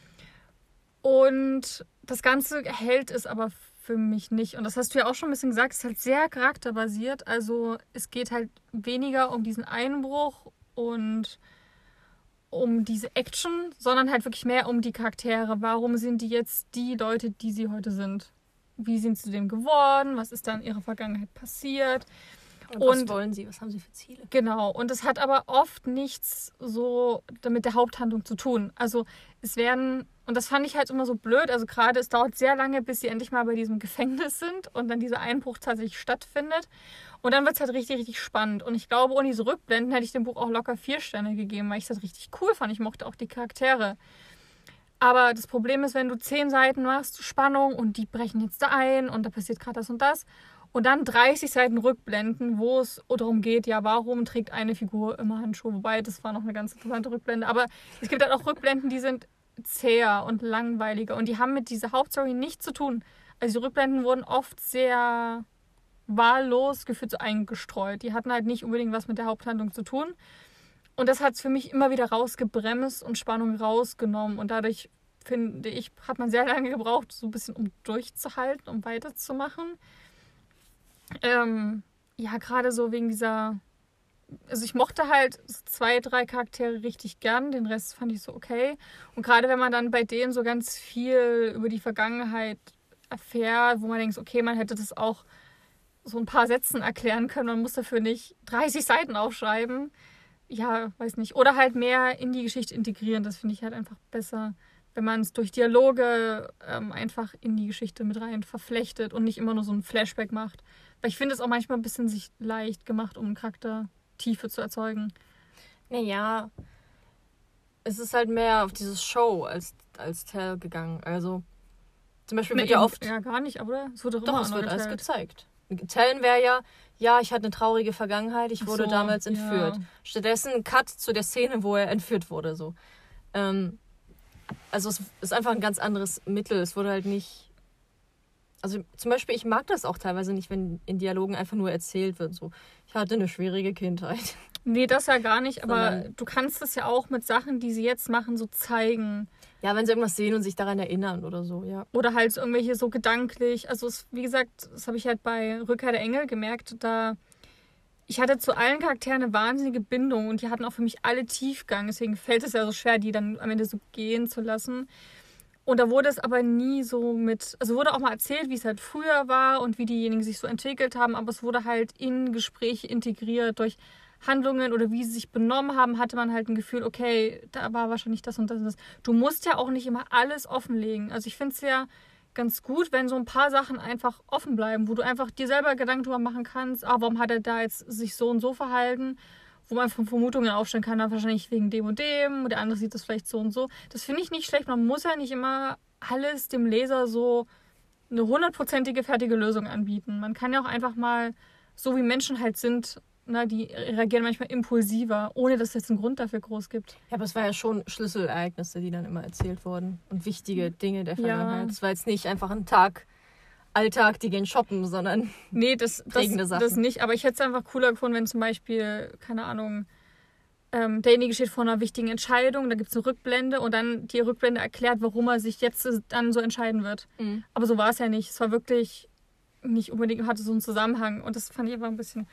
S1: Und das Ganze hält es aber für mich nicht. Und das hast du ja auch schon ein bisschen gesagt, es ist halt sehr charakterbasiert. Also es geht halt weniger um diesen Einbruch und um diese Action, sondern halt wirklich mehr um die Charaktere. Warum sind die jetzt die Leute, die sie heute sind? Wie sind sie zu dem geworden? Was ist da in ihrer Vergangenheit passiert?
S2: Und was wollen sie? Was haben sie für Ziele?
S1: Genau. Und es hat aber oft nichts so mit der Haupthandlung zu tun. Also es werden, und das fand ich halt immer so blöd, also gerade es dauert sehr lange, bis sie endlich mal bei diesem Gefängnis sind und dann dieser Einbruch tatsächlich stattfindet. Und dann wird es halt richtig, richtig spannend. Und ich glaube, ohne diese Rückblenden hätte ich dem Buch auch locker 4 Sterne gegeben, weil ich das richtig cool fand. Ich mochte auch die Charaktere. Aber das Problem ist, wenn du 10 Seiten machst, Spannung und die brechen jetzt da ein und da passiert gerade das und das. Und dann 30 Seiten Rückblenden, wo es darum geht, ja, warum trägt eine Figur immer Handschuhe? Wobei, das war noch eine ganz interessante Rückblende. Aber es gibt halt auch Rückblenden, die sind zäher und langweiliger. Und die haben mit dieser Hauptstory nichts zu tun. Also die Rückblenden wurden oft sehr wahllos gefühlt so eingestreut. Die hatten halt nicht unbedingt was mit der Haupthandlung zu tun. Und das hat es für mich immer wieder rausgebremst und Spannung rausgenommen. Und dadurch, finde ich, hat man sehr lange gebraucht, so ein bisschen um durchzuhalten, um weiterzumachen. Ja, gerade so wegen dieser... Also ich mochte halt 2, 3 Charaktere richtig gern, den Rest fand ich so okay. Und gerade wenn man dann bei denen so ganz viel über die Vergangenheit erfährt, wo man denkt, okay, man hätte das auch so ein paar Sätzen erklären können, man muss dafür nicht 30 Seiten aufschreiben. Ja, weiß nicht. Oder halt mehr in die Geschichte integrieren, das finde ich halt einfach besser, wenn man es durch Dialoge einfach in die Geschichte mit rein verflechtet und nicht immer nur so ein Flashback macht. Weil ich finde es auch manchmal ein bisschen sich leicht gemacht, um Charaktertiefe zu erzeugen.
S2: Naja, es ist halt mehr auf dieses Show als Tell gegangen. Also zum Beispiel wird ja oft...
S1: Ja, gar nicht, aber es wurde
S2: doch, es wird alles gezeigt. Tellen wäre ja, ich hatte eine traurige Vergangenheit, ich wurde damals entführt. Ja. Stattdessen ein Cut zu der Szene, wo er entführt wurde. So. Also es ist einfach ein ganz anderes Mittel. Es wurde halt nicht... Also zum Beispiel, ich mag das auch teilweise nicht, wenn in Dialogen einfach nur erzählt wird. So, ich hatte eine schwierige Kindheit.
S1: Nee, das ja gar nicht. Aber du kannst das ja auch mit Sachen, die sie jetzt machen, so zeigen.
S2: Ja, wenn sie irgendwas sehen und sich daran erinnern oder so, ja.
S1: Oder halt irgendwelche so gedanklich. Also wie gesagt, das habe ich halt bei Rückkehr der Engel gemerkt. Ich hatte zu allen Charakteren eine wahnsinnige Bindung und die hatten auch für mich alle Tiefgang. Deswegen fällt es ja so schwer, die dann am Ende so gehen zu lassen. Und da wurde es aber nie so also wurde auch mal erzählt, wie es halt früher war und wie diejenigen sich so entwickelt haben, aber es wurde halt in Gespräche integriert durch Handlungen oder wie sie sich benommen haben, hatte man halt ein Gefühl, okay, da war wahrscheinlich das und das und das. Du musst ja auch nicht immer alles offenlegen. Also ich finde es ja ganz gut, wenn so ein paar Sachen einfach offen bleiben, wo du einfach dir selber Gedanken drüber machen kannst, warum hat er da jetzt sich so und so verhalten, wo man von Vermutungen aufstellen kann, wahrscheinlich wegen dem und dem, der andere sieht das vielleicht so und so. Das finde ich nicht schlecht. Man muss ja nicht immer alles dem Leser so eine 100%ige fertige Lösung anbieten. Man kann ja auch einfach mal, so wie Menschen halt sind, die reagieren manchmal impulsiver, ohne dass es jetzt einen Grund dafür groß gibt.
S2: Ja, aber es war ja schon Schlüsselereignisse, die dann immer erzählt wurden und wichtige Dinge der Vergangenheit. Es war jetzt nicht einfach ein Alltag, die gehen shoppen, sondern prägende Sachen.
S1: Das nicht, aber ich hätte es einfach cooler gefunden, wenn zum Beispiel, keine Ahnung, derjenige steht vor einer wichtigen Entscheidung, da gibt es eine Rückblende und dann die Rückblende erklärt, warum er sich jetzt dann so entscheiden wird. Mhm. Aber so war es ja nicht. Es war wirklich nicht unbedingt, hatte so einen Zusammenhang und das fand ich einfach ein bisschen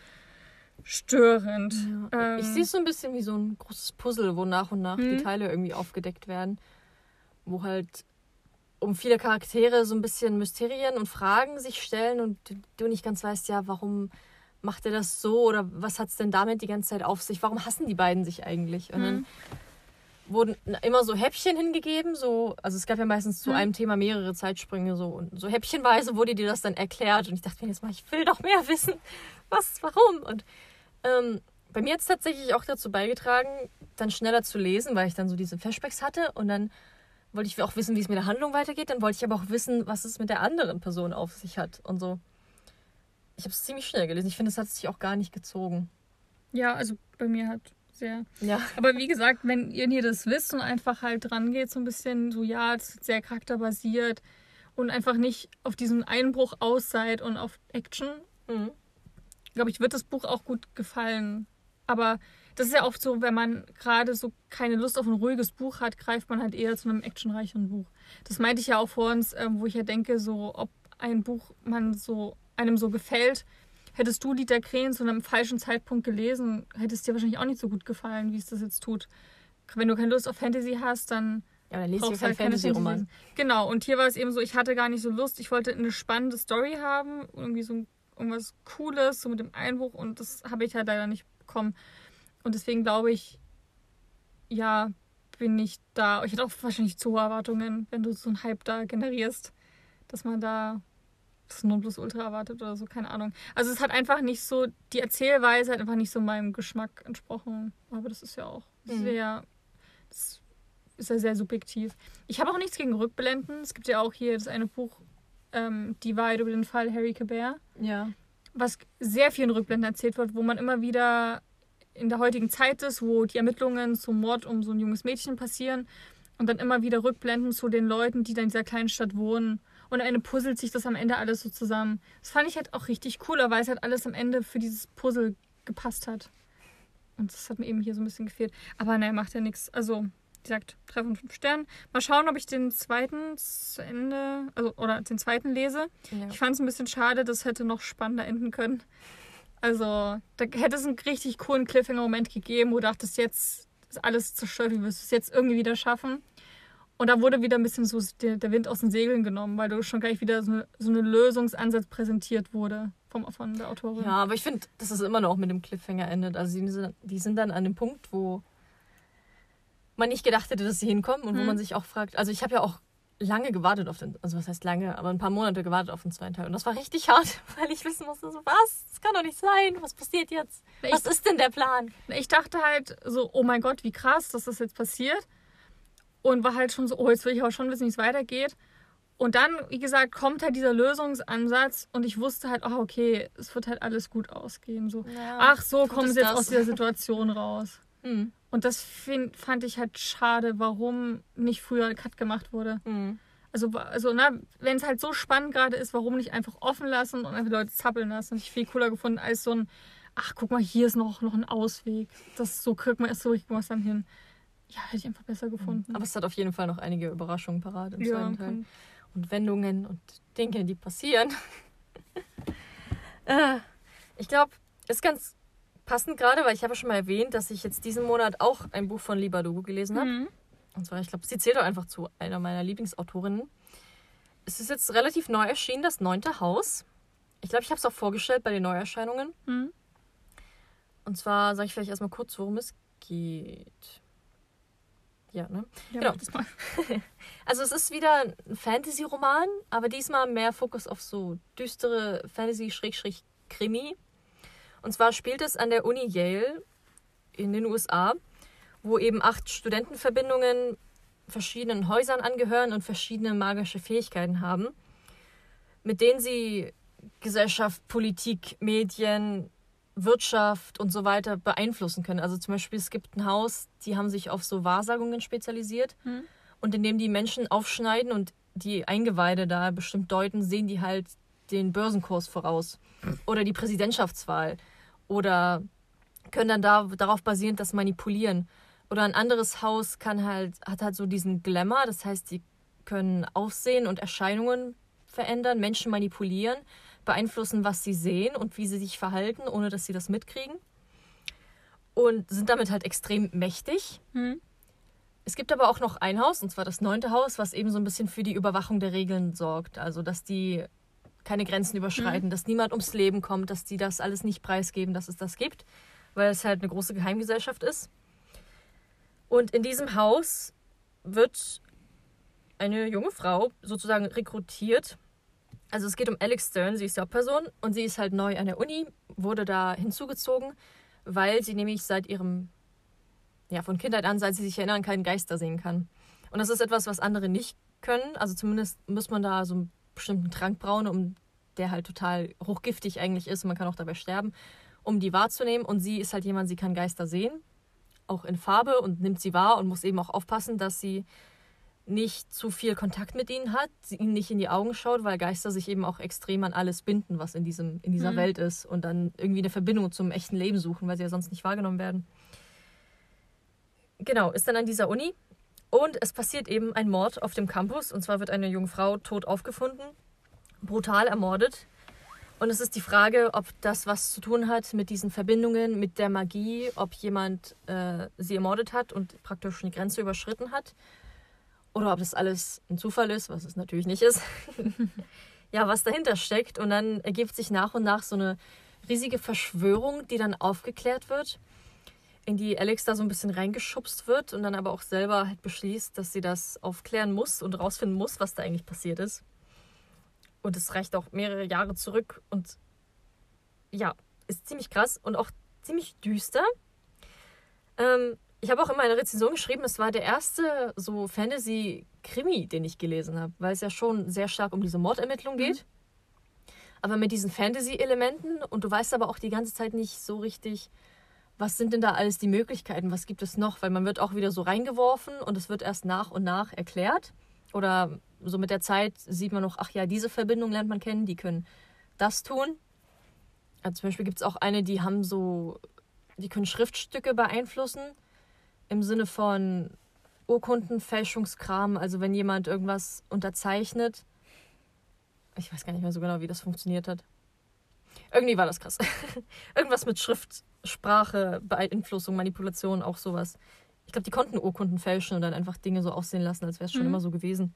S1: störend.
S2: Ja. Ich sehe es so ein bisschen wie so ein großes Puzzle, wo nach und nach die Teile irgendwie aufgedeckt werden, wo halt um viele Charaktere so ein bisschen Mysterien und Fragen sich stellen und du nicht ganz weißt, ja, warum macht er das so oder was hat es denn damit die ganze Zeit auf sich? Warum hassen die beiden sich eigentlich? Und dann wurden immer so Häppchen hingegeben, also es gab ja meistens zu einem Thema mehrere Zeitsprünge so und so häppchenweise wurde dir das dann erklärt und ich dachte mir jetzt mal, ich will doch mehr wissen, warum? Und bei mir hat es tatsächlich auch dazu beigetragen, dann schneller zu lesen, weil ich dann so diese Flashbacks hatte. Und dann wollte ich auch wissen, wie es mit der Handlung weitergeht. Dann wollte ich aber auch wissen, was es mit der anderen Person auf sich hat und so. Ich habe es ziemlich schnell gelesen. Ich finde, es hat sich auch gar nicht gezogen.
S1: Ja, also bei mir hat sehr.
S2: Ja.
S1: Aber wie gesagt, wenn ihr das wisst und einfach halt dran geht, so ein bisschen so, ja, es ist sehr charakterbasiert und einfach nicht auf diesen Einbruch aus seid und auf Action, glaube ich, wird das Buch auch gut gefallen. Aber das ist ja oft so, wenn man gerade so keine Lust auf ein ruhiges Buch hat, greift man halt eher zu einem actionreicheren Buch. Das meinte ich ja auch vor uns, wo ich ja denke, so, ob ein Buch einem so gefällt. Hättest du Lied der Krähen zu einem falschen Zeitpunkt gelesen, hätte es dir wahrscheinlich auch nicht so gut gefallen, wie es das jetzt tut. Wenn du keine Lust auf Fantasy hast, dann
S2: dann lese ich
S1: brauchst
S2: keinen
S1: halt keine
S2: Fantasy-Roman.
S1: Genau, und hier war es eben so, ich hatte gar nicht so Lust. Ich wollte eine spannende Story haben, irgendwie so irgendwas Cooles, so mit dem Einbruch, und das habe ich halt leider nicht bekommen. Und deswegen glaube ich, ja, bin ich da. Ich hätte auch wahrscheinlich zu hohe Erwartungen, wenn du so einen Hype da generierst, dass man da das Nonplusultra erwartet oder so, keine Ahnung. Also es hat einfach nicht so, die Erzählweise hat einfach nicht so meinem Geschmack entsprochen. Aber das ist ja auch das ist ja sehr subjektiv. Ich habe auch nichts gegen Rückblenden. Es gibt ja auch hier das eine Buch, Die Wahrheit über den Fall Harry Cabert,
S2: Ja.
S1: was sehr viel in Rückblenden erzählt wird, wo man immer wieder in der heutigen Zeit ist, wo die Ermittlungen zum Mord um so ein junges Mädchen passieren und dann immer wieder Rückblenden zu den Leuten, die dann in dieser kleinen Stadt wohnen. Und am Ende puzzelt sich das am Ende alles so zusammen. Das fand ich halt auch richtig cooler, weil es halt alles am Ende für dieses Puzzle gepasst hat. Und das hat mir eben hier so ein bisschen gefehlt. Aber naja, macht ja nichts. Also, wie gesagt, 3 von 5 Sternen. Mal schauen, ob ich den zweiten zu Ende, oder den zweiten lese.
S2: Ja.
S1: Ich fand es ein bisschen schade, das hätte noch spannender enden können. Also, da hätte es einen richtig coolen Cliffhanger-Moment gegeben, wo du dachtest, jetzt ist alles zerstört, wie wirst du es jetzt irgendwie wieder schaffen? Und da wurde wieder ein bisschen so der Wind aus den Segeln genommen, weil du schon gleich wieder so eine Lösungsansatz präsentiert wurde von der Autorin.
S2: Ja, aber ich finde, dass es immer noch mit dem Cliffhanger endet. Also die sind dann an dem Punkt, wo man nicht gedacht hätte, dass sie hinkommen und wo man sich auch fragt, also ich habe ja auch lange gewartet auf den, also was heißt lange, aber ein paar Monate gewartet auf den zweiten Teil. Und das war richtig hart, weil ich wissen musste, so was? Das kann doch nicht sein. Was passiert jetzt? Was ist denn der Plan?
S1: Ich dachte halt so, oh mein Gott, wie krass, dass das jetzt passiert. Und war halt schon so, oh, jetzt will ich aber schon wissen, wie es weitergeht. Und dann, wie gesagt, kommt halt dieser Lösungsansatz und ich wusste halt, oh, okay, es wird halt alles gut ausgehen. So.
S2: Ja,
S1: ach so, kommen sie jetzt aus dieser Situation raus. Und das fand ich halt schade, warum nicht früher ein Cut gemacht wurde. Also wenn es halt so spannend gerade ist, warum nicht einfach offen lassen und einfach Leute zappeln lassen. Das hätte ich viel cooler gefunden als so ein, ach, guck mal, hier ist noch ein Ausweg. Das so kriegt man es dann hin. Ja, hätte ich einfach besser gefunden.
S2: Aber es hat auf jeden Fall noch einige Überraschungen parat im zweiten Teil. Und Wendungen und Dinge, die passieren. Ich glaube, ist ganz passend gerade, weil ich habe ja schon mal erwähnt, dass ich jetzt diesen Monat auch ein Buch von Liebe Bardugo gelesen habe. Und zwar, ich glaube, sie zählt auch einfach zu einer meiner Lieblingsautorinnen. Es ist jetzt relativ neu erschienen, das 9. Haus. Ich glaube, ich habe es auch vorgestellt bei den Neuerscheinungen. Und zwar sage ich vielleicht erstmal kurz, worum es geht. Ja, ne?
S1: Ja,
S2: genau.
S1: das mal.
S2: Also es ist wieder ein Fantasy-Roman, aber diesmal mehr Fokus auf so düstere Fantasy-Krimi. Und zwar spielt es an der Uni Yale in den USA, wo eben 8 Studentenverbindungen verschiedenen Häusern angehören und verschiedene magische Fähigkeiten haben, mit denen sie Gesellschaft, Politik, Medien, Wirtschaft und so weiter beeinflussen können. Also zum Beispiel, es gibt ein Haus, die haben sich auf so Wahrsagungen spezialisiert und indem die Menschen aufschneiden und die Eingeweide da bestimmt deuten, sehen die halt den Börsenkurs voraus oder die Präsidentschaftswahl oder können dann darauf basierend das manipulieren. Oder ein anderes Haus hat halt so diesen Glamour, das heißt, die können Aussehen und Erscheinungen verändern, Menschen manipulieren, beeinflussen, was sie sehen und wie sie sich verhalten, ohne dass sie das mitkriegen. Und sind damit halt extrem mächtig. Es gibt aber auch noch ein Haus, und zwar das 9. Haus, was eben so ein bisschen für die Überwachung der Regeln sorgt. Also, dass die keine Grenzen überschreiten, dass niemand ums Leben kommt, dass die das alles nicht preisgeben, dass es das gibt, weil es halt eine große Geheimgesellschaft ist. Und in diesem Haus wird eine junge Frau sozusagen rekrutiert. Also es geht um Alex Stern, sie ist die Hauptperson und sie ist halt neu an der Uni, wurde da hinzugezogen, weil sie nämlich seit ihrem von Kindheit an, seit sie sich erinnern kann, Geister sehen kann. Und das ist etwas, was andere nicht können. Also zumindest muss man da so einen bestimmten Trank brauen, der halt total hochgiftig eigentlich ist und man kann auch dabei sterben, um die wahrzunehmen. Und sie ist halt jemand, sie kann Geister sehen, auch in Farbe und nimmt sie wahr und muss eben auch aufpassen, dass sie nicht zu viel Kontakt mit ihnen hat, sie ihnen nicht in die Augen schaut, weil Geister sich eben auch extrem an alles binden, was in dieser Welt ist und dann irgendwie eine Verbindung zum echten Leben suchen, weil sie ja sonst nicht wahrgenommen werden. Genau, ist dann an dieser Uni und es passiert eben ein Mord auf dem Campus und zwar wird eine junge Frau tot aufgefunden, brutal ermordet. Und es ist die Frage, ob das was zu tun hat mit diesen Verbindungen, mit der Magie, ob jemand sie ermordet hat und praktisch eine Grenze überschritten hat. Oder ob das alles ein Zufall ist, was es natürlich nicht ist. Ja, was dahinter steckt. Und dann ergibt sich nach und nach so eine riesige Verschwörung, die dann aufgeklärt wird, in die Alex da so ein bisschen reingeschubst wird und dann aber auch selber halt beschließt, dass sie das aufklären muss und rausfinden muss, was da eigentlich passiert ist. Und es reicht auch mehrere Jahre zurück und ja, ist ziemlich krass und auch ziemlich düster. Ich habe auch in meiner Rezension geschrieben, es war der erste so Fantasy-Krimi, den ich gelesen habe, weil es ja schon sehr stark um diese Mordermittlung geht. Aber mit diesen Fantasy-Elementen und du weißt aber auch die ganze Zeit nicht so richtig, was sind denn da alles die Möglichkeiten, was gibt es noch, weil man wird auch wieder so reingeworfen und es wird erst nach und nach erklärt. Oder so mit der Zeit sieht man noch, ach ja, diese Verbindung lernt man kennen, die können das tun. Also zum Beispiel gibt es auch eine, die können Schriftstücke beeinflussen. Im Sinne von Urkundenfälschungskram, also wenn jemand irgendwas unterzeichnet. Ich weiß gar nicht mehr so genau, wie das funktioniert hat. Irgendwie war das krass. Irgendwas mit Schrift, Sprache, Beeinflussung, Manipulation, auch sowas. Ich glaube, die konnten Urkunden fälschen und dann einfach Dinge so aussehen lassen, als wäre es schon immer so gewesen.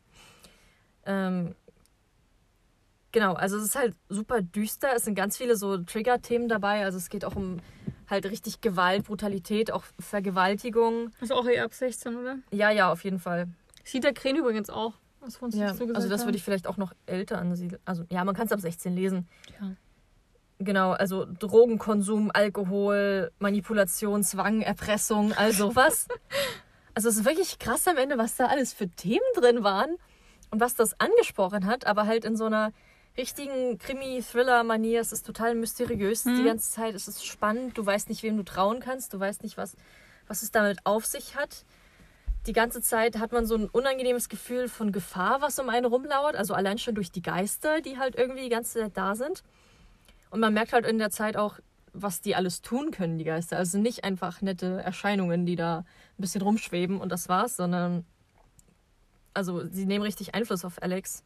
S2: Genau, also es ist halt super düster. Es sind ganz viele so Trigger-Themen dabei. Also es geht auch um halt richtig Gewalt, Brutalität, auch Vergewaltigung.
S1: Das ist auch eher ab 16, oder?
S2: Ja, auf jeden Fall.
S1: Sieht der Krähen übrigens auch, was wir uns
S2: Ja,
S1: dazu gesagt
S2: also das
S1: haben.
S2: würde ich vielleicht auch noch älter ansiedeln. Also ja, man kann es ab 16 lesen.
S1: Ja.
S2: Genau, also Drogenkonsum, Alkohol, Manipulation, Zwang, Erpressung, all sowas. Also es ist wirklich krass am Ende, was da alles für Themen drin waren und was das angesprochen hat, aber halt in so einer richtigen Krimi-Thriller-Manier. Es ist total mysteriös die ganze Zeit. Es ist spannend. Du weißt nicht, wem du trauen kannst. Du weißt nicht, was es damit auf sich hat. Die ganze Zeit hat man so ein unangenehmes Gefühl von Gefahr, was um einen rumlauert. Also allein schon durch die Geister, die halt irgendwie die ganze Zeit da sind. Und man merkt halt in der Zeit auch, was die alles tun können, die Geister. Also nicht einfach nette Erscheinungen, die da ein bisschen rumschweben und das war's, sondern also sie nehmen richtig Einfluss auf Alex.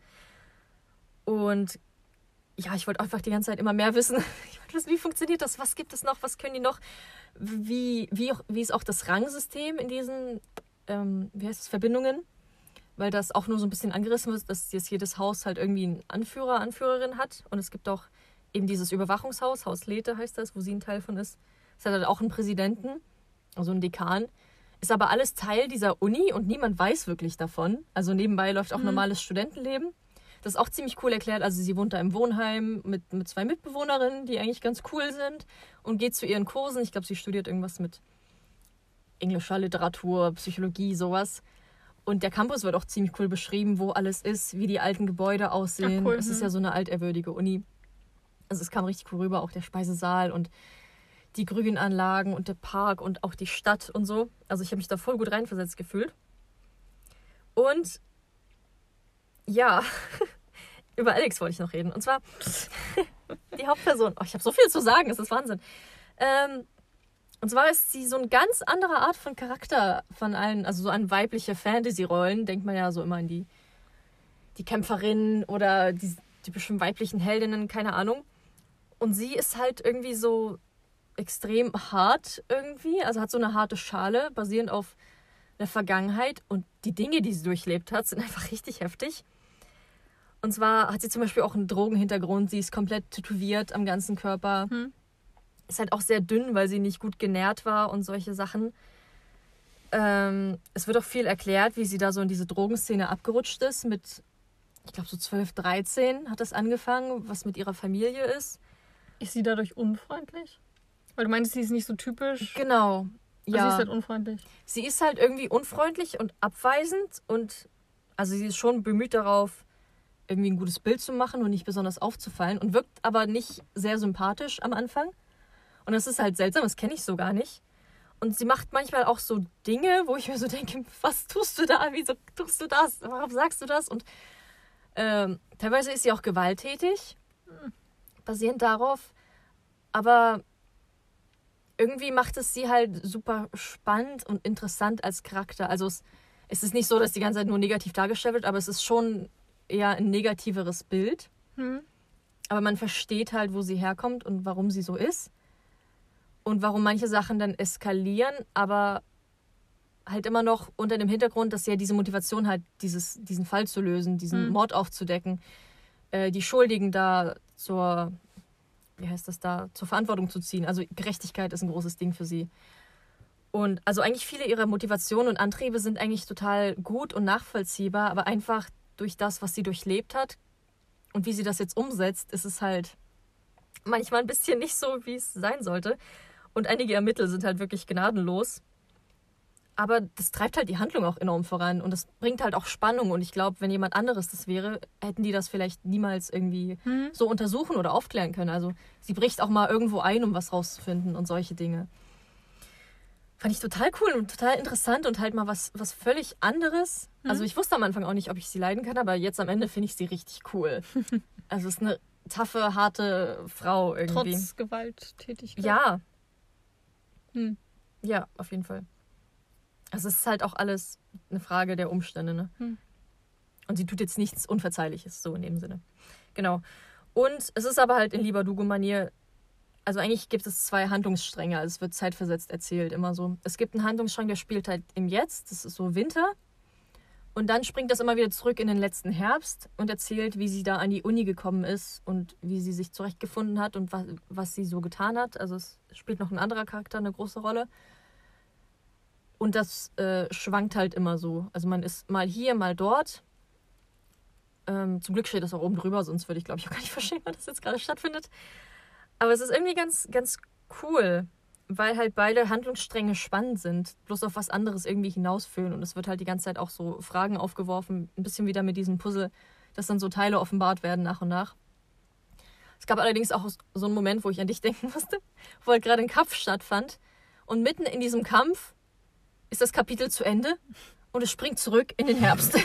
S2: Und ja, ich wollte einfach die ganze Zeit immer mehr wissen. Ich wollte wissen, wie funktioniert das? Was gibt es noch? Was können die noch? Wie ist auch das Rangsystem in diesen Verbindungen? Weil das auch nur so ein bisschen angerissen wird, dass jetzt jedes Haus halt irgendwie einen Anführer, Anführerin hat. Und es gibt auch eben dieses Überwachungshaus, Haus Lethe heißt das, wo sie ein Teil von ist. Es hat halt auch einen Präsidenten, also einen Dekan. Ist aber alles Teil dieser Uni und niemand weiß wirklich davon. Also nebenbei läuft auch normales Studentenleben. Das ist auch ziemlich cool erklärt. Also sie wohnt da im Wohnheim mit 2 Mitbewohnerinnen, die eigentlich ganz cool sind und geht zu ihren Kursen. Ich glaube, sie studiert irgendwas mit englischer Literatur, Psychologie, sowas. Und der Campus wird auch ziemlich cool beschrieben, wo alles ist, wie die alten Gebäude aussehen.
S1: Ach, cool,
S2: Es ist ja so eine altehrwürdige Uni. Also es kam richtig cool rüber, auch der Speisesaal und die Grünanlagen und der Park und auch die Stadt und so. Also ich habe mich da voll gut reinversetzt gefühlt. Und ja, über Alex wollte ich noch reden. Und zwar die Hauptperson. Oh, ich habe so viel zu sagen, das ist Wahnsinn. Und zwar ist sie so eine ganz andere Art von Charakter von allen, also so an weibliche Fantasy-Rollen. Denkt man ja so immer an die Kämpferinnen oder die typischen weiblichen Heldinnen, keine Ahnung. Und sie ist halt irgendwie so extrem hart irgendwie, also hat so eine harte Schale, basierend auf der Vergangenheit. Und die Dinge, die sie durchlebt hat, sind einfach richtig heftig. Und zwar hat sie zum Beispiel auch einen Drogenhintergrund. Sie ist komplett tätowiert am ganzen Körper. Ist halt auch sehr dünn, weil sie nicht gut genährt war und solche Sachen. Es wird auch viel erklärt, wie sie da so in diese Drogenszene abgerutscht ist. Mit, ich glaube, so 12, 13 hat das angefangen, was mit ihrer Familie ist.
S1: Ist sie dadurch unfreundlich? Weil du meinst, sie ist nicht so typisch.
S2: Genau.
S1: Also sie ist halt unfreundlich.
S2: Sie ist halt irgendwie unfreundlich und abweisend und also sie ist schon bemüht darauf, irgendwie ein gutes Bild zu machen und nicht besonders aufzufallen und wirkt aber nicht sehr sympathisch am Anfang. Und das ist halt seltsam, das kenne ich so gar nicht. Und sie macht manchmal auch so Dinge, wo ich mir so denke, was tust du da? Wieso tust du das? Warum sagst du das? Und teilweise ist sie auch gewalttätig, basierend darauf. Aber irgendwie macht es sie halt super spannend und interessant als Charakter. Also es ist nicht so, dass die ganze Zeit nur negativ dargestellt wird, aber es ist schon eher ein negativeres Bild. Aber man versteht halt, wo sie herkommt und warum sie so ist. Und warum manche Sachen dann eskalieren, aber halt immer noch unter dem Hintergrund, dass sie ja diese Motivation hat, diesen Fall zu lösen, diesen Mord aufzudecken, die Schuldigen da zur Verantwortung zu ziehen. Also Gerechtigkeit ist ein großes Ding für sie. Und also eigentlich viele ihrer Motivationen und Antriebe sind eigentlich total gut und nachvollziehbar, aber einfach durch das, was sie durchlebt hat und wie sie das jetzt umsetzt, ist es halt manchmal ein bisschen nicht so, wie es sein sollte. Und einige Ermittler sind halt wirklich gnadenlos. Aber das treibt halt die Handlung auch enorm voran und das bringt halt auch Spannung. Und ich glaube, wenn jemand anderes das wäre, hätten die das vielleicht niemals irgendwie so untersuchen oder aufklären können. Also sie bricht auch mal irgendwo ein, um was rauszufinden und solche Dinge. Fand ich total cool und total interessant und halt mal was völlig anderes. Also ich wusste am Anfang auch nicht, ob ich sie leiden kann, aber jetzt am Ende finde ich sie richtig cool. Also es ist eine taffe, harte Frau irgendwie.
S1: Trotz Gewalttätigkeit.
S2: Ja. Ja, auf jeden Fall. Also es ist halt auch alles eine Frage der Umstände, ne? Und sie tut jetzt nichts Unverzeihliches, so in dem Sinne. Genau. Und es ist aber halt in Lieber Dugo-Manier, also eigentlich gibt es 2 Handlungsstränge, also es wird zeitversetzt erzählt, immer so. Es gibt einen Handlungsstrang, der spielt halt im Jetzt, das ist so Winter. Und dann springt das immer wieder zurück in den letzten Herbst und erzählt, wie sie da an die Uni gekommen ist und wie sie sich zurechtgefunden hat und was sie so getan hat. Also es spielt noch ein anderer Charakter eine große Rolle. Und das schwankt halt immer so. Also man ist mal hier, mal dort. Zum Glück steht das auch oben drüber, sonst würde ich, glaube ich, auch gar nicht verstehen, was das jetzt gerade stattfindet. Aber es ist irgendwie ganz, ganz cool, weil halt beide Handlungsstränge spannend sind, bloß auf was anderes irgendwie hinausführen. Und es wird halt die ganze Zeit auch so Fragen aufgeworfen, ein bisschen wieder mit diesem Puzzle, dass dann so Teile offenbart werden nach und nach. Es gab allerdings auch so einen Moment, wo ich an dich denken musste, wo halt gerade ein Kampf stattfand. Und mitten in diesem Kampf ist das Kapitel zu Ende und es springt zurück in den Herbst.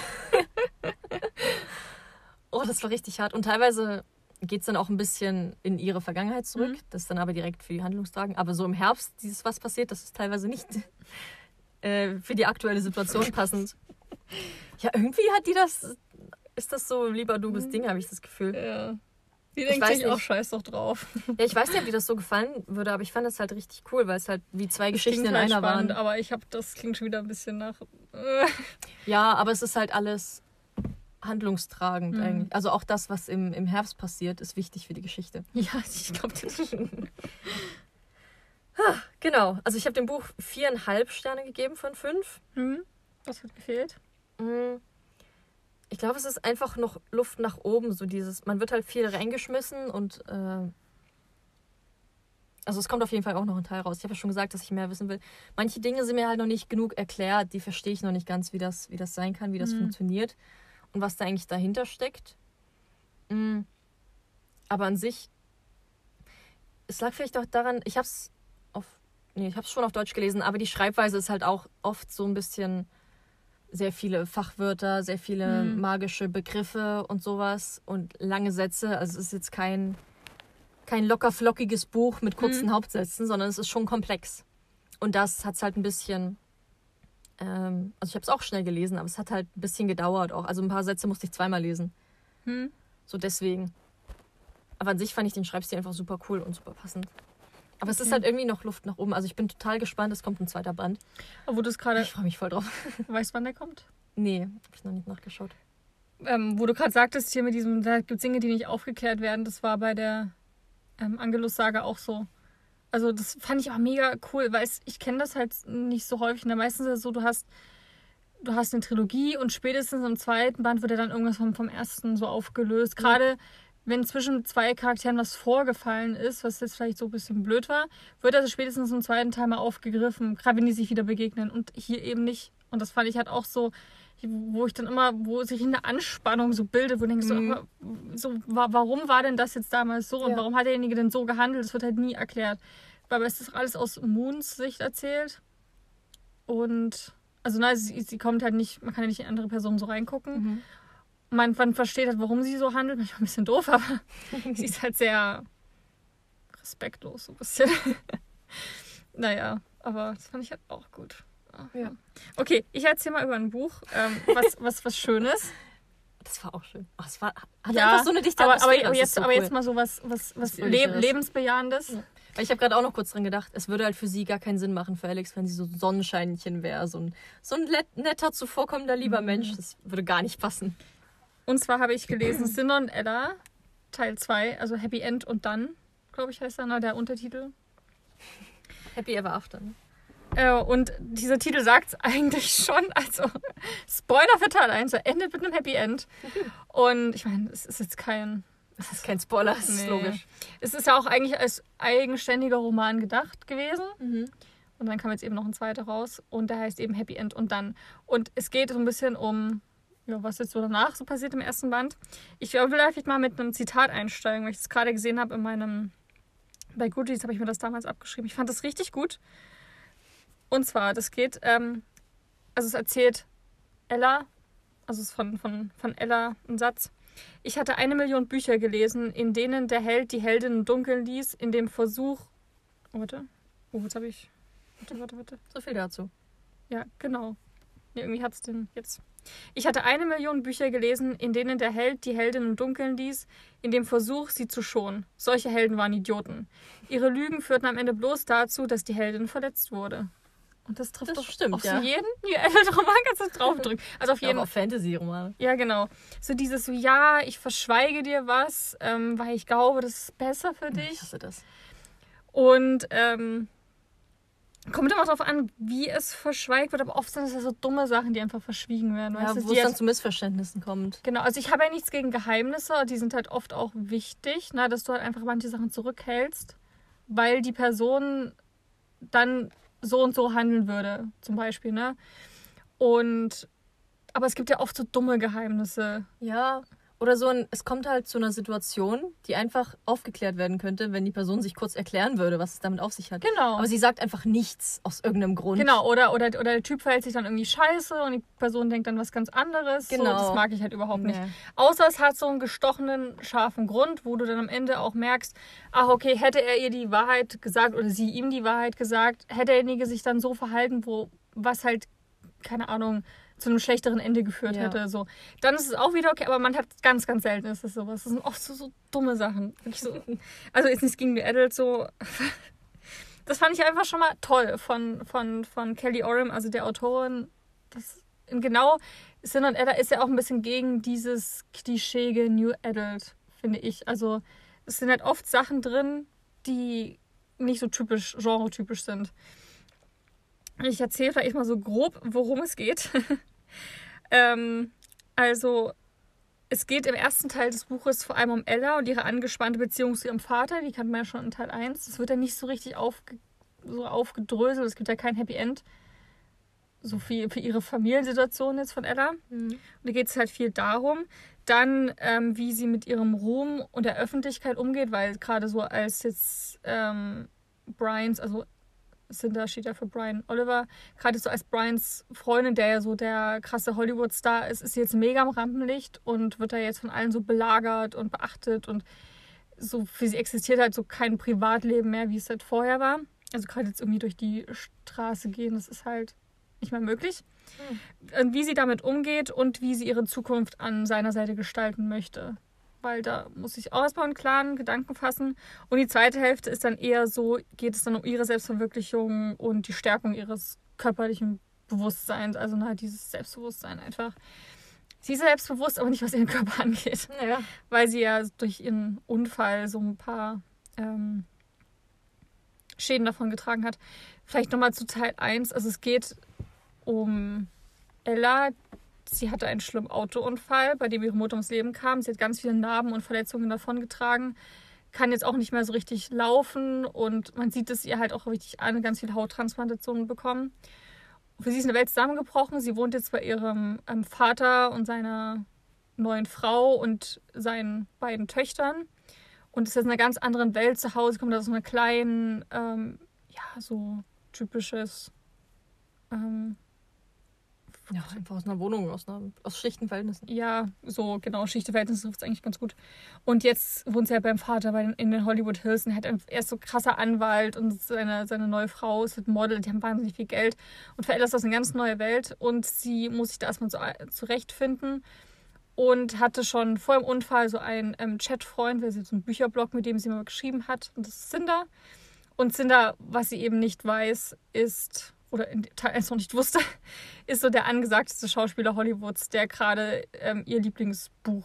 S2: Oh, das war richtig hart. Und teilweise geht es dann auch ein bisschen in ihre Vergangenheit zurück. Das ist dann aber direkt für die Handlungstragen. Aber so im Herbst, was passiert, das ist teilweise nicht für die aktuelle Situation passend. Ja, irgendwie hat die das... Ist das so Lieber Duges Ding, habe ich das Gefühl.
S1: Ja. Die denkt sich auch scheiß doch drauf.
S2: Ja, ich weiß nicht, ob dir das so gefallen würde, aber ich fand das halt richtig cool, weil es halt wie 2 Geschichten in
S1: halt
S2: einer
S1: spannend,
S2: waren.
S1: Aber das klingt schon wieder ein bisschen nach...
S2: Ja, aber es ist halt alles handlungstragend eigentlich. Also auch das, was im Herbst passiert, ist wichtig für die Geschichte.
S1: Ja, ich glaube, das
S2: Genau, also ich habe dem Buch 4,5 Sterne gegeben von 5.
S1: Was hat gefehlt?
S2: Ich glaube, es ist einfach noch Luft nach oben, so dieses, man wird halt viel reingeschmissen und also es kommt auf jeden Fall auch noch ein Teil raus. Ich habe ja schon gesagt, dass ich mehr wissen will. Manche Dinge sind mir halt noch nicht genug erklärt, die verstehe ich noch nicht ganz, wie das sein kann, wie das funktioniert und was da eigentlich dahinter steckt. Aber an sich, es lag vielleicht auch daran, ich habe es schon auf Deutsch gelesen, aber die Schreibweise ist halt auch oft so ein bisschen sehr viele Fachwörter, sehr viele magische Begriffe und sowas und lange Sätze. Also es ist jetzt kein locker flockiges Buch mit kurzen Hauptsätzen, sondern es ist schon komplex. Und das hat es halt ein bisschen, also ich habe es auch schnell gelesen, aber es hat halt ein bisschen gedauert auch. Also ein paar Sätze musste ich 2-mal lesen. So deswegen. Aber an sich fand ich den Schreibstil einfach super cool und super passend. Aber es ist halt irgendwie noch Luft nach oben. Also ich bin total gespannt, es kommt ein 2. Band.
S1: Aber wo du es gerade...
S2: Ich freue mich voll drauf.
S1: Weißt du, wann der kommt?
S2: Nee, habe ich noch nicht nachgeschaut.
S1: Wo du gerade sagtest, hier mit diesem, da gibt es Dinge, die nicht aufgeklärt werden. Das war bei der Angelus-Saga auch so. Also das fand ich auch mega cool, weil ich kenne das halt nicht so häufig. Und meistens ist es so, du hast eine Trilogie und spätestens im 2. Band wird ja dann irgendwas vom 1. so aufgelöst. Gerade wenn zwischen zwei Charakteren was vorgefallen ist, was jetzt vielleicht so ein bisschen blöd war, wird das spätestens im zweiten Teil mal aufgegriffen, gerade wenn die sich wieder begegnen. Und hier eben nicht. Und das fand ich halt auch so, wo sich eine Anspannung so bildet, wo du denkst, warum war denn das jetzt damals so und warum hat derjenige denn so gehandelt? Das wird halt nie erklärt. Aber es ist alles aus Moons Sicht erzählt. Und, also sie kommt halt nicht, man kann ja nicht in andere Personen so reingucken. Man versteht halt, warum sie so handelt. Manchmal ein bisschen doof, aber sie ist halt sehr respektlos, so ein bisschen. Naja, aber das fand ich halt auch gut. Ja. Okay, ich erzähle mal über ein Buch, was Schönes.
S2: Das war auch schön. Oh, es hat einfach so eine dichte Atmosphäre.
S1: Aber jetzt mal so was Lebensbejahendes.
S2: Ja. Weil ich habe gerade auch noch kurz dran gedacht, es würde halt für sie gar keinen Sinn machen, für Alex, wenn sie so ein Sonnenscheinchen wäre. So ein netter, zuvorkommender, lieber Mensch. Das würde gar nicht passen.
S1: Und zwar habe ich gelesen Sinner und Ella, Teil 2, also Happy End und dann, glaube ich, heißt dann der Untertitel.
S2: Happy Ever After, ne?
S1: Und dieser Titel sagt es eigentlich schon, also Spoiler für Teil 1, er endet mit einem Happy End. Und ich meine, es ist jetzt kein...
S2: Das ist kein Spoiler, das ist logisch.
S1: Es ist ja auch eigentlich als eigenständiger Roman gedacht gewesen. Und dann kam jetzt eben noch ein zweiter raus und der heißt eben Happy End und dann. Und es geht so ein bisschen um, was jetzt so danach so passiert im ersten Band. Ich will vielleicht mal mit einem Zitat einsteigen, weil ich das gerade gesehen habe bei Goodreads habe ich mir das damals abgeschrieben. Ich fand das richtig gut. Und zwar, das geht, es erzählt Ella, also es ist von Ella ein Satz. Ich hatte 1 Million Bücher gelesen, in denen der Held die Heldin im Dunkeln ließ, in dem Versuch... Warte. Jetzt habe ich... Warte.
S2: So viel dazu.
S1: Ja, genau. Nee, irgendwie hat es den jetzt... Ich hatte 1 Million Bücher gelesen, in denen der Held die Heldin im Dunkeln ließ, in dem Versuch, sie zu schonen. Solche Helden waren Idioten. Ihre Lügen führten am Ende bloß dazu, dass die Heldin verletzt wurde. Und das trifft doch
S2: stimmt,
S1: auf jeden New Adult-Roman, kannst du draufdrücken. Also auf jeden
S2: Fall. Auf Fantasy-Romane.
S1: Ja, genau. So dieses ich verschweige dir was, weil ich glaube, das ist besser für dich.
S2: Ich hasse das.
S1: Und kommt immer darauf an, wie es verschweigt wird, aber oft sind es ja so dumme Sachen, die einfach verschwiegen werden.
S2: Ja, wo es dann zu Missverständnissen kommt.
S1: Genau, also ich habe ja nichts gegen Geheimnisse, die sind halt oft auch wichtig, dass du halt einfach manche Sachen zurückhältst, weil die Person dann so und so handeln würde, zum Beispiel, ne? Aber es gibt ja oft so dumme Geheimnisse.
S2: Ja, oder es kommt halt zu einer Situation, die einfach aufgeklärt werden könnte, wenn die Person sich kurz erklären würde, was es damit auf sich hat.
S1: Genau.
S2: Aber sie sagt einfach nichts aus irgendeinem Grund.
S1: Genau, oder der Typ verhält sich dann irgendwie scheiße und die Person denkt dann was ganz anderes.
S2: Genau.
S1: So, das mag ich halt überhaupt nicht. Außer es hat so einen gestochenen, scharfen Grund, wo du dann am Ende auch merkst, ach okay, hätte er ihr die Wahrheit gesagt oder sie ihm die Wahrheit gesagt, hätte derjenige sich dann so verhalten, was halt, keine Ahnung, zu einem schlechteren Ende geführt hätte. So. Dann ist es auch wieder okay, aber man hat ganz, ganz selten ist es sowas. Das sind oft so dumme Sachen. Wirklich so. Also jetzt nichts gegen die Adult so. Das fand ich einfach schon mal toll von Kelly Oram, also der Autorin. Sin und Ella ist ja auch ein bisschen gegen dieses klischeeige New Adult, finde ich. Also es sind halt oft Sachen drin, die nicht so genretypisch sind. Ich erzähle vielleicht mal so grob, worum es geht. Also, es geht im ersten Teil des Buches vor allem um Ella und ihre angespannte Beziehung zu ihrem Vater. Die kannten wir ja schon in Teil 1. Das wird ja nicht so richtig aufgedröselt. Es gibt ja kein Happy End. So viel für ihre Familiensituation jetzt von Ella. Und da geht es halt viel darum. Dann, wie sie mit ihrem Ruhm und der Öffentlichkeit umgeht, weil gerade so als jetzt Brians, also Cinder steht ja für Brian Oliver, gerade so als Brians Freundin, der ja so der krasse Hollywood-Star ist, ist sie jetzt mega am Rampenlicht und wird da jetzt von allen so belagert und beachtet und so für sie existiert halt so kein Privatleben mehr, wie es halt vorher war. Also gerade jetzt irgendwie durch die Straße gehen, das ist halt nicht mehr möglich. Und wie sie damit umgeht und wie sie ihre Zukunft an seiner Seite gestalten möchte. Weil da muss ich auch erstmal einen klaren Gedanken fassen. Und die zweite Hälfte ist dann eher so, geht es dann um ihre Selbstverwirklichung und die Stärkung ihres körperlichen Bewusstseins. Also halt dieses Selbstbewusstsein einfach. Sie ist selbstbewusst, aber nicht, was ihren Körper angeht.
S2: Ja.
S1: Weil sie ja durch ihren Unfall so ein paar Schäden davon getragen hat. Vielleicht nochmal zu Teil 1. Also es geht um Ella. Sie hatte einen schlimmen Autounfall, bei dem ihre Mutter ums Leben kam. Sie hat ganz viele Narben und Verletzungen davongetragen. Kann jetzt auch nicht mehr so richtig laufen und man sieht es ihr halt auch richtig an, ganz viele Hauttransplantationen bekommen. Für sie ist eine Welt zusammengebrochen. Sie wohnt jetzt bei ihrem Vater und seiner neuen Frau und seinen beiden Töchtern und ist jetzt in einer ganz anderen Welt zu Hause. Kommt aus so einer kleinen, so typisches
S2: ja, einfach aus einer Wohnung, aus schlichten Verhältnissen.
S1: Ja, so genau, schlichte Verhältnisse trifft es eigentlich ganz gut. Und jetzt wohnt sie halt beim Vater in den Hollywood Hills und er ist so krasser Anwalt und seine neue Frau ist halt Model, die haben wahnsinnig viel Geld. Und für Ella ist das eine ganz neue Welt und sie muss sich da erstmal so zurechtfinden und hatte schon vor dem Unfall so einen Chatfreund, so einen Bücherblog, mit dem sie mal geschrieben hat, und das ist Cinder. Und Cinder, was sie eben nicht weiß, ist, oder in Teil 1 noch nicht wusste, ist so der angesagteste Schauspieler Hollywoods, der gerade ihr Lieblingsbuch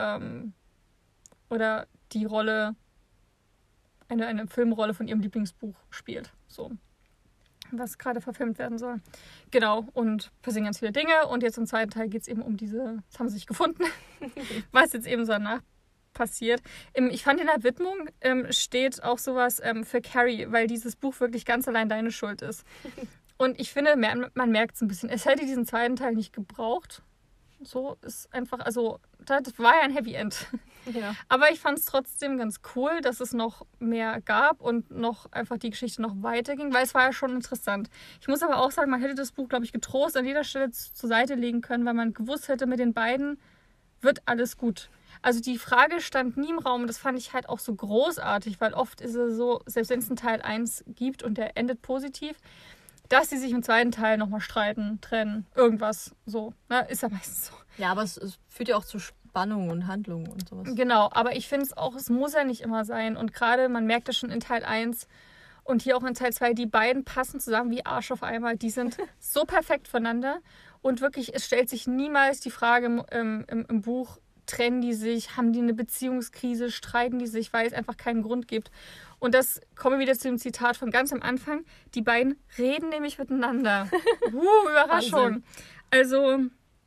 S1: oder die Rolle, eine Filmrolle von ihrem Lieblingsbuch spielt. So. Was gerade verfilmt werden soll. Genau, und passieren ganz viele Dinge. Und jetzt im zweiten Teil geht es eben um das haben sie sich gefunden, was jetzt eben so danach passiert. Ich fand in der Widmung steht auch sowas für Carrie, weil dieses Buch wirklich ganz allein deine Schuld ist. Und ich finde, man merkt es ein bisschen. Es hätte diesen zweiten Teil nicht gebraucht. So ist einfach, also das war ja ein Happy End. Ja. Aber ich fand es trotzdem ganz cool, dass es noch mehr gab und noch einfach die Geschichte noch weiterging, weil es war ja schon interessant. Ich muss aber auch sagen, man hätte das Buch, glaube ich, getrost an jeder Stelle zur Seite legen können, weil man gewusst hätte, mit den beiden wird alles gut. Also die Frage stand nie im Raum und das fand ich halt auch so großartig, weil oft ist es so, selbst wenn es einen Teil 1 gibt und der endet positiv, dass sie sich im zweiten Teil nochmal streiten, trennen, irgendwas so. Ne? Ist ja meistens so.
S2: Ja, aber es führt ja auch zu Spannung und Handlung und sowas.
S1: Genau, aber ich finde es auch, es muss ja nicht immer sein. Und gerade, man merkt das schon in Teil 1 und hier auch in Teil 2, die beiden passen zusammen wie Arsch auf einmal. Die sind so perfekt voneinander. Und wirklich, es stellt sich niemals die Frage im Buch, trennen die sich, haben die eine Beziehungskrise, streiten die sich, weil es einfach keinen Grund gibt. Und das, kommen wir wieder zu dem Zitat von ganz am Anfang, die beiden reden nämlich miteinander. Überraschung. Also,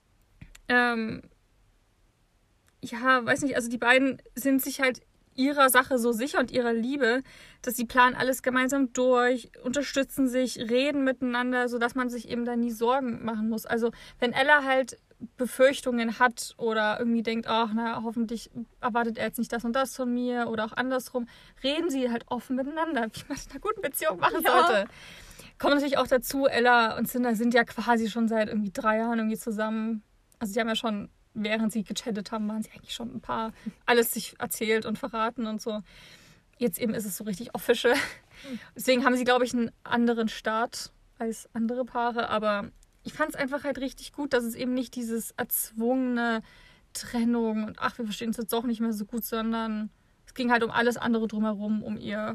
S1: weiß nicht, also die beiden sind sich halt ihrer Sache so sicher und ihrer Liebe, dass sie planen alles gemeinsam durch, unterstützen sich, reden miteinander, sodass man sich eben da nie Sorgen machen muss. Also wenn Ella halt Befürchtungen hat oder irgendwie denkt, ach, na, hoffentlich erwartet er jetzt nicht das und das von mir oder auch andersrum, reden sie halt offen miteinander, wie man in einer guten Beziehung machen sollte. Kommt natürlich auch dazu, Ella und Cinder sind ja quasi schon seit irgendwie 3 Jahren irgendwie zusammen. Also sie haben ja schon, während sie gechattet haben, waren sie eigentlich schon ein paar, alles sich erzählt und verraten und so. Jetzt eben ist es so richtig official. Deswegen haben sie, glaube ich, einen anderen Start als andere Paare, aber ich fand es einfach halt richtig gut, dass es eben nicht dieses erzwungene Trennung und ach, wir verstehen uns jetzt doch nicht mehr so gut, sondern es ging halt um alles andere drumherum, um ihr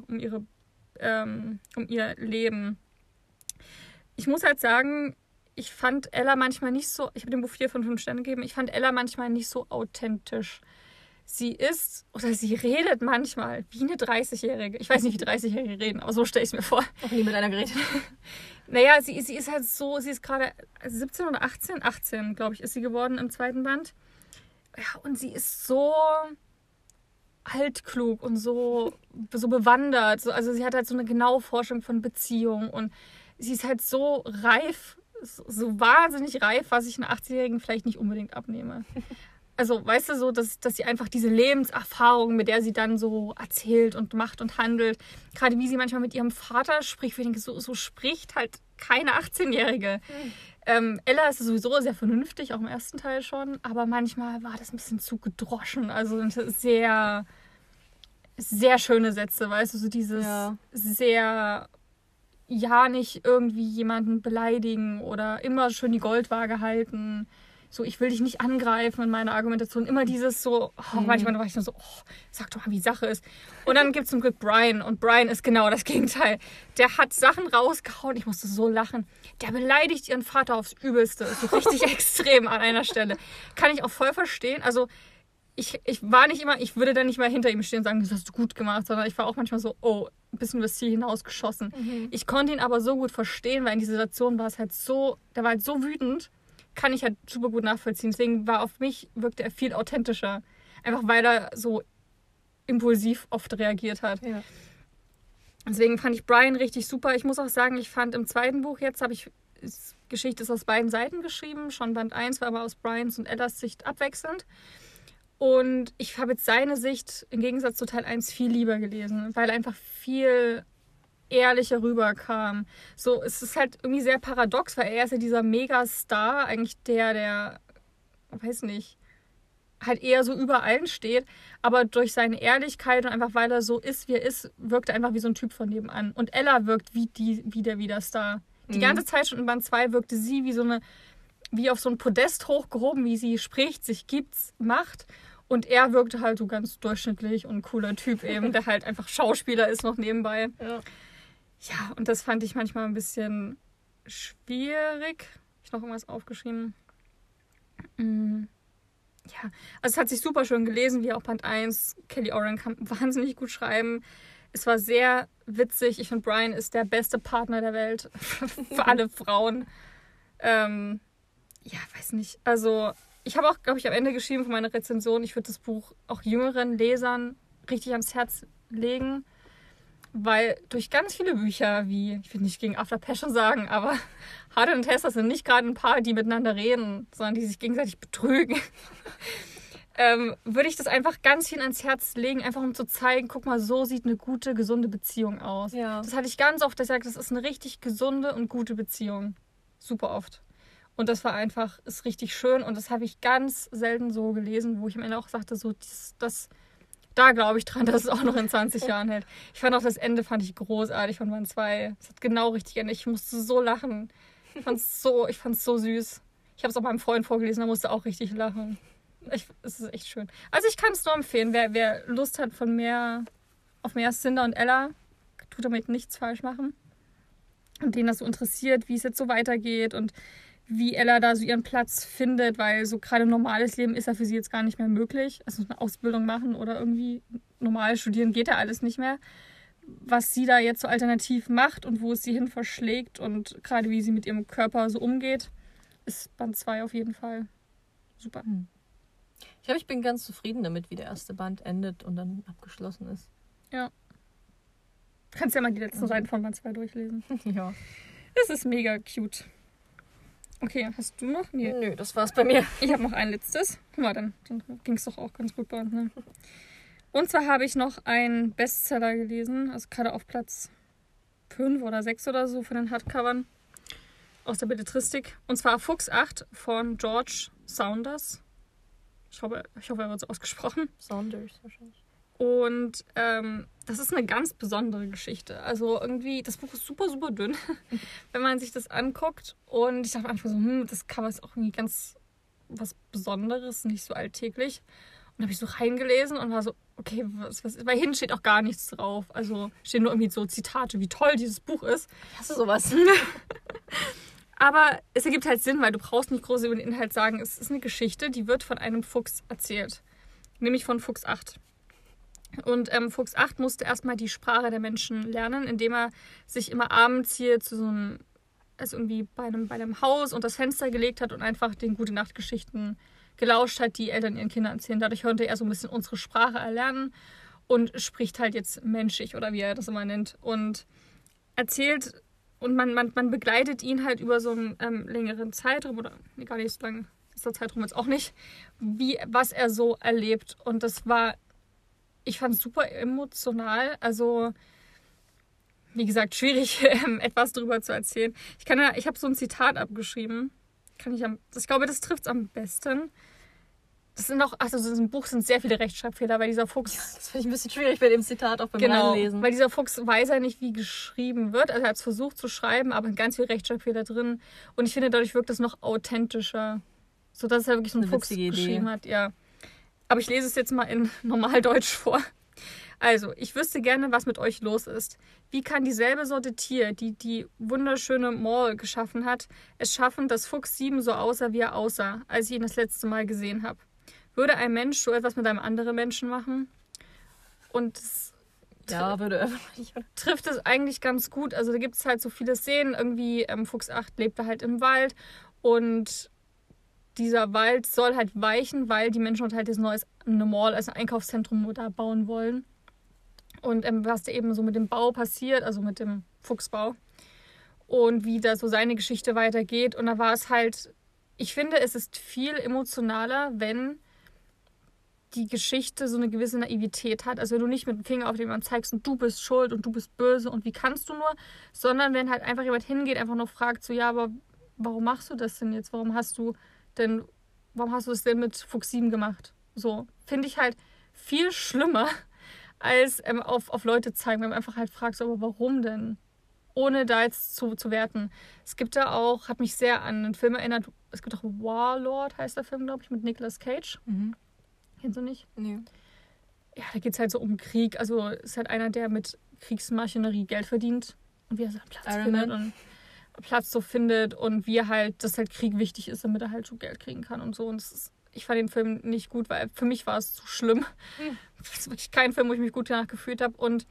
S1: Leben. Ich muss halt sagen, ich fand Ella manchmal nicht so, ich habe dem Buch 4 von 5 Sternen gegeben, ich fand Ella manchmal nicht so authentisch. Sie redet manchmal wie eine 30-Jährige. Ich weiß nicht, wie 30-Jährige reden, aber so stelle ich es mir vor.
S2: Noch nie mit einer geredet.
S1: Naja, sie ist halt so, sie ist gerade 17 oder 18? 18, glaube ich, ist sie geworden im zweiten Band. Ja, und sie ist so altklug und so bewandert. Also sie hat halt so eine genaue Forschung von Beziehungen und sie ist halt so reif, so wahnsinnig reif, was ich einer 18-Jährigen vielleicht nicht unbedingt abnehme. Also, weißt du, so, dass sie einfach diese Lebenserfahrung, mit der sie dann so erzählt und macht und handelt, gerade wie sie manchmal mit ihrem Vater spricht, ich denke, so spricht halt keine 18-Jährige. Ella ist sowieso sehr vernünftig, auch im ersten Teil schon, aber manchmal war das ein bisschen zu gedroschen. Also sehr, sehr schöne Sätze, weißt du, so dieses sehr, ja, nicht irgendwie jemanden beleidigen oder immer schön die Goldwaage halten. So, ich will dich nicht angreifen in meiner Argumentation. Immer dieses so, manchmal war ich nur so, sag doch mal, wie die Sache ist. Und dann gibt es zum Glück Brian. Und Brian ist genau das Gegenteil. Der hat Sachen rausgehauen. Ich musste so lachen. Der beleidigt ihren Vater aufs Übelste. So richtig extrem an einer Stelle. Kann ich auch voll verstehen. Also, ich war nicht immer, ich würde dann nicht mal hinter ihm stehen und sagen, das hast du gut gemacht. Sondern ich war auch manchmal so, ein bisschen übers Ziel hinausgeschossen. Ich konnte ihn aber so gut verstehen, weil in dieser Situation war es halt so, der war halt so wütend. kann ich halt super gut nachvollziehen. Deswegen auf mich wirkte er viel authentischer. Einfach weil er so impulsiv oft reagiert hat.
S2: Ja.
S1: Deswegen fand ich Brian richtig super. Ich muss auch sagen, ich fand im zweiten Buch Geschichte ist aus beiden Seiten geschrieben. Schon Band 1 war aber aus Brians und Ellas Sicht abwechselnd. Und ich habe jetzt seine Sicht im Gegensatz zu Teil 1 viel lieber gelesen, weil einfach viel ehrlicher rüberkam. So, es ist halt irgendwie sehr paradox, weil er ist ja dieser Megastar, eigentlich der, weiß nicht, halt eher so über allen steht, aber durch seine Ehrlichkeit und einfach weil er so ist, wie er ist, wirkt er einfach wie so ein Typ von nebenan. Und Ella wirkt wie der Widerstar. Die ganze Zeit schon in Band 2 wirkte sie wie auf so ein Podest hochgehoben, wie sie spricht, sich gibt, macht. Und er wirkte halt so ganz durchschnittlich und ein cooler Typ eben, der halt einfach Schauspieler ist noch nebenbei. Ja, und das fand ich manchmal ein bisschen schwierig. Habe ich noch irgendwas aufgeschrieben? Ja, also es hat sich super schön gelesen, wie auch Band 1. Kelly Oren kann wahnsinnig gut schreiben. Es war sehr witzig. Ich finde, Brian ist der beste Partner der Welt für alle Frauen. Ja, weiß nicht. Also, ich habe auch, glaube ich, am Ende geschrieben von meiner Rezension, ich würde das Buch auch jüngeren Lesern richtig ans Herz legen, weil durch ganz viele Bücher wie, ich will nicht gegen After Passion sagen, aber Harder und Tessa sind nicht gerade ein Paar, die miteinander reden, sondern die sich gegenseitig betrügen. Würde ich das einfach ganz viel ans Herz legen, einfach um zu zeigen, guck mal, so sieht eine gute, gesunde Beziehung aus.
S2: Ja.
S1: Das hatte ich ganz oft, dass ich sage, das ist eine richtig gesunde und gute Beziehung. Super oft. Und das war einfach, ist richtig schön und das habe ich ganz selten so gelesen, wo ich am Ende auch sagte, so, da glaube ich dran, dass es auch noch in 20 Jahren hält. Ich fand auch das Ende fand ich großartig von Band 2. Es hat genau richtig geendet. Ich musste so lachen. Ich fand es so süß. Ich habe es auch meinem Freund vorgelesen, da musste auch richtig lachen. Es ist echt schön. Also ich kann es nur empfehlen, wer Lust hat auf mehr Cinder und Ella, tut damit nichts falsch machen. Und den das so interessiert, wie es jetzt so weitergeht und wie Ella da so ihren Platz findet, weil so gerade normales Leben ist ja für sie jetzt gar nicht mehr möglich. Also eine Ausbildung machen oder irgendwie normal studieren geht ja alles nicht mehr. Was sie da jetzt so alternativ macht und wo es sie hin verschlägt und gerade wie sie mit ihrem Körper so umgeht, ist Band 2 auf jeden Fall super.
S2: Ich glaube, ich bin ganz zufrieden damit, wie der erste Band endet und dann abgeschlossen ist.
S1: Ja. Du kannst ja mal die letzten Seiten von Band 2 durchlesen.
S2: Ja.
S1: Das ist mega cute. Okay, hast du noch? Nee.
S2: Nö, das war's bei mir.
S1: Ich habe noch ein letztes. Guck mal, dann ging es doch auch ganz gut bei uns. Ne? Und zwar habe ich noch einen Bestseller gelesen, also gerade auf Platz 5 oder 6 oder so von den Hardcovern aus der Belletristik. Und zwar Fuchs 8 von George Saunders. Ich hoffe, er wird so ausgesprochen.
S2: Saunders wahrscheinlich.
S1: Und das ist eine ganz besondere Geschichte. Also irgendwie, das Buch ist super, super dünn, wenn man sich das anguckt. Und ich dachte einfach so, das Cover ist auch irgendwie ganz was Besonderes, nicht so alltäglich. Und habe ich so reingelesen und war so, okay, was weil hinten steht auch gar nichts drauf. Also stehen nur irgendwie so Zitate, wie toll dieses Buch ist.
S2: Hast du sowas?
S1: Aber es ergibt halt Sinn, weil du brauchst nicht groß über den Inhalt sagen. Es ist eine Geschichte, die wird von einem Fuchs erzählt. Nämlich von Fuchs 8. Und Fuchs 8 musste erstmal die Sprache der Menschen lernen, indem er sich immer abends hier zu so einem, also irgendwie bei einem Haus unter das Fenster gelegt hat und einfach den Gute-Nacht-Geschichten gelauscht hat, die Eltern ihren Kindern erzählen. Dadurch konnte er so ein bisschen unsere Sprache erlernen und spricht halt jetzt menschlich oder wie er das immer nennt. Und erzählt, und man begleitet ihn halt über so einen längeren Zeitraum, oder gar nicht so lang ist der Zeitraum jetzt auch nicht, was er so erlebt. Und das war, ich fand es super emotional. Also, wie gesagt, schwierig, etwas darüber zu erzählen. Ich habe so ein Zitat abgeschrieben. Ich glaube, das trifft es am besten. Das sind auch, also in diesem Buch sind sehr viele Rechtschreibfehler, weil dieser Fuchs...
S2: Ja, das finde ich ein bisschen schwierig bei dem Zitat auch beim Reinlesen.
S1: Weil dieser Fuchs weiß ja nicht, wie geschrieben wird. Also er hat es versucht zu schreiben, aber ganz viele Rechtschreibfehler drin. Und ich finde, dadurch wirkt es noch authentischer. So dass er wirklich so ein Fuchs geschrieben hat. Ja. Aber ich lese es jetzt mal in Normaldeutsch vor. Also, ich wüsste gerne, was mit euch los ist. Wie kann dieselbe Sorte Tier, die die wunderschöne Mall geschaffen hat, es schaffen, dass Fuchs 7 so aussah, wie er aussah, als ich ihn das letzte Mal gesehen habe? Würde ein Mensch so etwas mit einem anderen Menschen machen? Und
S2: würde er nicht.
S1: Trifft es eigentlich ganz gut. Also da gibt es halt so viele Szenen. Irgendwie Fuchs 8 lebt da halt im Wald und dieser Wald soll halt weichen, weil die Menschen dort halt jetzt eine Mall, also ein Einkaufszentrum da bauen wollen. Und was da eben so mit dem Bau passiert, also mit dem Fuchsbau. Und wie da so seine Geschichte weitergeht. Und da war es halt, ich finde, es ist viel emotionaler, wenn die Geschichte so eine gewisse Naivität hat. Also wenn du nicht mit dem Finger auf jemanden zeigst und du bist schuld und du bist böse und wie kannst du nur, sondern wenn halt einfach jemand hingeht, einfach nur fragt, so ja, aber warum machst du das denn jetzt? Warum hast du das denn mit Fuchs 7 gemacht? So, finde ich halt viel schlimmer, als auf Leute zeigen, wenn man einfach halt fragt, so, aber warum denn? Ohne da jetzt zu werten. Es gibt da auch, hat mich sehr an einen Film erinnert, es gibt auch Warlord, heißt der Film, glaube ich, mit Nicolas Cage. Kennst du nicht?
S2: Nee.
S1: Ja, da geht es halt so um Krieg. Also ist halt einer, der mit Kriegsmaschinerie Geld verdient und wie er seinen Platz findet und Platz so findet und wie er halt, dass halt Krieg wichtig ist, damit er halt so Geld kriegen kann und so. Und ich fand den Film nicht gut, weil für mich war es zu schlimm. Das ist wirklich kein Film, wo ich mich gut danach gefühlt habe. Und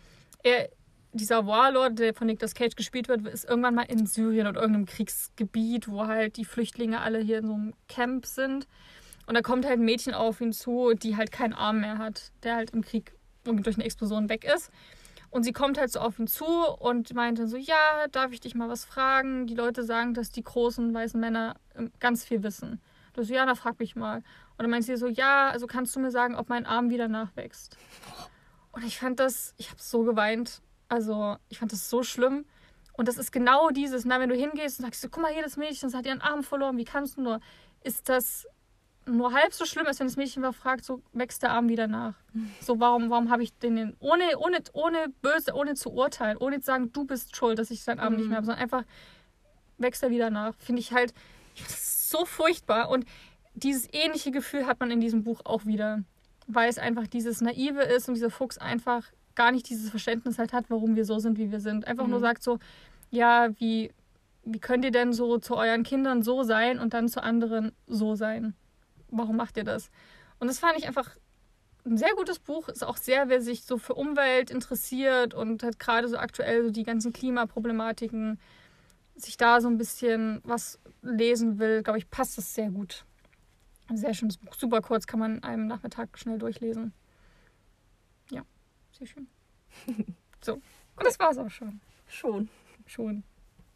S1: dieser Warlord, der von Nicolas Cage gespielt wird, ist irgendwann mal in Syrien oder irgendeinem Kriegsgebiet, wo halt die Flüchtlinge alle hier in so einem Camp sind. Und da kommt halt ein Mädchen auf ihn zu, die halt keinen Arm mehr hat, der halt im Krieg irgendwie durch eine Explosion weg ist. Und sie kommt halt so auf ihn zu und meinte so, ja, darf ich dich mal was fragen? Die Leute sagen, dass die großen weißen Männer ganz viel wissen. Du so, ja, dann frag mich mal. Und dann meint sie so, ja, also kannst du mir sagen, ob mein Arm wieder nachwächst? Und ich habe so geweint. Also ich fand das so schlimm. Und das ist genau dieses, wenn du hingehst und sagst, so, guck mal, hier das Mädchen, das hat ihren Arm verloren, wie kannst du nur? Ist das nur halb so schlimm, als wenn das Mädchen mal fragt, so wächst der Arm wieder nach. So, warum habe ich den ohne böse, ohne zu urteilen, ohne zu sagen, du bist schuld, dass ich deinen Arm nicht mehr habe, sondern einfach wächst er wieder nach. Finde ich halt so furchtbar. Und dieses ähnliche Gefühl hat man in diesem Buch auch wieder, weil es einfach dieses Naive ist und dieser Fuchs einfach gar nicht dieses Verständnis halt hat, warum wir so sind, wie wir sind. Einfach nur sagt so, ja, wie könnt ihr denn so zu euren Kindern so sein und dann zu anderen so sein? Warum macht ihr das? Und das fand ich einfach ein sehr gutes Buch. Ist auch sehr, wer sich so für Umwelt interessiert und hat gerade so aktuell so die ganzen Klimaproblematiken, sich da so ein bisschen was lesen will, glaube ich, passt das sehr gut. Ein sehr schönes Buch. Super kurz, kann man einem Nachmittag schnell durchlesen. Ja, sehr schön. So, und das war's auch schon. Schon.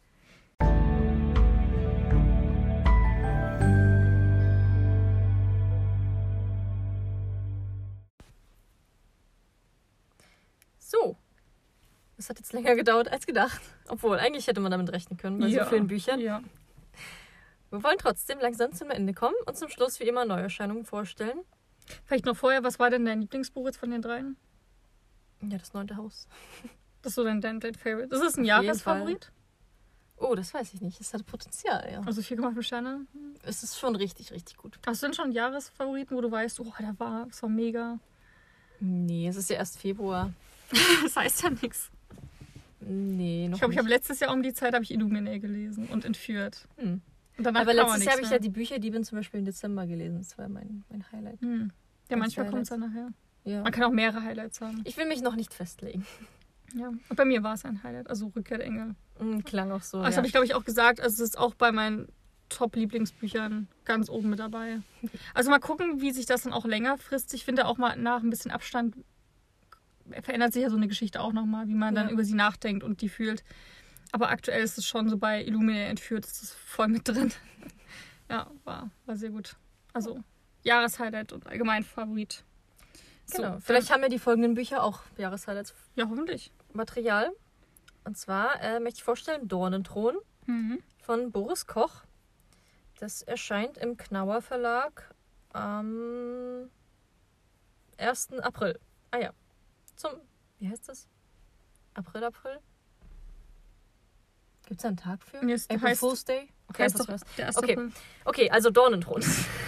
S2: So. Das hat jetzt länger gedauert als gedacht. Obwohl, eigentlich hätte man damit rechnen können, bei so vielen Büchern.
S1: Ja.
S2: Wir wollen trotzdem langsam zum Ende kommen und zum Schluss wie immer Neuerscheinungen vorstellen.
S1: Vielleicht noch vorher, was war denn dein Lieblingsbuch jetzt von den dreien?
S2: Ja, das 9. Haus.
S1: Das ist so dein Favorite. Das ist ein Jahresfavorit?
S2: Oh, das weiß ich nicht. Es hat Potenzial, ja.
S1: Also 4,5 Sterne?
S2: Es ist schon richtig, richtig gut.
S1: Hast du denn schon Jahresfavoriten, wo du weißt, oh, das war mega?
S2: Nee, es ist ja erst Februar.
S1: Das heißt ja nichts.
S2: Nee, noch
S1: Ich glaube,
S2: nicht.
S1: ich habe letztes Jahr um die Zeit Illuminae gelesen und Entführt. Und
S2: aber letztes Jahr habe ich ja die Bücher Diebin zum Beispiel im Dezember gelesen. Das war mein Highlight.
S1: Ja, manchmal kommt es dann nachher.
S2: Ja.
S1: Man kann auch mehrere Highlights haben.
S2: Ich will mich noch nicht festlegen.
S1: Ja, und bei mir war es ein Highlight, also Rückkehr der Engel.
S2: Klang auch so.
S1: Das habe ich, glaube ich, auch gesagt. Also es ist auch bei meinen Top-Lieblingsbüchern ganz oben mit dabei. Also mal gucken, wie sich das dann auch längerfristig, ich finde auch mal nach ein bisschen Abstand verändert sich ja so eine Geschichte auch nochmal, wie man dann über sie nachdenkt und die fühlt. Aber aktuell ist es schon so bei Illuminae Entführt, ist es voll mit drin. Ja, war sehr gut. Also Jahreshighlight und allgemein Favorit.
S2: Genau. So, vielleicht haben ja die folgenden Bücher auch Jahreshighlights.
S1: Ja, hoffentlich.
S2: Material. Und zwar möchte ich vorstellen Dornenthron von Boris Koch. Das erscheint im Knauer Verlag am 1. April. Ah ja. Wie heißt das? April? Gibt es da einen Tag für?
S1: Nee,
S2: April Fool's Day? Okay,
S1: heißt doch der 1. April.
S2: Okay, also Dornenthron.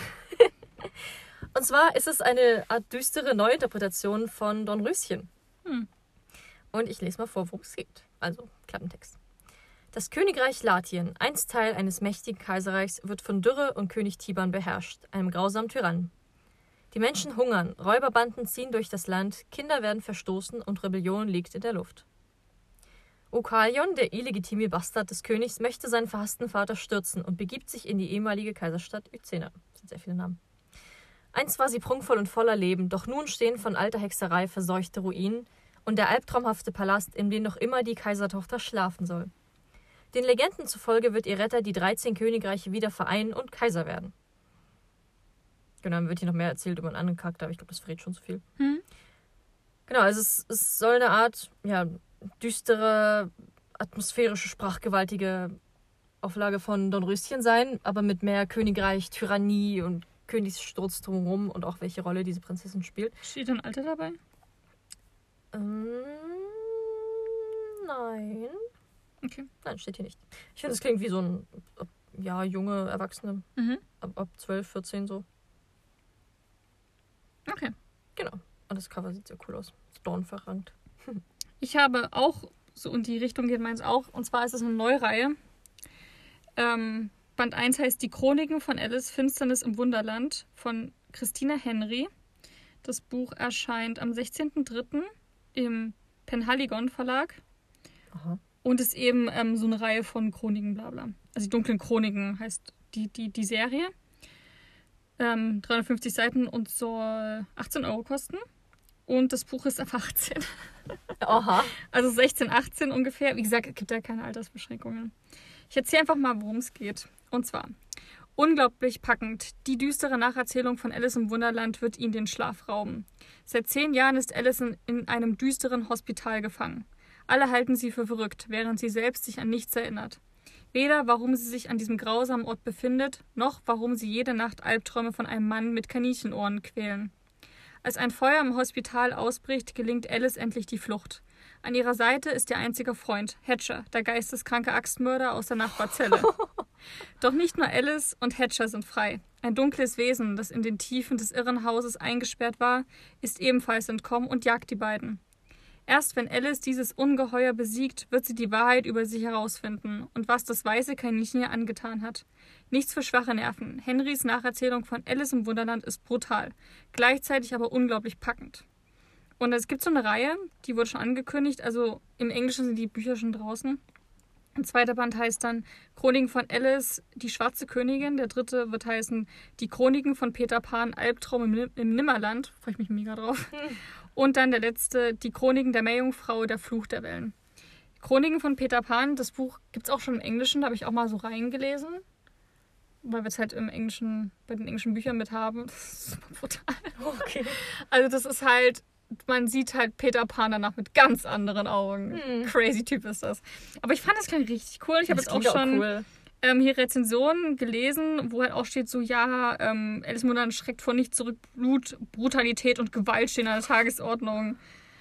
S2: Und zwar ist es eine Art düstere Neuinterpretation von Dornröschen. Und ich lese mal vor, worum es geht. Also, Klappentext. Das Königreich Latien, einst Teil eines mächtigen Kaiserreichs, wird von Dürre und König Tiban beherrscht, einem grausamen Tyrannen. Die Menschen hungern, Räuberbanden ziehen durch das Land, Kinder werden verstoßen und Rebellion liegt in der Luft. Oukalion, der illegitime Bastard des Königs, möchte seinen verhassten Vater stürzen und begibt sich in die ehemalige Kaiserstadt Mycena. Das sind sehr viele Namen. Einst war sie prunkvoll und voller Leben, doch nun stehen von alter Hexerei verseuchte Ruinen und der albtraumhafte Palast, in dem noch immer die Kaisertochter schlafen soll. Den Legenden zufolge wird ihr Retter die 13 Königreiche wieder vereinen und Kaiser werden. Genau, dann wird hier noch mehr erzählt über einen anderen Charakter, aber ich glaube, das verrät schon zu viel. Genau, also es soll eine Art, düstere, atmosphärische, sprachgewaltige Auflage von Dornröschen sein, aber mit mehr Königreich, Tyrannie und Königssturz drumherum und auch welche Rolle diese Prinzessin spielt.
S1: Steht ein Alter dabei?
S2: Nein.
S1: Okay.
S2: Nein, steht hier nicht. Ich finde, es klingt wie so ein, junge Erwachsene. Ab 12, 14 so.
S1: Okay.
S2: Genau. Und das Cover sieht sehr cool aus. Ist dornverrankt.
S1: Ich habe auch, so in die Richtung geht meins auch, und zwar ist es eine Neureihe. Band 1 heißt Die Chroniken von Alice Finsternis im Wunderland von Christina Henry. Das Buch erscheint am 16.03. im Penhaligon Verlag.
S2: Aha.
S1: Und ist eben so eine Reihe von Chroniken, blabla. Also die dunklen Chroniken heißt die Serie. 350 Seiten und soll 18 Euro kosten. Und das Buch ist ab 18.
S2: Aha.
S1: Also 16, 18 ungefähr. Wie gesagt, es gibt ja keine Altersbeschränkungen. Ich erzähle einfach mal, worum es geht. Und zwar, unglaublich packend. Die düstere Nacherzählung von Alice im Wunderland wird ihnen den Schlaf rauben. Seit 10 Jahren ist Alice in einem düsteren Hospital gefangen. Alle halten sie für verrückt, während sie selbst sich an nichts erinnert. Weder warum sie sich an diesem grausamen Ort befindet, noch warum sie jede Nacht Albträume von einem Mann mit Kaninchenohren quälen. Als ein Feuer im Hospital ausbricht, gelingt Alice endlich die Flucht. An ihrer Seite ist ihr einziger Freund, Hatcher, der geisteskranke Axtmörder aus der Nachbarzelle. Doch nicht nur Alice und Hatcher sind frei. Ein dunkles Wesen, das in den Tiefen des Irrenhauses eingesperrt war, ist ebenfalls entkommen und jagt die beiden. Erst wenn Alice dieses Ungeheuer besiegt, wird sie die Wahrheit über sich herausfinden und was das weiße Kaninchen ihr angetan hat. Nichts für schwache Nerven. Henrys Nacherzählung von Alice im Wunderland ist brutal, gleichzeitig aber unglaublich packend. Und es gibt so eine Reihe, die wurde schon angekündigt, also im Englischen sind die Bücher schon draußen. Ein zweiter Band heißt dann Chroniken von Alice, die schwarze Königin. Der dritte wird heißen Die Chroniken von Peter Pan, Albtraum im Nimmerland. Freue ich mich mega drauf. Und dann der letzte, Die Chroniken der Meerjungfrau, der Fluch der Wellen. Chroniken von Peter Pan, das Buch gibt es auch schon im Englischen, da habe ich auch mal so reingelesen. Weil wir es halt im Englischen, bei den englischen Büchern mit haben. Das ist super brutal.
S2: Okay.
S1: Also das ist halt, man sieht halt Peter Pan danach mit ganz anderen Augen. Crazy Typ ist das. Aber ich fand das klang richtig cool. Ich habe jetzt auch schon hier Rezensionen gelesen, wo halt auch steht so, Alice im Wunderland schreckt vor nichts zurück. Blut, Brutalität und Gewalt stehen an der Tagesordnung.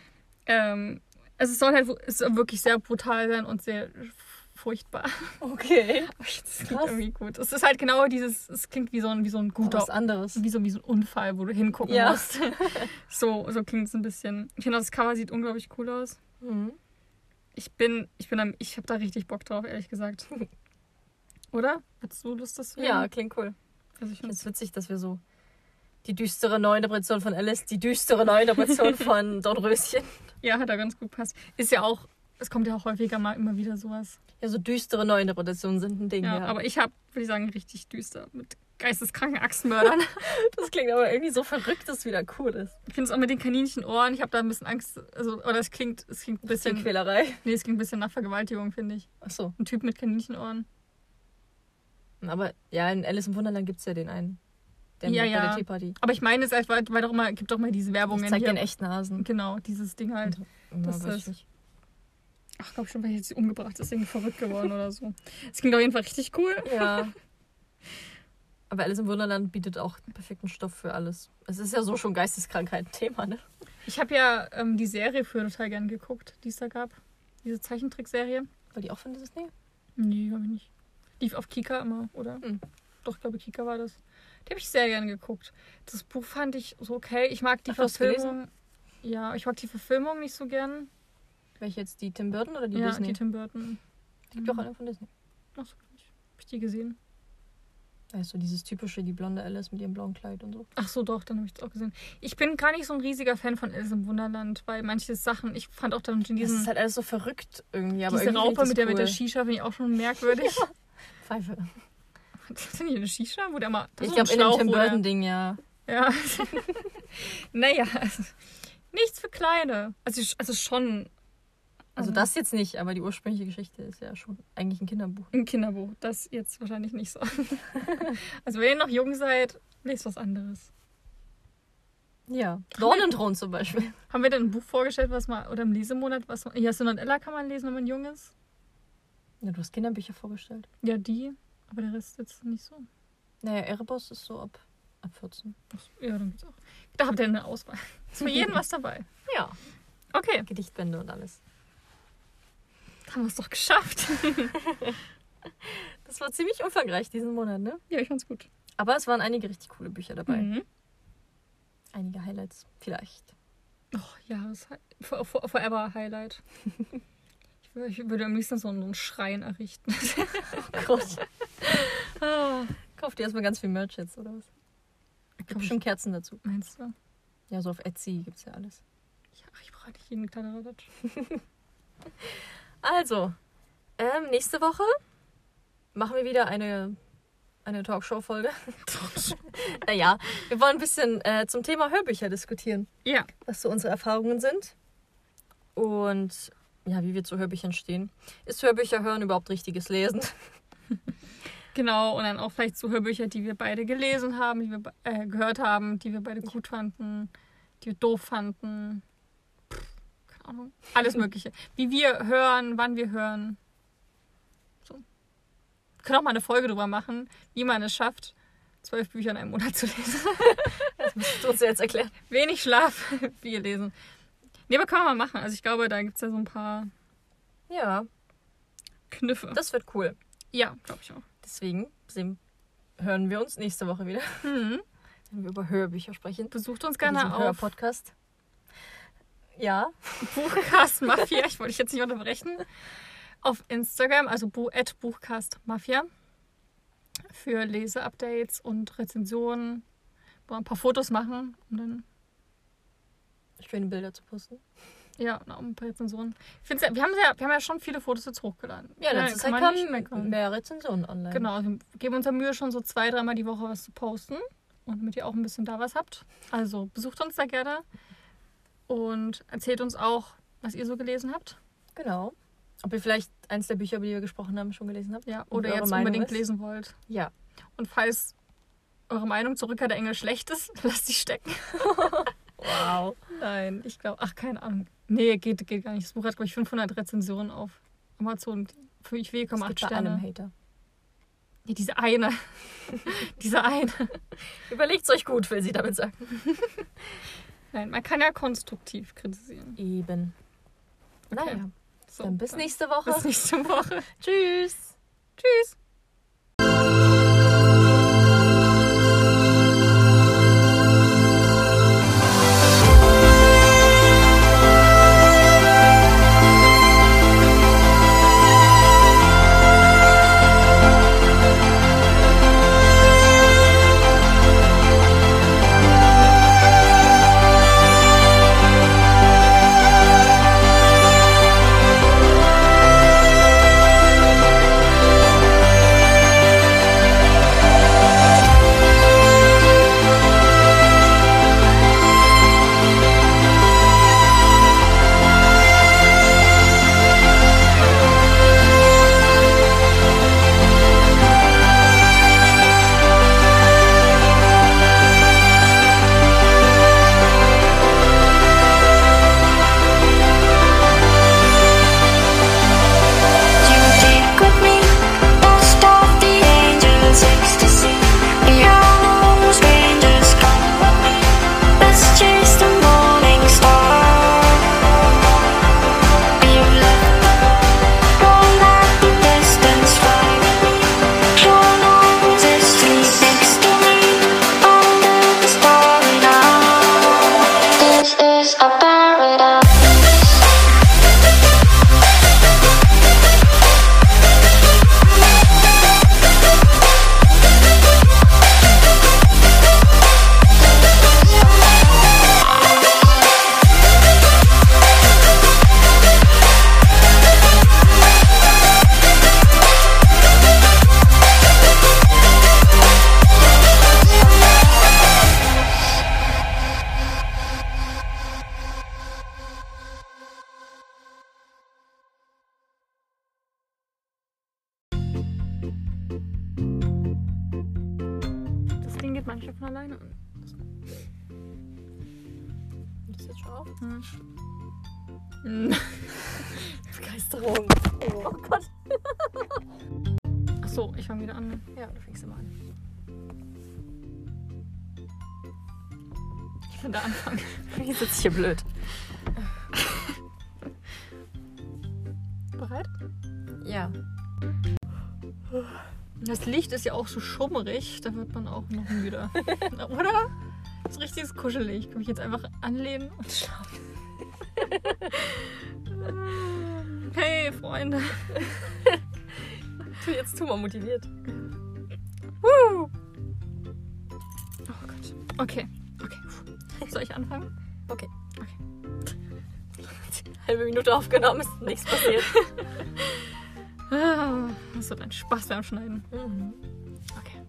S1: Es soll halt ist wirklich sehr brutal sein und sehr furchtbar.
S2: Okay.
S1: Das klingt irgendwie gut. Es ist halt genau es klingt wie so ein guter...
S2: Was anderes.
S1: Wie so ein Unfall, wo du hingucken musst. So klingt es ein bisschen. Ich finde, das Cover sieht unglaublich cool aus. Ich habe da richtig Bock drauf, ehrlich gesagt. Oder? Hättest du Lust, das zu lesen?
S2: Ja, klingt cool.
S1: Also ich
S2: finde es witzig, dass wir so die düstere Neuinterpretation von Alice, die düstere Neuinterpretation von Dornröschen.
S1: Ja, hat da ganz gut passt. Ist ja auch, es kommt ja auch häufiger mal immer wieder sowas.
S2: Ja, so düstere Neuinterpretationen sind ein Ding, ja.
S1: Aber ich habe, würde ich sagen, richtig düster mit geisteskranken Axtmördern.
S2: Das klingt aber irgendwie so verrückt, dass es wieder cool ist.
S1: Ich finde es auch mit den Kaninchenohren, ich habe da ein bisschen Angst, oder es klingt ein bisschen...
S2: Quälerei?
S1: Nee, es klingt ein bisschen nach Vergewaltigung, finde ich.
S2: Ach so.
S1: Ein Typ mit Kaninchenohren.
S2: Aber ja, in Alice im Wunderland gibt es ja den einen. Bei der Teeparty.
S1: Aber ich meine es halt, weil doch immer, gibt doch mal diese Werbungen.
S2: Ich zeig den echten Hasen.
S1: Genau, dieses Ding halt. Das ist Ach, glaub schon, weil ich jetzt umgebracht ist, irgendwie verrückt geworden oder so. Es klingt auf jeden Fall richtig cool.
S2: Ja. Aber Alice im Wunderland bietet auch perfekten Stoff für alles. Es ist ja so schon Geisteskrankheit-Thema, ne?
S1: Ich habe ja die Serie früher total gern geguckt, die es da gab. Diese Zeichentrickserie.
S2: War die auch von Disney?
S1: Nee, glaube ich nicht. Lief auf Kika immer, oder? Doch, ich glaube, Kika war das. Die habe ich sehr gern geguckt. Das Buch fand ich so okay. Ich mag die Verfilmung. Ja, ich mag die Verfilmung nicht so gern.
S2: Welche jetzt? Die Tim Burton oder die Disney?
S1: Ja, die Tim Burton.
S2: Die gibt auch eine von Disney.
S1: Ach so, hab ich die gesehen?
S2: Weißt du, dieses typische, die blonde Alice mit ihrem blauen Kleid und so.
S1: Ach so, doch, dann habe ich es auch gesehen. Ich bin gar nicht so ein riesiger Fan von Alice im Wunderland, weil manche Sachen, ich fand auch dann
S2: Das
S1: diesen,
S2: ist halt alles so verrückt irgendwie. Aber
S1: diese
S2: irgendwie
S1: Raupe
S2: finde ich das
S1: mit der
S2: cool.
S1: Shisha finde ich auch schon merkwürdig.
S2: Pfeife.
S1: Ist das nicht eine Shisha? Wo der mal,
S2: Ich glaube, in dem Tim Burton-Ding, ja.
S1: Ja. Naja, also, nichts für Kleine. Also schon
S2: Also das jetzt nicht, aber die ursprüngliche Geschichte ist ja schon eigentlich ein Kinderbuch.
S1: ein Kinderbuch. Das jetzt wahrscheinlich nicht so. Also wenn ihr noch jung seid, lest was anderes.
S2: Ja. Dornenthron zum Beispiel.
S1: Haben wir denn ein Buch vorgestellt, was mal, oder im Lesemonat, was man, Jason und Ella kann man lesen, wenn man jung ist?
S2: Ja, du hast Kinderbücher vorgestellt.
S1: Ja, die. Aber der Rest jetzt nicht so.
S2: Naja, Erebos ist so ab 14.
S1: Ja, dann geht's auch. Da habt ihr eine Auswahl. Ist für jeden was dabei.
S2: Ja.
S1: Okay,
S2: Gedichtbände und alles.
S1: haben wir es doch geschafft.
S2: Das war ziemlich umfangreich diesen Monat, ne?
S1: Ja, ich fand's gut.
S2: Aber es waren einige richtig coole Bücher dabei.
S1: Mhm.
S2: Einige Highlights vielleicht.
S1: Oh, ja, das Forever Highlight. Ich würde am liebsten so einen Schrein errichten.
S2: Oh Gott. Kauft ihr erstmal ganz viel Merch jetzt, oder was? Gibt bestimmt Kerzen dazu.
S1: Meinst du?
S2: Ja, so auf Etsy gibt's ja alles.
S1: Ja, ich brauche nicht jeden Kladderadatsch.
S2: Also, nächste Woche machen wir wieder eine Talkshow-Folge. Naja, wir wollen ein bisschen zum Thema Hörbücher diskutieren,
S1: Ja.
S2: was so unsere Erfahrungen sind und ja, wie wir zu Hörbüchern stehen. Ist Hörbücher hören überhaupt richtiges Lesen?
S1: Genau, und dann auch vielleicht so Hörbücher, die wir beide gelesen haben, die wir gehört haben, die wir beide gut fanden, die wir doof fanden. Keine Ahnung. Alles Mögliche. Wie wir hören, wann wir hören. So. Wir können auch mal eine Folge drüber machen, wie man es schafft, 12 Bücher in einem Monat zu lesen.
S2: Das musst du uns jetzt erklären.
S1: Wenig Schlaf, viel lesen. Nee, aber kann man mal machen. Also ich glaube, da gibt es ja so ein paar
S2: Ja,
S1: Kniffe.
S2: das wird cool.
S1: Ja, glaube ich auch.
S2: Deswegen hören wir uns nächste Woche wieder,
S1: Mhm.
S2: wenn wir über Hörbücher sprechen.
S1: Besucht uns
S2: In diesem
S1: gerne auf
S2: Hörpodcast. Ja,
S1: Buchcast Mafia. Ich wollte dich jetzt nicht unterbrechen. Auf Instagram, also @Buchcast Mafia. Für Leseupdates und Rezensionen. Wo wir ein paar Fotos machen und dann,
S2: schöne Bilder zu posten.
S1: ja, noch ein paar Rezensionen. Ich find's ja, wir haben ja schon viele Fotos jetzt hochgeladen.
S2: Ja, letzte Zeit
S1: kann man nicht
S2: kamen
S1: meckern.
S2: mehr Rezensionen online.
S1: Genau, also wir geben uns ja Mühe, schon so 2-3 Mal die Woche was zu posten. Und damit ihr auch ein bisschen da was habt. Also besucht uns da gerne. Und erzählt uns auch, was ihr so gelesen habt.
S2: Genau. Ob ihr vielleicht eins der Bücher, über die wir gesprochen haben, schon gelesen habt.
S1: Ja,
S2: Und
S1: oder
S2: wie eure
S1: jetzt
S2: Meinung
S1: unbedingt
S2: ist.
S1: lesen wollt.
S2: Ja.
S1: Und falls eure Meinung zur Rückkehr der Engel schlecht ist, lasst sie stecken.
S2: Wow.
S1: Nein, ich glaube, keine Ahnung. Nee, geht gar nicht. Das Buch hat, glaube ich, 500 Rezensionen auf Amazon. Für ich will
S2: Es
S1: 8
S2: gibt bei allem
S1: Sterne.
S2: Hater.
S1: Ja, diese eine. Diese eine.
S2: Überlegt's euch gut, will sie damit sagen.
S1: Nein, man kann ja konstruktiv kritisieren.
S2: Eben.
S1: Okay.
S2: Naja,
S1: So,
S2: dann bis nächste Woche.
S1: bis nächste Woche.
S2: Tschüss.
S1: Tschüss. manche von alleine an.
S2: Das ist jetzt schon auf.
S1: Hm.
S2: Begeisterung. Oh Gott.
S1: Achso, ich fange wieder an.
S2: Ja, du fängst immer an.
S1: Ich kann da anfangen.
S2: Jetzt sitze ich hier blöd.
S1: Bereit?
S2: Ja.
S1: Das Licht ist ja auch so schummrig, da wird man auch noch müde. Oder? Das ist richtig kuschelig. Ich kann mich jetzt einfach anlehnen und schlafen. Hey, Freunde.
S2: Jetzt tu mal motiviert.
S1: Oh Gott. Okay. Soll ich anfangen?
S2: Okay. Halbe Minute aufgenommen, ist nichts passiert.
S1: Das wird ein Spaß beim Schneiden.
S2: Mhm.
S1: Okay.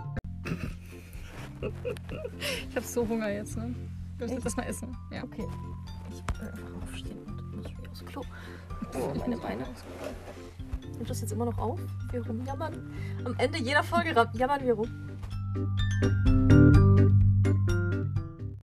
S1: Ich habe so Hunger jetzt, ne? Wir müssen jetzt erstmal essen. Ja.
S2: Okay. Ich will einfach aufstehen und muss wieder aufs Klo. Oh, meine Beine. Nimmt das jetzt immer noch auf? Wir rumjammern. Am Ende jeder Folge jammern wir rum.